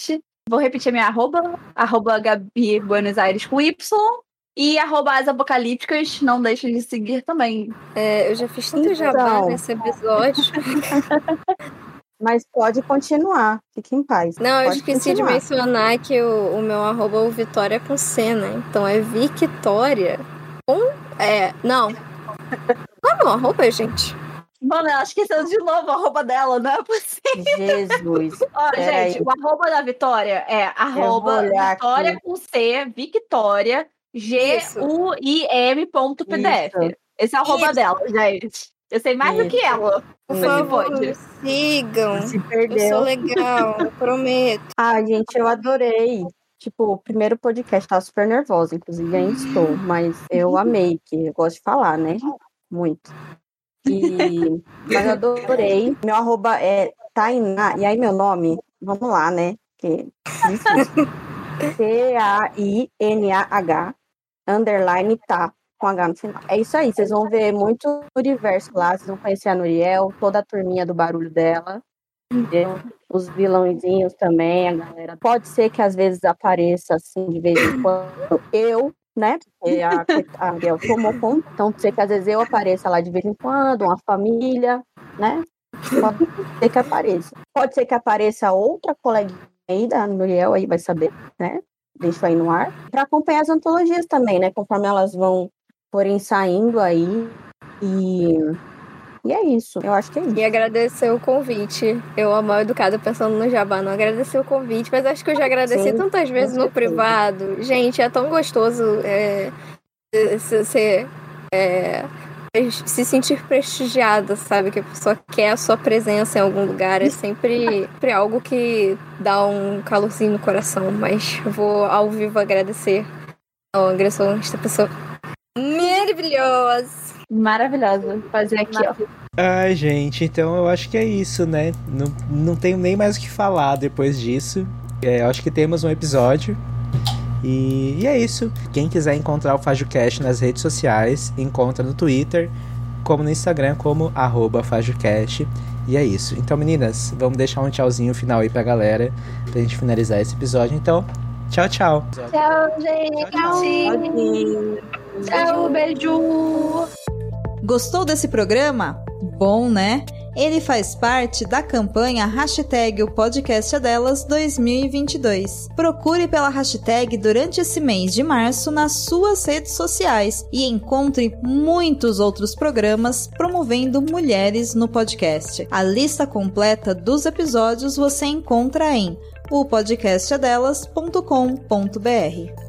Vou repetir minha arroba, arroba Gabi Buenos Aires com Y e arroba As Apocalípticas, não deixem de seguir também. É, eu já fiz tanto Então. jabá nesse episódio. Mas pode continuar, fique em paz. Não, eu Pode esqueci continuar. de mencionar que o, o meu arroba é o Vitória com C, né? Então é Victória com... É, não. Qual é o meu arroba, gente? Mano, ela esqueceu de novo a arroba dela, não é possível. Jesus. Ó, Peraí. gente, o arroba da Vitória é arroba olhar Vitória aqui. com C, Victória, G U I M ponto P D F. Isso. Esse é o arroba Isso. dela, gente. Eu sei mais do Isso. que ela. Por Hum. favor, pode. me sigam. Se Eu sou perdeu. legal, eu prometo. Ah, gente, eu adorei. Tipo, o primeiro podcast tava super nervosa, inclusive ainda estou, mas eu amei, que eu gosto de falar, né? Muito. E... Mas eu adorei. Meu arroba é Tainá, e aí meu nome, vamos lá, né? Que... C A I N A H, underline tá, com H no final. É isso aí, vocês vão ver muito universo lá, vocês vão conhecer a Nuriel, toda a turminha do barulho dela. Entendeu? Os vilãozinhos também, a galera. Pode ser que às vezes apareça assim, de vez em quando, eu, né? Porque a, a Ariel tomou conta, então pode ser que às vezes eu apareça lá de vez em quando, uma família, né? Pode ser que apareça. Pode ser que apareça outra coleguinha aí da Nuriel, aí vai saber, né? Deixo aí no ar. Para acompanhar as antologias também, né? Conforme elas vão forem saindo aí. E. E é isso, eu acho que é isso. E agradecer o convite. Eu, a mal educada, pensando no jabá, não agradecer o convite, mas acho que eu já agradeci Sim, tantas vezes com no certeza. privado. Gente, é tão gostoso é, se, se, é, se sentir prestigiada, sabe? Que a pessoa quer a sua presença em algum lugar. É sempre, sempre algo que dá um calorzinho no coração. Mas eu vou ao vivo agradecer ao agressor, esta pessoa maravilhosa. Maravilhosa. Fazer aqui, ó. Ai, gente, então eu acho que é isso, né? Não, não tenho nem mais o que falar depois disso. É, eu acho que temos um episódio. E, e é isso. Quem quiser encontrar o FajoCast nas redes sociais, encontra no Twitter, como no Instagram, como arroba FajoCast. E é isso. Então, meninas, vamos deixar um tchauzinho final aí pra galera, pra gente finalizar esse episódio. Então, tchau, tchau. Tchau, gente. Tchauzinho. Tchau, beijo. Gostou desse programa? Bom, né? Ele faz parte da campanha hashtag o podcast é delas dois mil e vinte e dois. Procure pela hashtag durante esse mês de março nas suas redes sociais e encontre muitos outros programas promovendo mulheres no podcast. A lista completa dos episódios você encontra em o podcast é delas ponto com ponto b r.